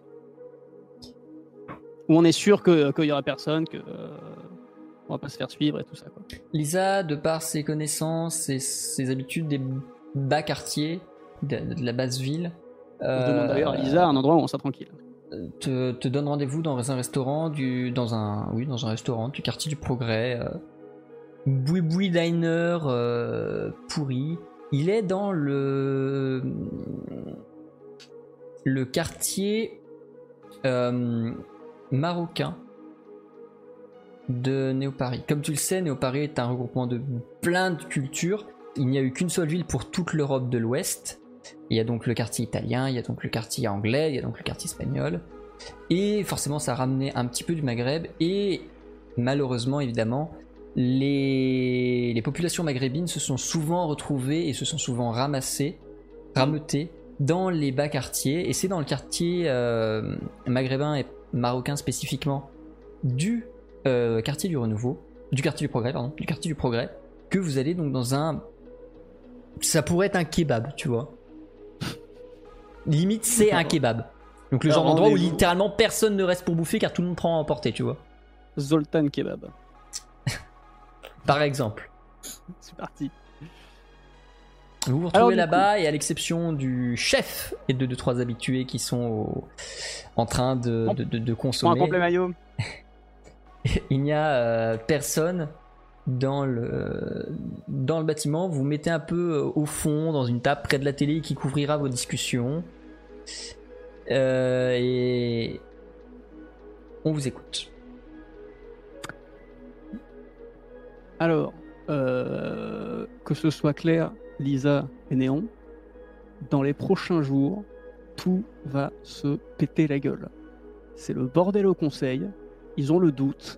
Où on est sûr qu'il que y aura personne, que euh, on va pas se faire suivre et tout ça, quoi. Lisa, de par ses connaissances et ses habitudes des bas quartiers, de, de la basse ville, Je demande d'ailleurs à Lisa un endroit où on sera tranquille. Te, te donne rendez-vous dans un restaurant du dans un oui dans un restaurant du quartier du Progrès, euh, Boui Boui Diner euh, pourri. Il est dans le le quartier euh, marocain de Néo-Paris. Comme tu le sais, Néo-Paris est un regroupement de plein de cultures. Il n'y a eu qu'une seule ville pour toute l'Europe de l'Ouest. Il y a donc le quartier italien, il y a donc le quartier anglais, il y a donc le quartier espagnol. Et forcément, ça a ramené un petit peu du Maghreb. Et malheureusement, évidemment, les, les populations maghrébines se sont souvent retrouvées et se sont souvent ramassées, rameutées dans les bas quartiers. Et c'est dans le quartier euh, maghrébin et marocain spécifiquement du euh, quartier du Renouveau, du quartier du Progrès, pardon, du quartier du Progrès, que vous allez donc dans un... Ça pourrait être un kebab, tu vois. Limite, c'est un kebab. Donc le genre d'endroit où littéralement personne ne reste pour bouffer car tout le monde prend à emporter, tu vois. Zoltan Kebab. Par exemple. C'est parti. Vous vous retrouvez là-bas et à l'exception du chef et de deux trois habitués qui sont au... en train de, de, de, de consommer. Un complet maillot. Il n'y a euh, personne dans le, dans le bâtiment. Vous vous mettez un peu au fond, dans une table près de la télé qui couvrira vos discussions. Euh, et on vous écoute. Alors, euh, que ce soit Claire, Lisa et Néon, dans les prochains jours, tout va se péter la gueule. C'est le bordel au conseil. Ils ont le doute.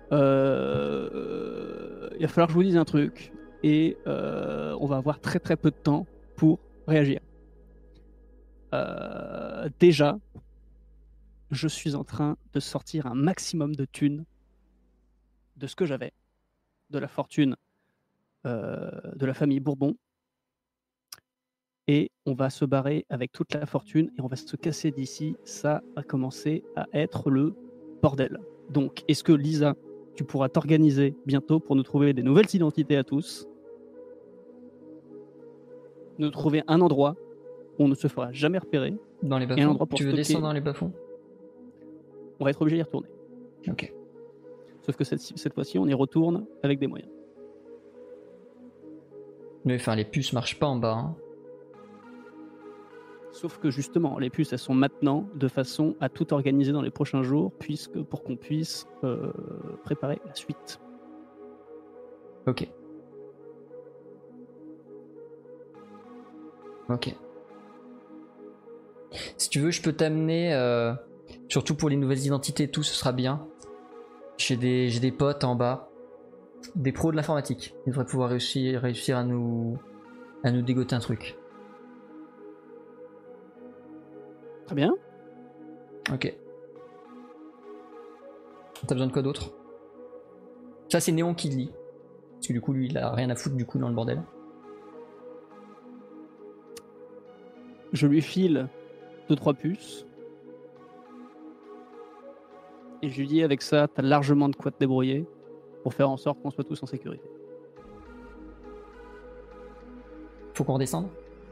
Euh, il va falloir que je vous dise un truc et euh, on va avoir très très peu de temps pour réagir. Euh, déjà, je suis en train de sortir un maximum de thunes de ce que j'avais, de la fortune euh, de la famille Bourbon, et on va se barrer avec toute la fortune et on va se casser d'ici. Ça va commencer à être le bordel. Donc, est-ce que Lisa, tu pourras t'organiser bientôt pour nous trouver des nouvelles identités à tous, nous trouver un endroit où on ne se fera jamais repérer. Dans les et un bas-fonds. endroit pour Tu veux stocker. descendre dans les bas-fonds? On va être obligé d'y retourner. Ok. Sauf que cette, cette fois-ci, on y retourne avec des moyens. Mais enfin, les puces marchent pas en bas. Hein. Sauf que justement, les puces, elles sont maintenant de façon à tout organiser dans les prochains jours, puisque pour qu'on puisse euh, préparer la suite. Ok. Ok. Si tu veux, je peux t'amener, euh, surtout pour les nouvelles identités et tout, ce sera bien. J'ai des, j'ai des potes en bas, des pros de l'informatique. Ils devraient pouvoir réussir, réussir à nous, à nous dégoter un truc. Très bien. Ok. T'as besoin de quoi d'autre? Ça c'est Néon qui lit. Parce que du coup lui il a rien à foutre du coup dans le bordel. Je lui file deux trois puces. Et je lui dis avec ça, t'as largement de quoi te débrouiller pour faire en sorte qu'on soit tous en sécurité. Faut qu'on redescende?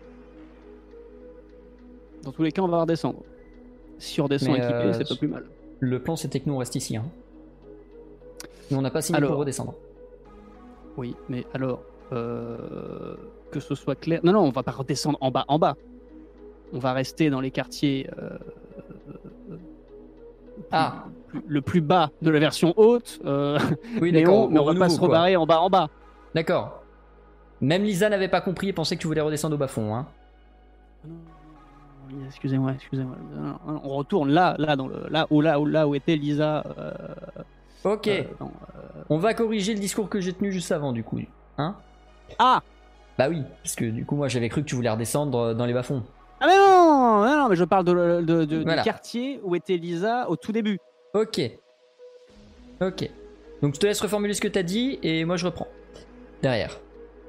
Dans tous les cas, on va redescendre. Si on redescend Mais, équipé, euh, c'est pas plus mal. Le plan c'était que nous on reste ici. Hein. Nous on n'a pas signé Alors, pour redescendre. Oui, mais alors, euh, que ce soit clair... Non, non, on va pas redescendre en bas, en bas. On va rester dans les quartiers... Euh, euh, Ah plus, le plus bas de la version haute. Euh, oui mais d'accord, on, mais on va au pas nouveau, se quoi. rebarrer en bas, en bas. D'accord. Même Lisa n'avait pas compris et pensait que tu voulais redescendre au bas-fond. Hein. Non, non, non, excusez-moi, excusez-moi. Non, non, on retourne là, là, dans le, là, où, là, où, là où était Lisa. Euh, Ok. euh, dans, euh, On va corriger le discours que j'ai tenu juste avant du coup. Hein? Ah Bah oui, parce que du coup moi j'avais cru que tu voulais redescendre dans les bas-fonds. Ah mais non, non, non, mais je parle de, de, de- Voilà. du quartier où était Lisa au tout début. Ok. Ok. Donc je te laisse reformuler ce que t'as dit et moi je reprends. Derrière.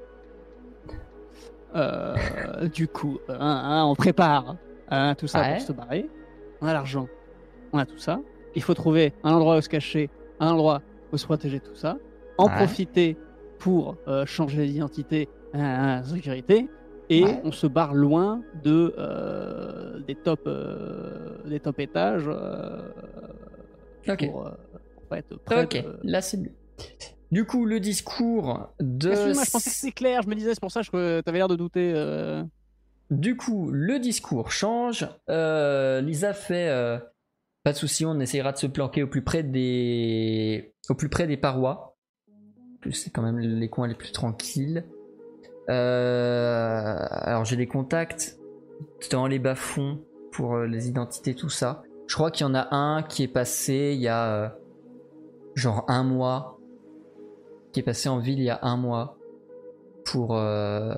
Euh, du coup, hein, hein, on prépare hein, tout ça Ouais. pour se barrer. On a l'argent, on a tout ça. Il faut trouver un endroit où se cacher, un endroit où se protéger, tout ça. En Ouais. profiter pour euh, changer d'identité, hein, hein, sécurité. Et Ouais. on se barre loin de, euh, des, top, euh, des top étages euh, Ok. pour, euh, pour pas être prêt. Ok, de- là c'est mieux. Du coup, le discours de... Excuse-moi, je pensais que c'était clair, je me disais, c'est pour ça que tu avais l'air de douter. euh. Du coup, le discours change. Euh, Lisa fait... euh, pas de souci, on essaiera de se planquer au plus près des... au plus près des parois. En plus, c'est quand même les coins les plus tranquilles. Euh, alors j'ai des contacts dans les bas-fonds pour euh, les identités, tout ça. Je crois qu'il y en a un qui est passé il y a euh, genre un mois. Qui est passé en ville il y a un mois. Pour... Euh,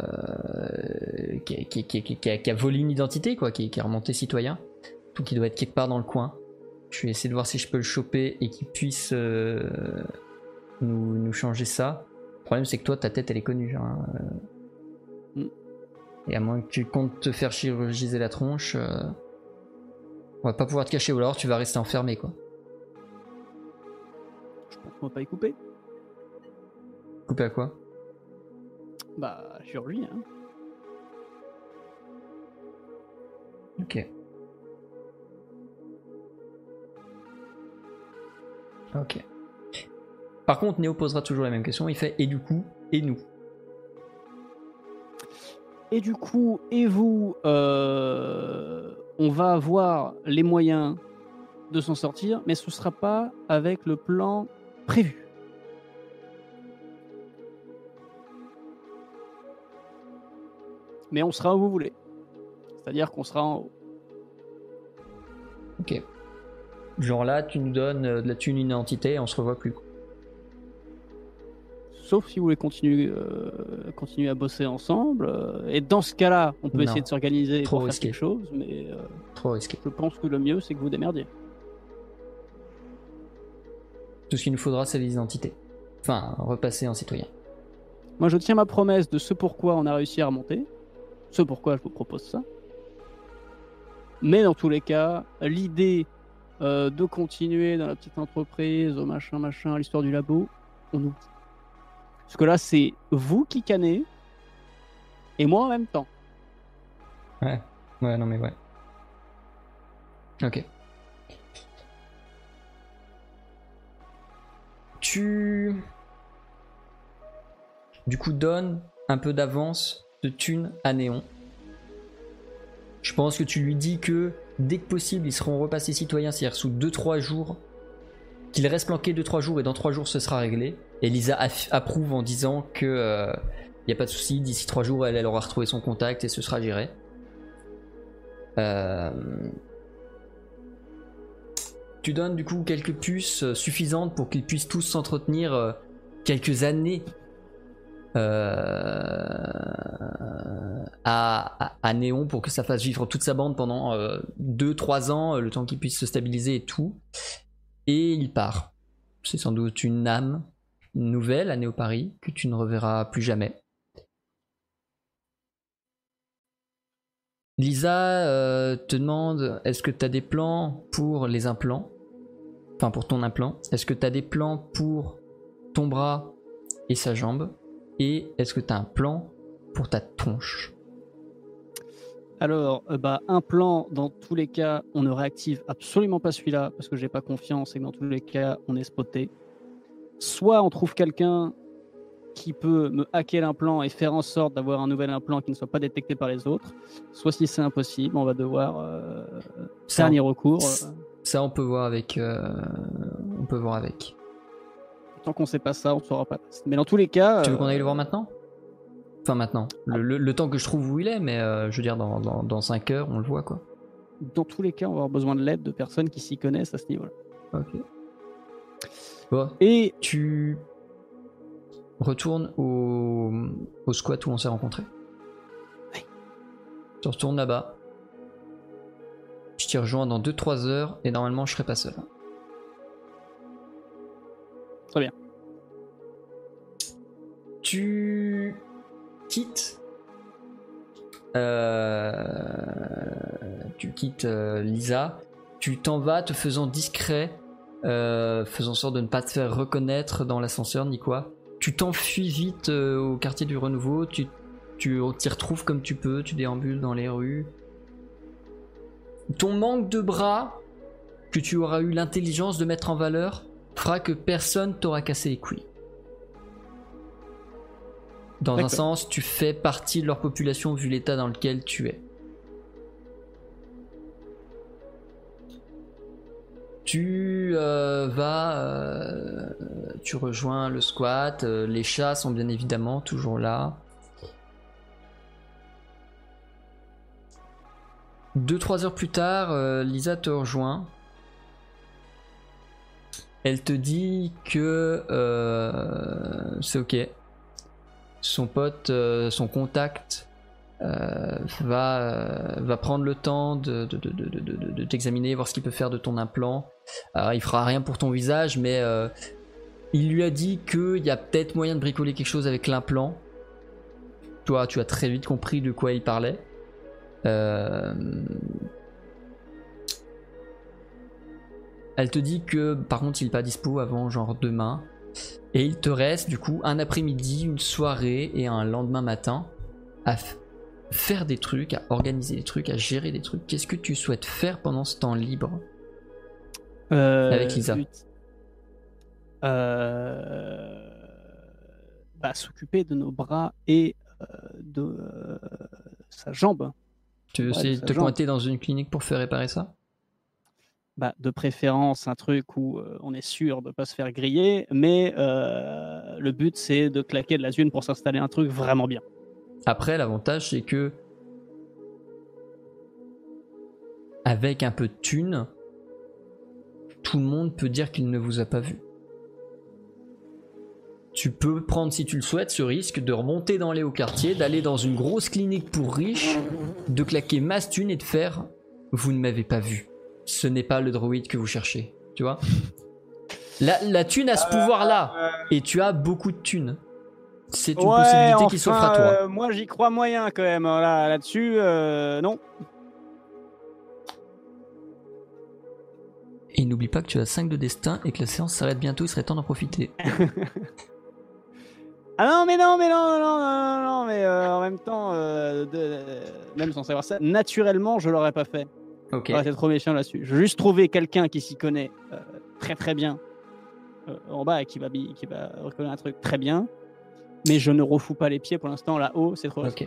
qui, qui, qui, qui, qui a, qui a volé une identité, quoi. Qui, qui est remonté citoyen. Tout qui doit être quelque part dans le coin. Je vais essayer de voir si je peux le choper et qu'il puisse euh, nous, nous changer ça. Le problème c'est que toi ta tête elle est connue. Hein. Mm. Et à moins que tu comptes te faire chirurgiser la tronche, euh, on va pas pouvoir te cacher ou alors tu vas rester enfermé quoi. Je pense qu'on va pas y couper. Coupé à quoi? Bah, chirurgie, hein. Ok. Ok. Par contre, Néo posera toujours la même question. Il fait et du coup, et nous. Et du coup, et vous, euh, on va avoir les moyens de s'en sortir, mais ce sera pas avec le plan prévu. Mais on sera où vous voulez. C'est-à-dire qu'on sera en haut. Ok. Genre là, tu nous donnes euh, de la thune, une identité et on se revoit plus. Sauf si vous voulez continuer, euh, continuer à bosser ensemble. euh, et dans ce cas-là, on peut Non. essayer de s'organiser Trop pour faire risqué. quelque chose, mais euh, Trop risqué. je pense que le mieux, c'est que vous démerdiez. Tout ce qu'il nous faudra, c'est les identités. Enfin, repasser en citoyen. Moi, je tiens ma promesse de ce pourquoi on a réussi à remonter. Ce pourquoi je vous propose ça. Mais dans tous les cas, l'idée euh, de continuer dans la petite entreprise, au machin, machin, l'histoire du labo, on oublie. Parce que là, c'est vous qui cannez et moi en même temps. Ouais. Ouais, non mais ouais. Ok. Tu... Du coup, donne un peu d'avance de thunes à Néon. Je pense que tu lui dis que dès que possible, ils seront repassés citoyens, c'est-à-dire sous deux trois jours, qu'il reste planqué deux trois jours et dans trois jours ce sera réglé. Et Lisa aff- approuve en disant que euh, y a pas de souci, d'ici trois jours elle, elle aura retrouvé son contact et ce sera géré. Euh... Tu donnes du coup quelques puces euh, suffisantes pour qu'ils puissent tous s'entretenir euh, quelques années euh, à, à, à Néon pour que ça fasse vivre toute sa bande pendant deux trois ans, le temps qu'il puisse se stabiliser et tout. Et il part. C'est sans doute une âme nouvelle à Néo-Paris que tu ne reverras plus jamais. Lisa euh, te demande, est-ce que tu as des plans pour les implants? Enfin, pour ton implant. Est-ce que tu as des plans pour ton bras et sa jambe? Et est-ce que tu as un plan pour ta tronche? Alors, euh, bah, un plan, dans tous les cas, on ne réactive absolument pas celui-là parce que j'ai pas confiance et que dans tous les cas, on est spoté. Soit on trouve quelqu'un qui peut me hacker l'implant et faire en sorte d'avoir un nouvel implant qui ne soit pas détecté par les autres. Soit si c'est impossible, on va devoir euh, dernier recours. Euh. Ça, on peut voir avec. Euh, on peut voir avec. Tant qu'on sait pas ça, on ne saura pas. Mais dans tous les cas. Tu veux qu'on aille le voir maintenant? Enfin maintenant. Le, le, le temps que je trouve où il est, mais euh, je veux dire dans, dans, dans cinq heures, on le voit quoi. Dans tous les cas, on va avoir besoin de l'aide de personnes qui s'y connaissent à ce niveau-là. Ok. Bon. Et tu retournes au, au squat où on s'est rencontrés. Oui. Tu retournes là-bas. Je t'y rejoins dans deux trois heures et normalement je serai pas seul. Très bien. Tu quittes. Euh... Tu quittes euh, Lisa. Tu t'en vas te faisant discret, euh, faisant sorte de ne pas te faire reconnaître dans l'ascenseur ni quoi. Tu t'enfuis vite euh, au quartier du Renouveau. Tu tu t'y retrouves comme tu peux. Tu déambules dans les rues. Ton manque de bras, que tu auras eu l'intelligence de mettre en valeur, fera que personne t'aura cassé les couilles. Dans D'accord. un sens, tu fais partie de leur population vu l'état dans lequel tu es. Tu euh, vas, euh, tu rejoins le squat. Euh, les chats sont bien évidemment toujours là. Deux, trois heures plus tard, euh, Lisa te rejoint. Elle te dit que euh, c'est ok. Son pote, euh, son contact euh, va, euh, va prendre le temps de, de, de, de, de, de t'examiner, voir ce qu'il peut faire de ton implant. Alors, il fera rien pour ton visage, mais euh, il lui a dit qu'il y a peut-être moyen de bricoler quelque chose avec l'implant. Toi, tu as très vite compris de quoi il parlait. Euh... Elle te dit que par contre il n'est pas dispo avant genre demain. Et il te reste du coup un après-midi, une soirée et un lendemain matin à f- faire des trucs, à organiser des trucs, à gérer des trucs. Qu'est-ce que tu souhaites faire pendant ce temps libre euh, avec Lisa? euh... bah, s'occuper de nos bras et euh, de euh, sa jambe. Tu veux essayer de te pointer dans une clinique pour faire réparer ça? Bah, de préférence, un truc où euh, on est sûr de ne pas se faire griller, mais euh, le but, c'est de claquer de la thune pour s'installer un truc vraiment bien. Après, l'avantage, c'est que avec un peu de thune, tout le monde peut dire qu'il ne vous a pas vu. Tu peux prendre, si tu le souhaites, ce risque de remonter dans les hauts quartiers, d'aller dans une grosse clinique pour riches, de claquer masse thune et de faire « vous ne m'avez pas vu ». Ce n'est pas le droïde que vous cherchez, tu vois. La, la thune a ce pouvoir-là, et tu as beaucoup de thunes. C'est une ouais, possibilité enfin, qui s'offre à toi. Euh, moi, j'y crois moyen quand même. Là, là-dessus, euh, non. Et n'oublie pas que tu as cinq de destin et que la séance s'arrête bientôt, il serait temps d'en profiter. Ah non, mais non, mais non, non, non, non, non mais euh, en même temps, euh, de, euh, même sans savoir ça, naturellement, je l'aurais pas fait. Ok. Ouais, c'est trop méchant là-dessus. Je veux juste trouver quelqu'un qui s'y connaît euh, très très bien euh, en bas et qui va, qui va reconnaître un truc très bien. Mais je ne refous pas les pieds pour l'instant là-haut, c'est trop risqué. Ok.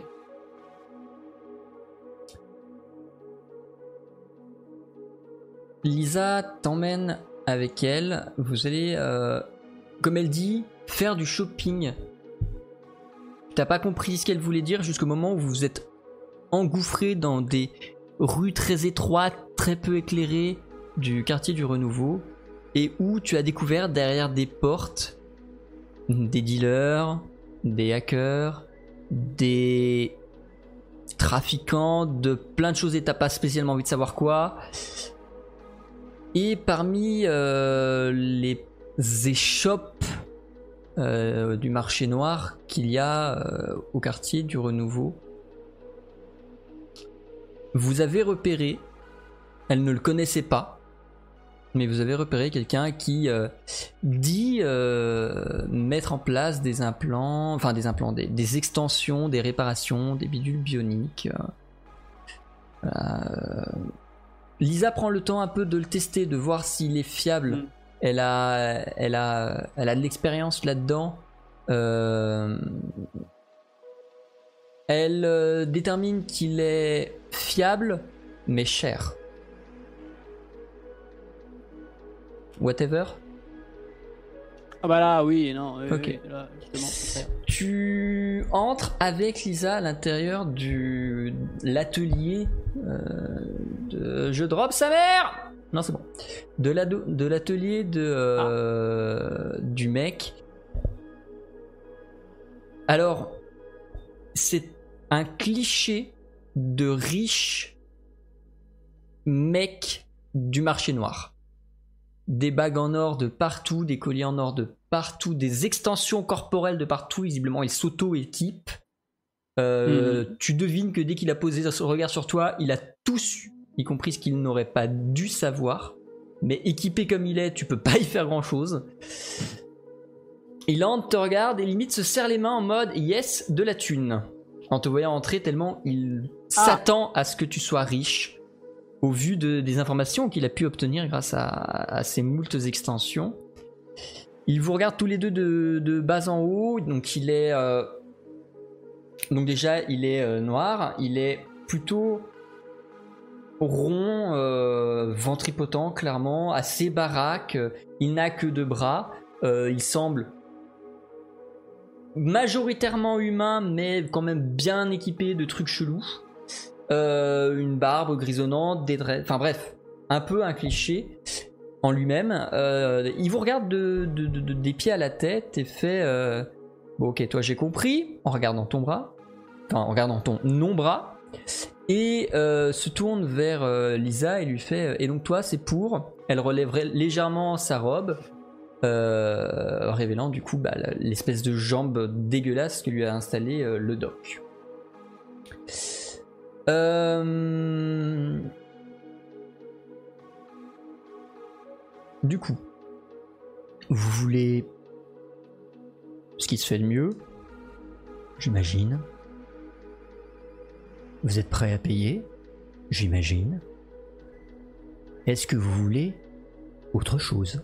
Lisa t'emmène avec elle. Vous allez, euh, comme elle dit, faire du shopping. T'as pas compris ce qu'elle voulait dire jusqu'au moment où vous vous êtes engouffré dans des rues très étroites, très peu éclairées du quartier du Renouveau, et où tu as découvert derrière des portes des dealers, des hackers, des trafiquants, de plein de choses et t'as pas spécialement envie de savoir quoi. Et parmi euh, les échoppes euh, du marché noir qu'il y a euh, au quartier du Renouveau, vous avez repéré, elle ne le connaissait pas, mais vous avez repéré quelqu'un qui euh, dit euh, mettre en place des implants, enfin des implants, des, des extensions, des réparations, des bidules bioniques. Euh, euh, Lisa prend le temps un peu de le tester, de voir s'il est fiable. Mm. Elle a, elle a, elle a de l'expérience là-dedans. Euh, elle euh, détermine qu'il est fiable, mais cher. Whatever. Ah bah là, oui, non. Oui, ok. Oui, là, justement, tu entres avec Lisa à l'intérieur de l'atelier euh, de... Je drop sa mère. Non, c'est bon. De l'ado... de l'atelier de euh, ah. du mec. Alors, c'est un cliché de riche mec du marché noir. Des bagues en or de partout, des colliers en or de partout, des extensions corporelles de partout. Visiblement, il s'auto-équipe. Euh, mmh. Tu devines que dès qu'il a posé son regard sur toi, il a tout su, y compris ce qu'il n'aurait pas dû savoir. Mais équipé comme il est, tu peux pas y faire grand-chose. Il entre, te regarde et limite se serre les mains en mode « yes, de la thune ». En te voyant entrer tellement il ah. s'attend à ce que tu sois riche. Au vu de, des informations qu'il a pu obtenir grâce à, à ces moultes extensions. Il vous regarde tous les deux de, de bas en haut. Donc il est... Euh, donc déjà, il est euh, noir. Il est plutôt rond, euh, ventripotent, clairement. Assez baraque. Il n'a que deux bras. Euh, il semble majoritairement humain, mais quand même bien équipé de trucs chelous. Euh, une barbe grisonnante, des dreads, enfin bref, un peu un cliché en lui-même. Euh, il vous regarde de, de, de, de, des pieds à la tête et fait euh, bon, ok, toi j'ai compris, en regardant ton bras, enfin en regardant ton non-bras, et euh, se tourne vers euh, Lisa et lui fait et donc toi c'est pour. Elle relèverait légèrement sa robe, euh, révélant du coup bah, l'espèce de jambe dégueulasse que lui a installé euh, le doc. Euh... Du coup, vous voulez ce qui se fait de mieux, j'imagine. Vous êtes prêt à payer, j'imagine. Est-ce que vous voulez autre chose?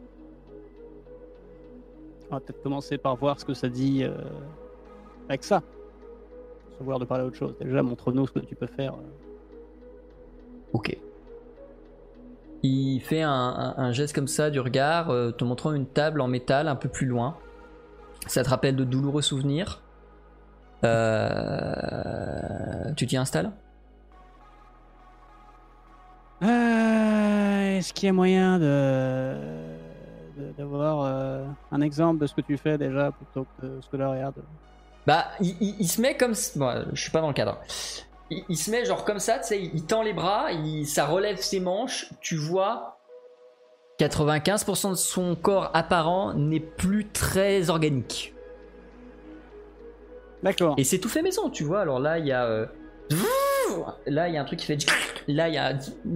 On va peut-être commencer par voir ce que ça dit euh, avec ça. Savoir de parler autre chose. Déjà, montre-nous ce que tu peux faire. Ok. Il fait un, un, un geste comme ça du regard, euh, te montrant une table en métal un peu plus loin. Ça te rappelle de douloureux souvenirs. Euh... Tu t'y installes? euh, Est-ce qu'il y a moyen de, de d'avoir euh, un exemple de ce que tu fais déjà plutôt que de ce que là regarde? Bah, il, il, il se met comme... Bon, je suis pas dans le cadre. Il, il se met genre comme ça, tu sais, il, il tend les bras, il, ça relève ses manches. Tu vois, quatre-vingt-quinze pour cent de son corps apparent n'est plus très organique. D'accord. Et c'est tout fait maison, tu vois. Alors là, il y a... Euh... Là, il y a un truc qui fait... Là, il y a...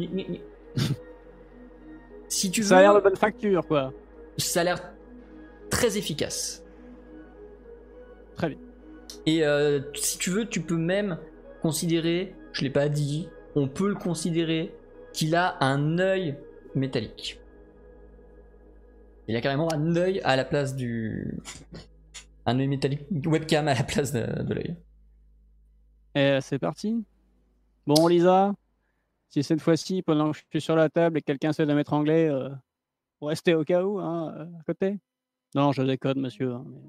Si tu veux... Ça a l'air de bonne facture, quoi. Ça a l'air très efficace. Très bien. Et euh, si tu veux, tu peux même considérer, je l'ai pas dit, on peut le considérer qu'il a un œil métallique. Il a carrément un œil à la place du... Un œil métallique, webcam à la place de, de l'œil. Et c'est parti. Bon, Lisa, si cette fois-ci, pendant que je suis sur la table et que quelqu'un essaie de m'étrangler, euh, pour rester au cas où, hein, à côté. Non, je déconne, monsieur. Hein, mais...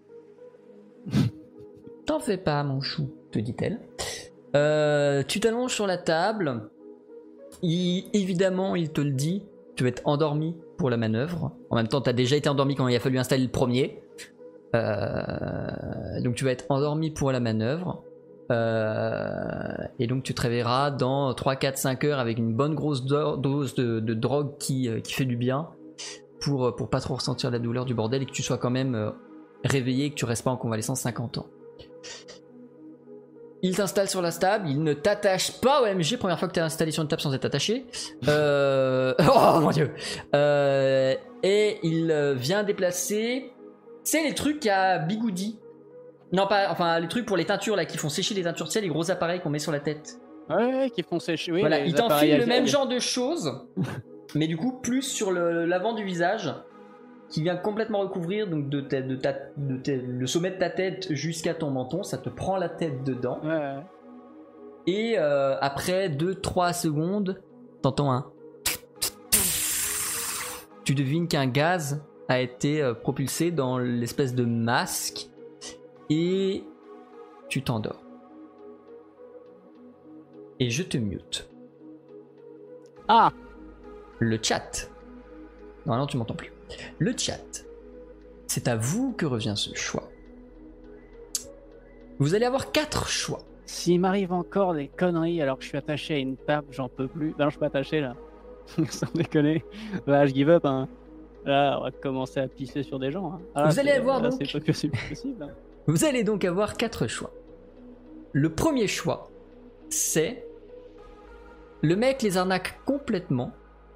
T'en fais pas, mon chou, te dit-elle. Euh, tu t'allonges sur la table. Il, évidemment, il te le dit. Tu vas être endormi pour la manœuvre. En même temps, t'as déjà été endormi quand il a fallu installer le premier. Euh, donc tu vas être endormi pour la manœuvre. Euh, et donc tu te réveilleras dans trois, quatre, cinq heures avec une bonne grosse do- dose de, de drogue qui, euh, qui fait du bien pour, pour pas trop ressentir la douleur du bordel et que tu sois quand même euh, réveillé et que tu restes pas en convalescence cinquante ans. Il t'installe sur la table, il ne t'attache pas au M G, première fois que tu es installé sur une table sans être attaché. Euh... Oh mon dieu euh... Et il vient déplacer... C'est les trucs à bigoudi. Non, pas... Enfin, les trucs pour les teintures, là, qui font sécher les teintures. Tu sais, les gros appareils qu'on met sur la tête. Ouais, qui font sécher. Oui, voilà, les il appareils t'enfile à le même gel. genre de choses, mais du coup, plus sur le- l'avant du visage, qui vient complètement recouvrir donc de, ta, de, ta, de ta- le sommet de ta tête jusqu'à ton menton. Ça te prend la tête dedans. Ouais, ouais. Et euh, après deux trois secondes, t'entends un... Tu devines qu'un gaz a été euh, propulsé dans l'espèce de masque et tu t'endors. Et je te mute. Ah, Le chat. Normalement tu m'entends plus. Le chat. C'est à vous que revient ce choix. Vous allez avoir quatre choix. s'il m'arrive encore des conneries alors que je suis attaché à une table, j'en peux plus. Ben non, je suis pas attaché là. Sans déconner. Là, je give up. Hein. Là, on va commencer à pisser sur des gens. Hein. Ah, là, Vous allez c'est- avoir là, donc- C'est pas possible. possible hein. Vous allez donc avoir quatre choix. Le premier choix, c'est le mec les arnaque complètement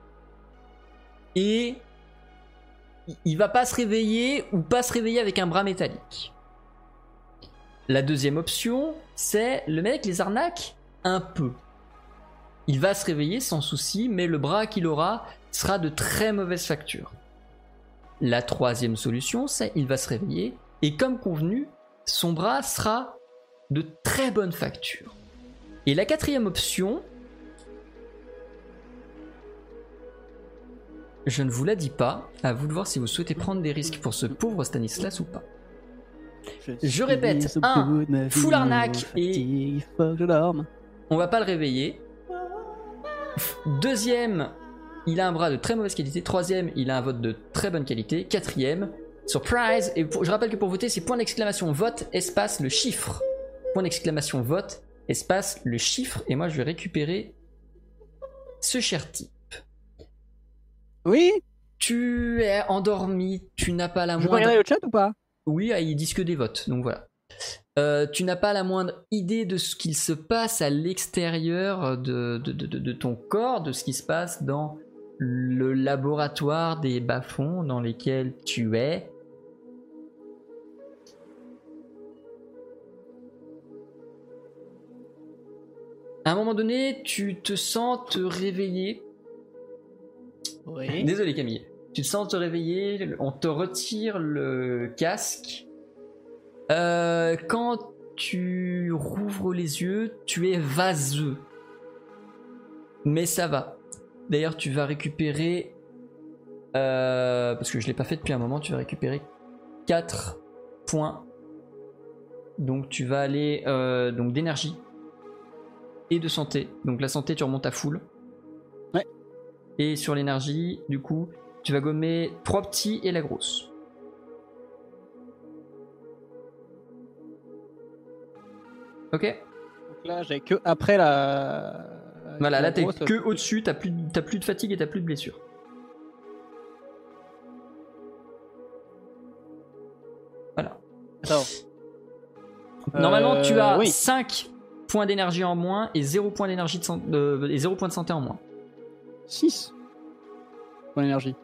et il va pas se réveiller ou pas se réveiller avec un bras métallique. La deuxième option, c'est le mec les arnaque un peu. Il va se réveiller sans souci, mais le bras qu'il aura sera de très mauvaise facture. La troisième solution, c'est il va se réveiller et comme convenu, son bras sera de très bonne facture. Et la quatrième option, je ne vous la dis pas, à vous de voir si vous souhaitez prendre des risques pour ce pauvre Stanislas ou pas. Je répète, suis au un, bout de ma vie, full arnaque fatigue, et- il faut que je dorme. On va pas le réveiller. Deuxième, il a un bras de très mauvaise qualité. Troisième, il a un vote de très bonne qualité. Quatrième, surprise. Et pour- je rappelle que pour voter, c'est point d'exclamation vote, espace, le chiffre. Point d'exclamation vote, espace, le chiffre. Et moi, je vais récupérer ce cher type. Oui. Tu es endormi, tu n'as pas la Je peux moindre... regarder le chat ou pas? Oui, ah, ils disent que des votes, donc voilà. Euh, tu n'as pas la moindre idée de ce qu'il se passe à l'extérieur de, de, de, de- de ton corps, de ce qui se passe dans le laboratoire des bas-fonds dans lesquels tu es. À un moment donné, tu te sens te réveiller. Oui. Désolé Camille. Tu te sens te réveiller, on te retire le casque. Euh, quand tu rouvres les yeux, tu es vaseux. Mais ça va. D'ailleurs, tu vas récupérer... euh, parce que je ne l'ai pas fait depuis un moment, tu vas récupérer quatre points. Donc tu vas aller euh, donc d'énergie et de santé. Donc la santé, tu remontes à full. Ouais. Et sur l'énergie, du coup, tu vas gommer trois petits et la grosse. Ok. Donc là, j'ai que après la. Voilà, la là t'es grosse- que au-dessus, t'as plus, de- t'as plus de fatigue et t'as plus de blessure. Voilà. Attends. Normalement, tu Euh, as oui. cinq points d'énergie en moins et zéro point d'énergie de san- euh, et zéro point de santé en moins. six. Pour l'énergie.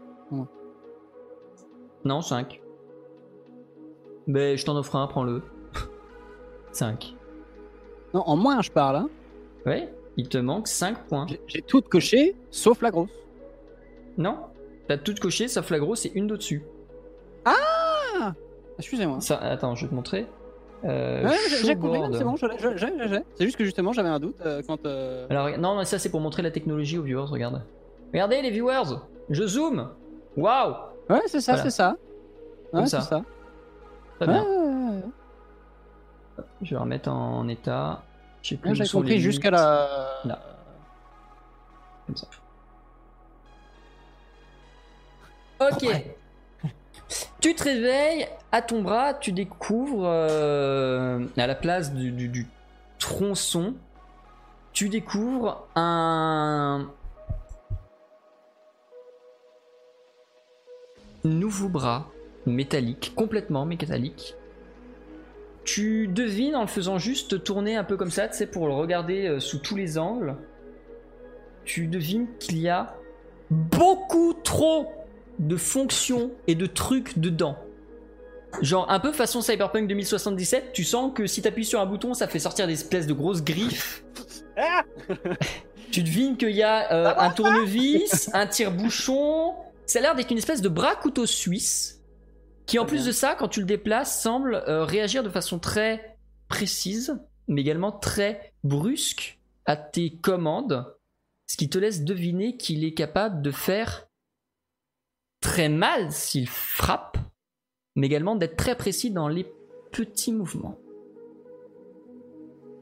Non, cinq. Mais je t'en offre un, prends-le. cinq. Non, en moins, je parle. Hein. Ouais, il te manque cinq points. J'ai- J'ai tout coché, sauf la grosse. Non, t'as tout coché sauf la grosse et une d'au-dessus. Ah excusez-moi. Ça, attends, je vais te montrer. Euh, Ouais, j'ai- j'ai compris, showboard. c'est bon, je l'ai, je- j'ai, j'ai, j'ai. C'est juste que justement, j'avais un doute euh, quand. euh, Alors, non, mais ça c'est pour montrer la technologie aux viewers, regarde. Regardez les viewers, je zoome. Waouh, Ouais, c'est ça, Voilà. c'est ça. Ouais, Comme c'est ça. ça. très Ouais, bien. ouais, ouais. Je vais remettre en état. Je sais plus Ouais, où j'ai sont compris les jusqu'à limites. la. Là. Comme ça. Ok. Tu te réveilles, à ton bras, tu découvres, euh, à la place du, du, du tronçon, tu découvres un nouveau bras métallique, complètement métallique. Tu devines en le faisant juste tourner un peu comme ça, tu sais, pour le regarder euh, sous tous les angles. Tu devines qu'il y a beaucoup trop de fonctions et de trucs dedans. Genre un peu façon Cyberpunk deux mille soixante-dix-sept, tu sens que si t'appuies sur un bouton, ça fait sortir des espèces de grosses griffes. Tu devines qu'il y a euh, un tournevis, un tire-bouchon. Ça a l'air d'être une espèce de bras couteau suisse qui, en plus de ça, quand tu le déplaces, semble euh, réagir de façon très précise, mais également très brusque à tes commandes, ce qui te laisse deviner qu'il est capable de faire très mal s'il frappe, mais également d'être très précis dans les petits mouvements. Ok ?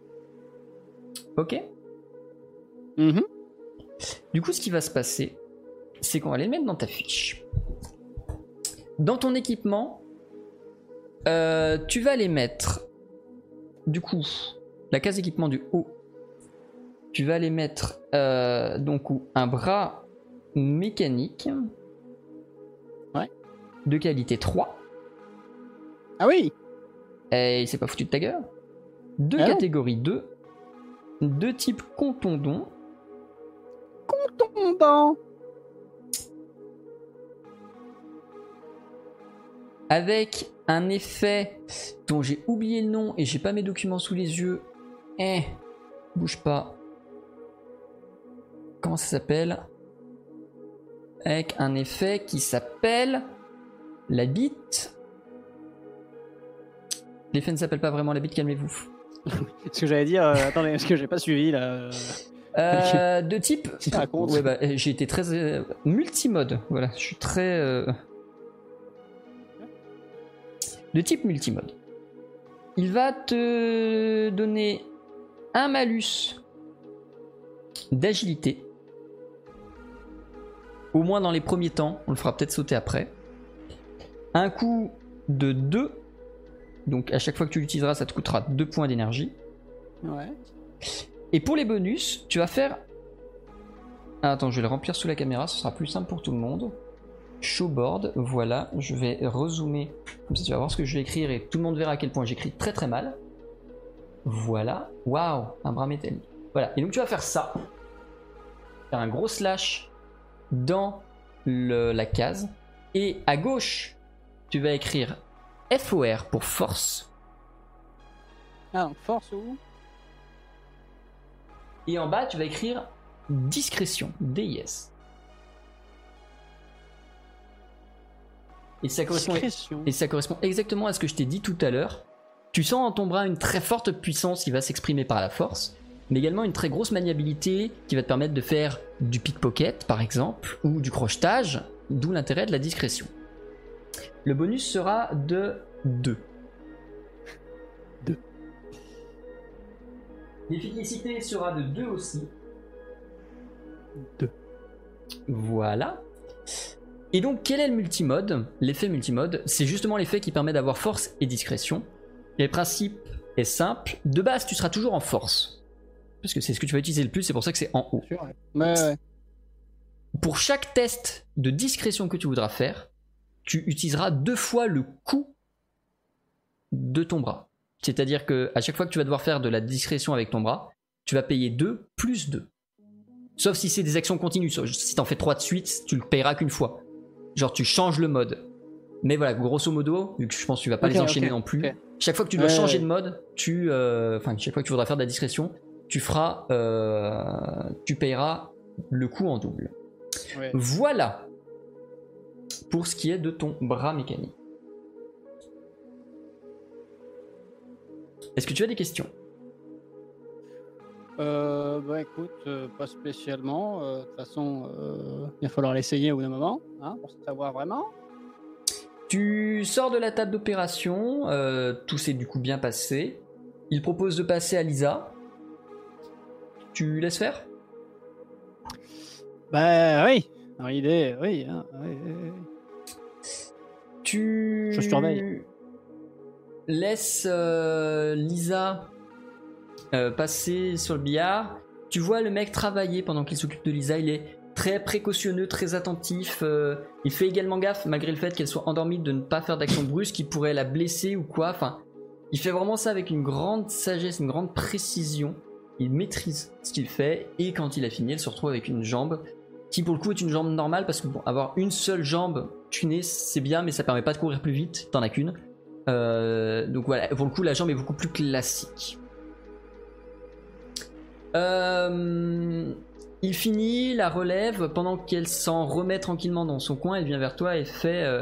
Mm-hmm. Du coup, ce qui va se passer, c'est qu'on va les mettre dans ta fiche. Dans ton équipement, euh, tu vas les mettre, du coup, la case équipement du haut, tu vas les mettre, euh, donc, un bras mécanique, ouais, de qualité trois. Ah oui. Et il s'est pas foutu de ta gueule. De ah catégorie non. deux, de type contondant. Contondant. Avec un effet dont j'ai oublié le nom et j'ai pas mes documents sous les yeux. Eh, bouge pas. Comment ça s'appelle ? Avec un effet qui s'appelle la bite. L'effet ne s'appelle pas vraiment la bite, calmez-vous. Ce que j'allais dire, euh, attendez, parce que j'ai pas suivi là. Euh, de type. Ouais, bah, j'ai été très euh, multimode. Voilà, je suis très. Euh... De type multimode. Il va te donner un malus d'agilité. Au moins dans les premiers temps, on le fera peut-être sauter après. Un coup de deux. Donc à chaque fois que tu l'utiliseras, ça te coûtera deux points d'énergie. Ouais. Et pour les bonus, tu vas faire... Ah, attends, je vais le remplir sous la caméra, ce sera plus simple pour tout le monde. Showboard, voilà, je vais rezoomer. Comme ça tu vas voir ce que je vais écrire et tout le monde verra à quel point j'écris très très mal. Voilà, waouh, un bras métallique. Voilà, et donc tu vas faire ça. Faire un gros slash dans le, la case. Et à gauche, tu vas écrire F O R pour force. Ah, donc force où ? Et en bas, tu vas écrire discrétion, D I S. Et ça, correspond, et ça correspond exactement à ce que je t'ai dit tout à l'heure. Tu sens en ton bras une très forte puissance qui va s'exprimer par la force, mais également une très grosse maniabilité qui va te permettre de faire du pickpocket, par exemple, ou du crochetage, d'où l'intérêt de la discrétion. Le bonus sera de deux. deux. L'efficacité sera de deux aussi. deux. Voilà. Et donc, quel est le multimode ? L'effet multimode, c'est justement l'effet qui permet d'avoir force et discrétion. Et le principe est simple. De base, tu seras toujours en force. Parce que c'est ce que tu vas utiliser le plus, c'est pour ça que c'est en haut. Ouais, ouais. Pour chaque test de discrétion que tu voudras faire, tu utiliseras deux fois le coût de ton bras. C'est-à-dire que à chaque fois que tu vas devoir faire de la discrétion avec ton bras, tu vas payer deux plus deux. Sauf si c'est des actions continues. Si t'en fais trois de suite, tu le payeras qu'une fois. Genre tu changes le mode. Mais voilà, grosso modo, vu que je pense que tu vas pas okay, les enchaîner okay, non plus, okay. chaque fois que tu dois ouais, changer ouais. de mode, tu, euh, enfin chaque fois que tu voudras faire de la discrétion, tu feras, euh, tu payeras le coût en double. Ouais. Voilà pour ce qui est de ton bras mécanique. Est-ce que tu as des questions ? Euh, bah écoute, euh, pas spécialement. De euh, toute façon, euh, il va falloir l'essayer au bout d'un moment, hein, pour savoir vraiment. Tu sors de la table d'opération, euh, tout s'est du coup bien passé. Il propose de passer à Lisa. Tu laisses faire ? Bah oui, dans l'idée, oui, hein, oui, oui, oui. Tu Je surveille. laisses euh, Lisa euh, passer sur le billard. Tu vois le mec travailler pendant qu'il s'occupe de Lisa. Il est très précautionneux, très attentif. Euh, il fait également gaffe, malgré le fait qu'elle soit endormie, de ne pas faire d'action brusque qui pourrait la blesser ou quoi. Enfin, il fait vraiment ça avec une grande sagesse, une grande précision. Il maîtrise ce qu'il fait et quand il a fini, elle se retrouve avec une jambe qui pour le coup est une jambe normale parce que bon, avoir une seule jambe tunée c'est bien mais ça permet pas de courir plus vite, t'en as qu'une. Euh, donc voilà, pour le coup la jambe est beaucoup plus classique. Euh, il finit, la relève, pendant qu'elle s'en remet tranquillement dans son coin, elle vient vers toi et fait... Euh...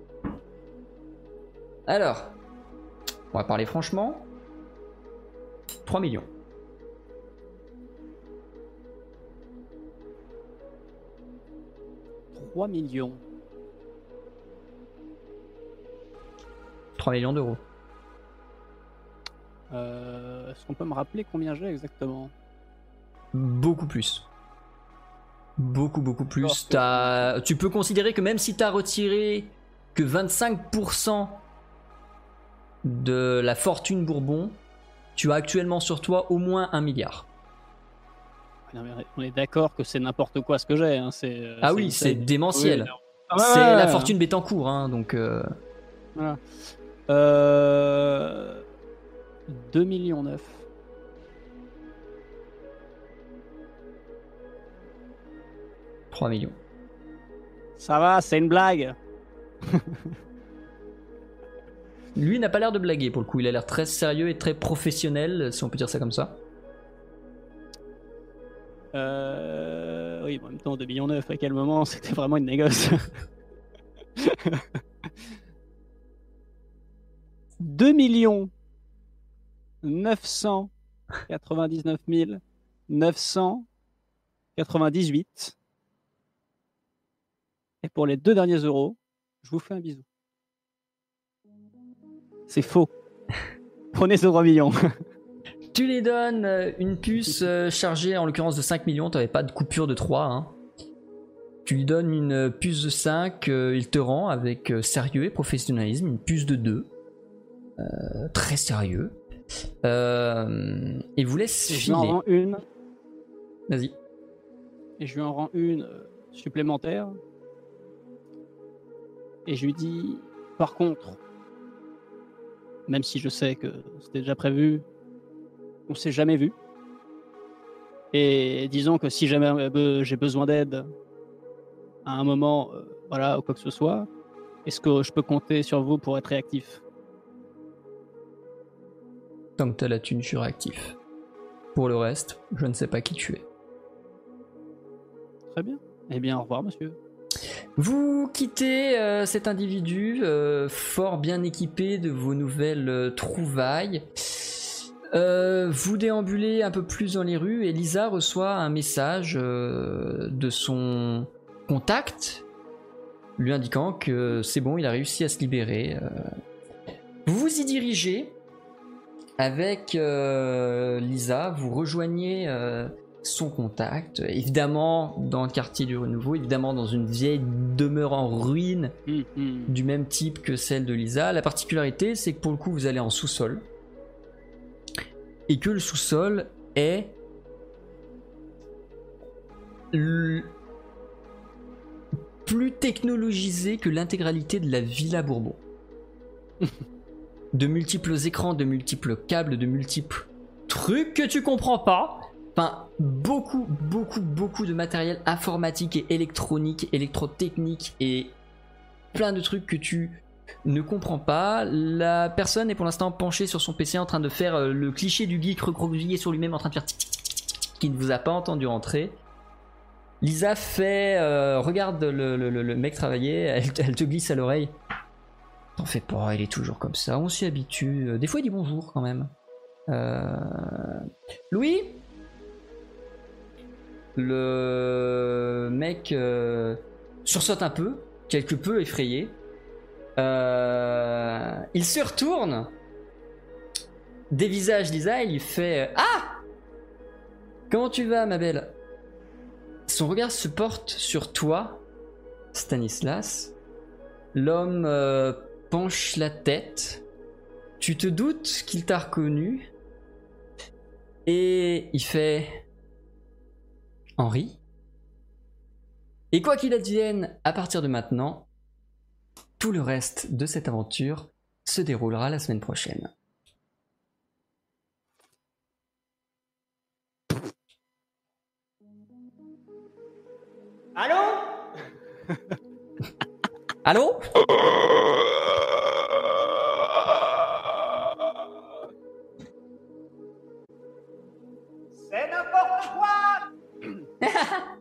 Alors, on va parler franchement, trois millions. trois millions. trois millions d'euros. Euh, Est-ce qu'on peut me rappeler combien j'ai exactement? Beaucoup plus. Beaucoup, beaucoup plus. Alors, T'as... Tu peux considérer que même si tu as retiré que vingt-cinq pour cent de la fortune Bourbon, tu as actuellement sur toi au moins un milliard. Non, mais on est d'accord que c'est n'importe quoi ce que j'ai. Hein. C'est, Ah oui, c'est démentiel. Oui, ah ouais, c'est ouais, la ouais. fortune Bettencourt, hein, donc... Euh... Voilà. Euh... deux millions neuf. trois millions. Ça va, c'est une blague. Lui n'a pas l'air de blaguer pour le coup, il a l'air très sérieux et très professionnel, si on peut dire ça comme ça. Euh... Oui, en même temps, deux millions neuf, à quel moment c'était vraiment une négoce? deux millions neuf cent quatre-vingt-dix-neuf mille neuf cent quatre-vingt-dix-huit. Et pour les deux derniers euros, je vous fais un bisou. C'est faux. Prenez ces trois millions. Tu lui donnes une puce chargée en l'occurrence de cinq millions, t'avais pas de coupure de trois. Hein. Tu lui donnes une puce de cinq, euh, il te rend avec sérieux et professionnalisme une puce de deux. Euh, très sérieux. Euh, et vous laisse Et je lui filer. en rends une. Vas-y. Et je lui en rends une euh, supplémentaire. Et je lui dis, par contre, même si je sais que c'était déjà prévu, on s'est jamais vu. Et disons que si jamais euh, j'ai besoin d'aide à un moment, euh, voilà, ou quoi que ce soit, est-ce que je peux compter sur vous pour être réactif? Tant que t'as la thune, je suis réactif. Pour le reste, je ne sais pas qui tu es. Très bien. Eh bien, au revoir, monsieur. Vous quittez euh, cet individu euh, fort bien équipé de vos nouvelles euh, trouvailles. Euh, vous déambulez un peu plus dans les rues et Lisa reçoit un message euh, de son contact lui indiquant que c'est bon, il a réussi à se libérer. Euh, vous vous y dirigez avec euh, Lisa, vous rejoignez euh, son contact, évidemment dans le quartier du Renouveau, évidemment dans une vieille demeure en ruine Mmh, mmh. du même type que celle de Lisa. La particularité, c'est que pour le coup, vous allez en sous-sol et que le sous-sol est l- plus technologisé que l'intégralité de la Villa Bourbon. De multiples écrans, de multiples câbles, de multiples trucs que tu comprends pas. Enfin, beaucoup, beaucoup, beaucoup de matériel informatique et électronique, électrotechnique et plein de trucs que tu ne comprends pas. La personne est pour l'instant penchée sur son P C en train de faire euh, le cliché du geek recroquevillé sur lui-même en train de faire tic tic tic tic tic, qui ne vous a pas entendu rentrer. Lisa fait, euh, regarde le, le, le, le mec travailler, elle, elle te glisse à l'oreille. T'en fais pas, il est toujours comme ça, on s'y habitue. Des fois il dit bonjour quand même. Euh... Louis ? Le mec euh, sursaute un peu, quelque peu effrayé. Euh, il se retourne, dévisage Lisa et lui fait « Ah ! Comment tu vas, ma belle ?» Son regard se porte sur toi, Stanislas. L'homme euh, penche la tête. Tu te doutes qu'il t'a reconnu. Et il fait... Henri. Et quoi qu'il advienne, à partir de maintenant, tout le reste de cette aventure se déroulera la semaine prochaine. Allô? Allô? C'est n'importe quoi!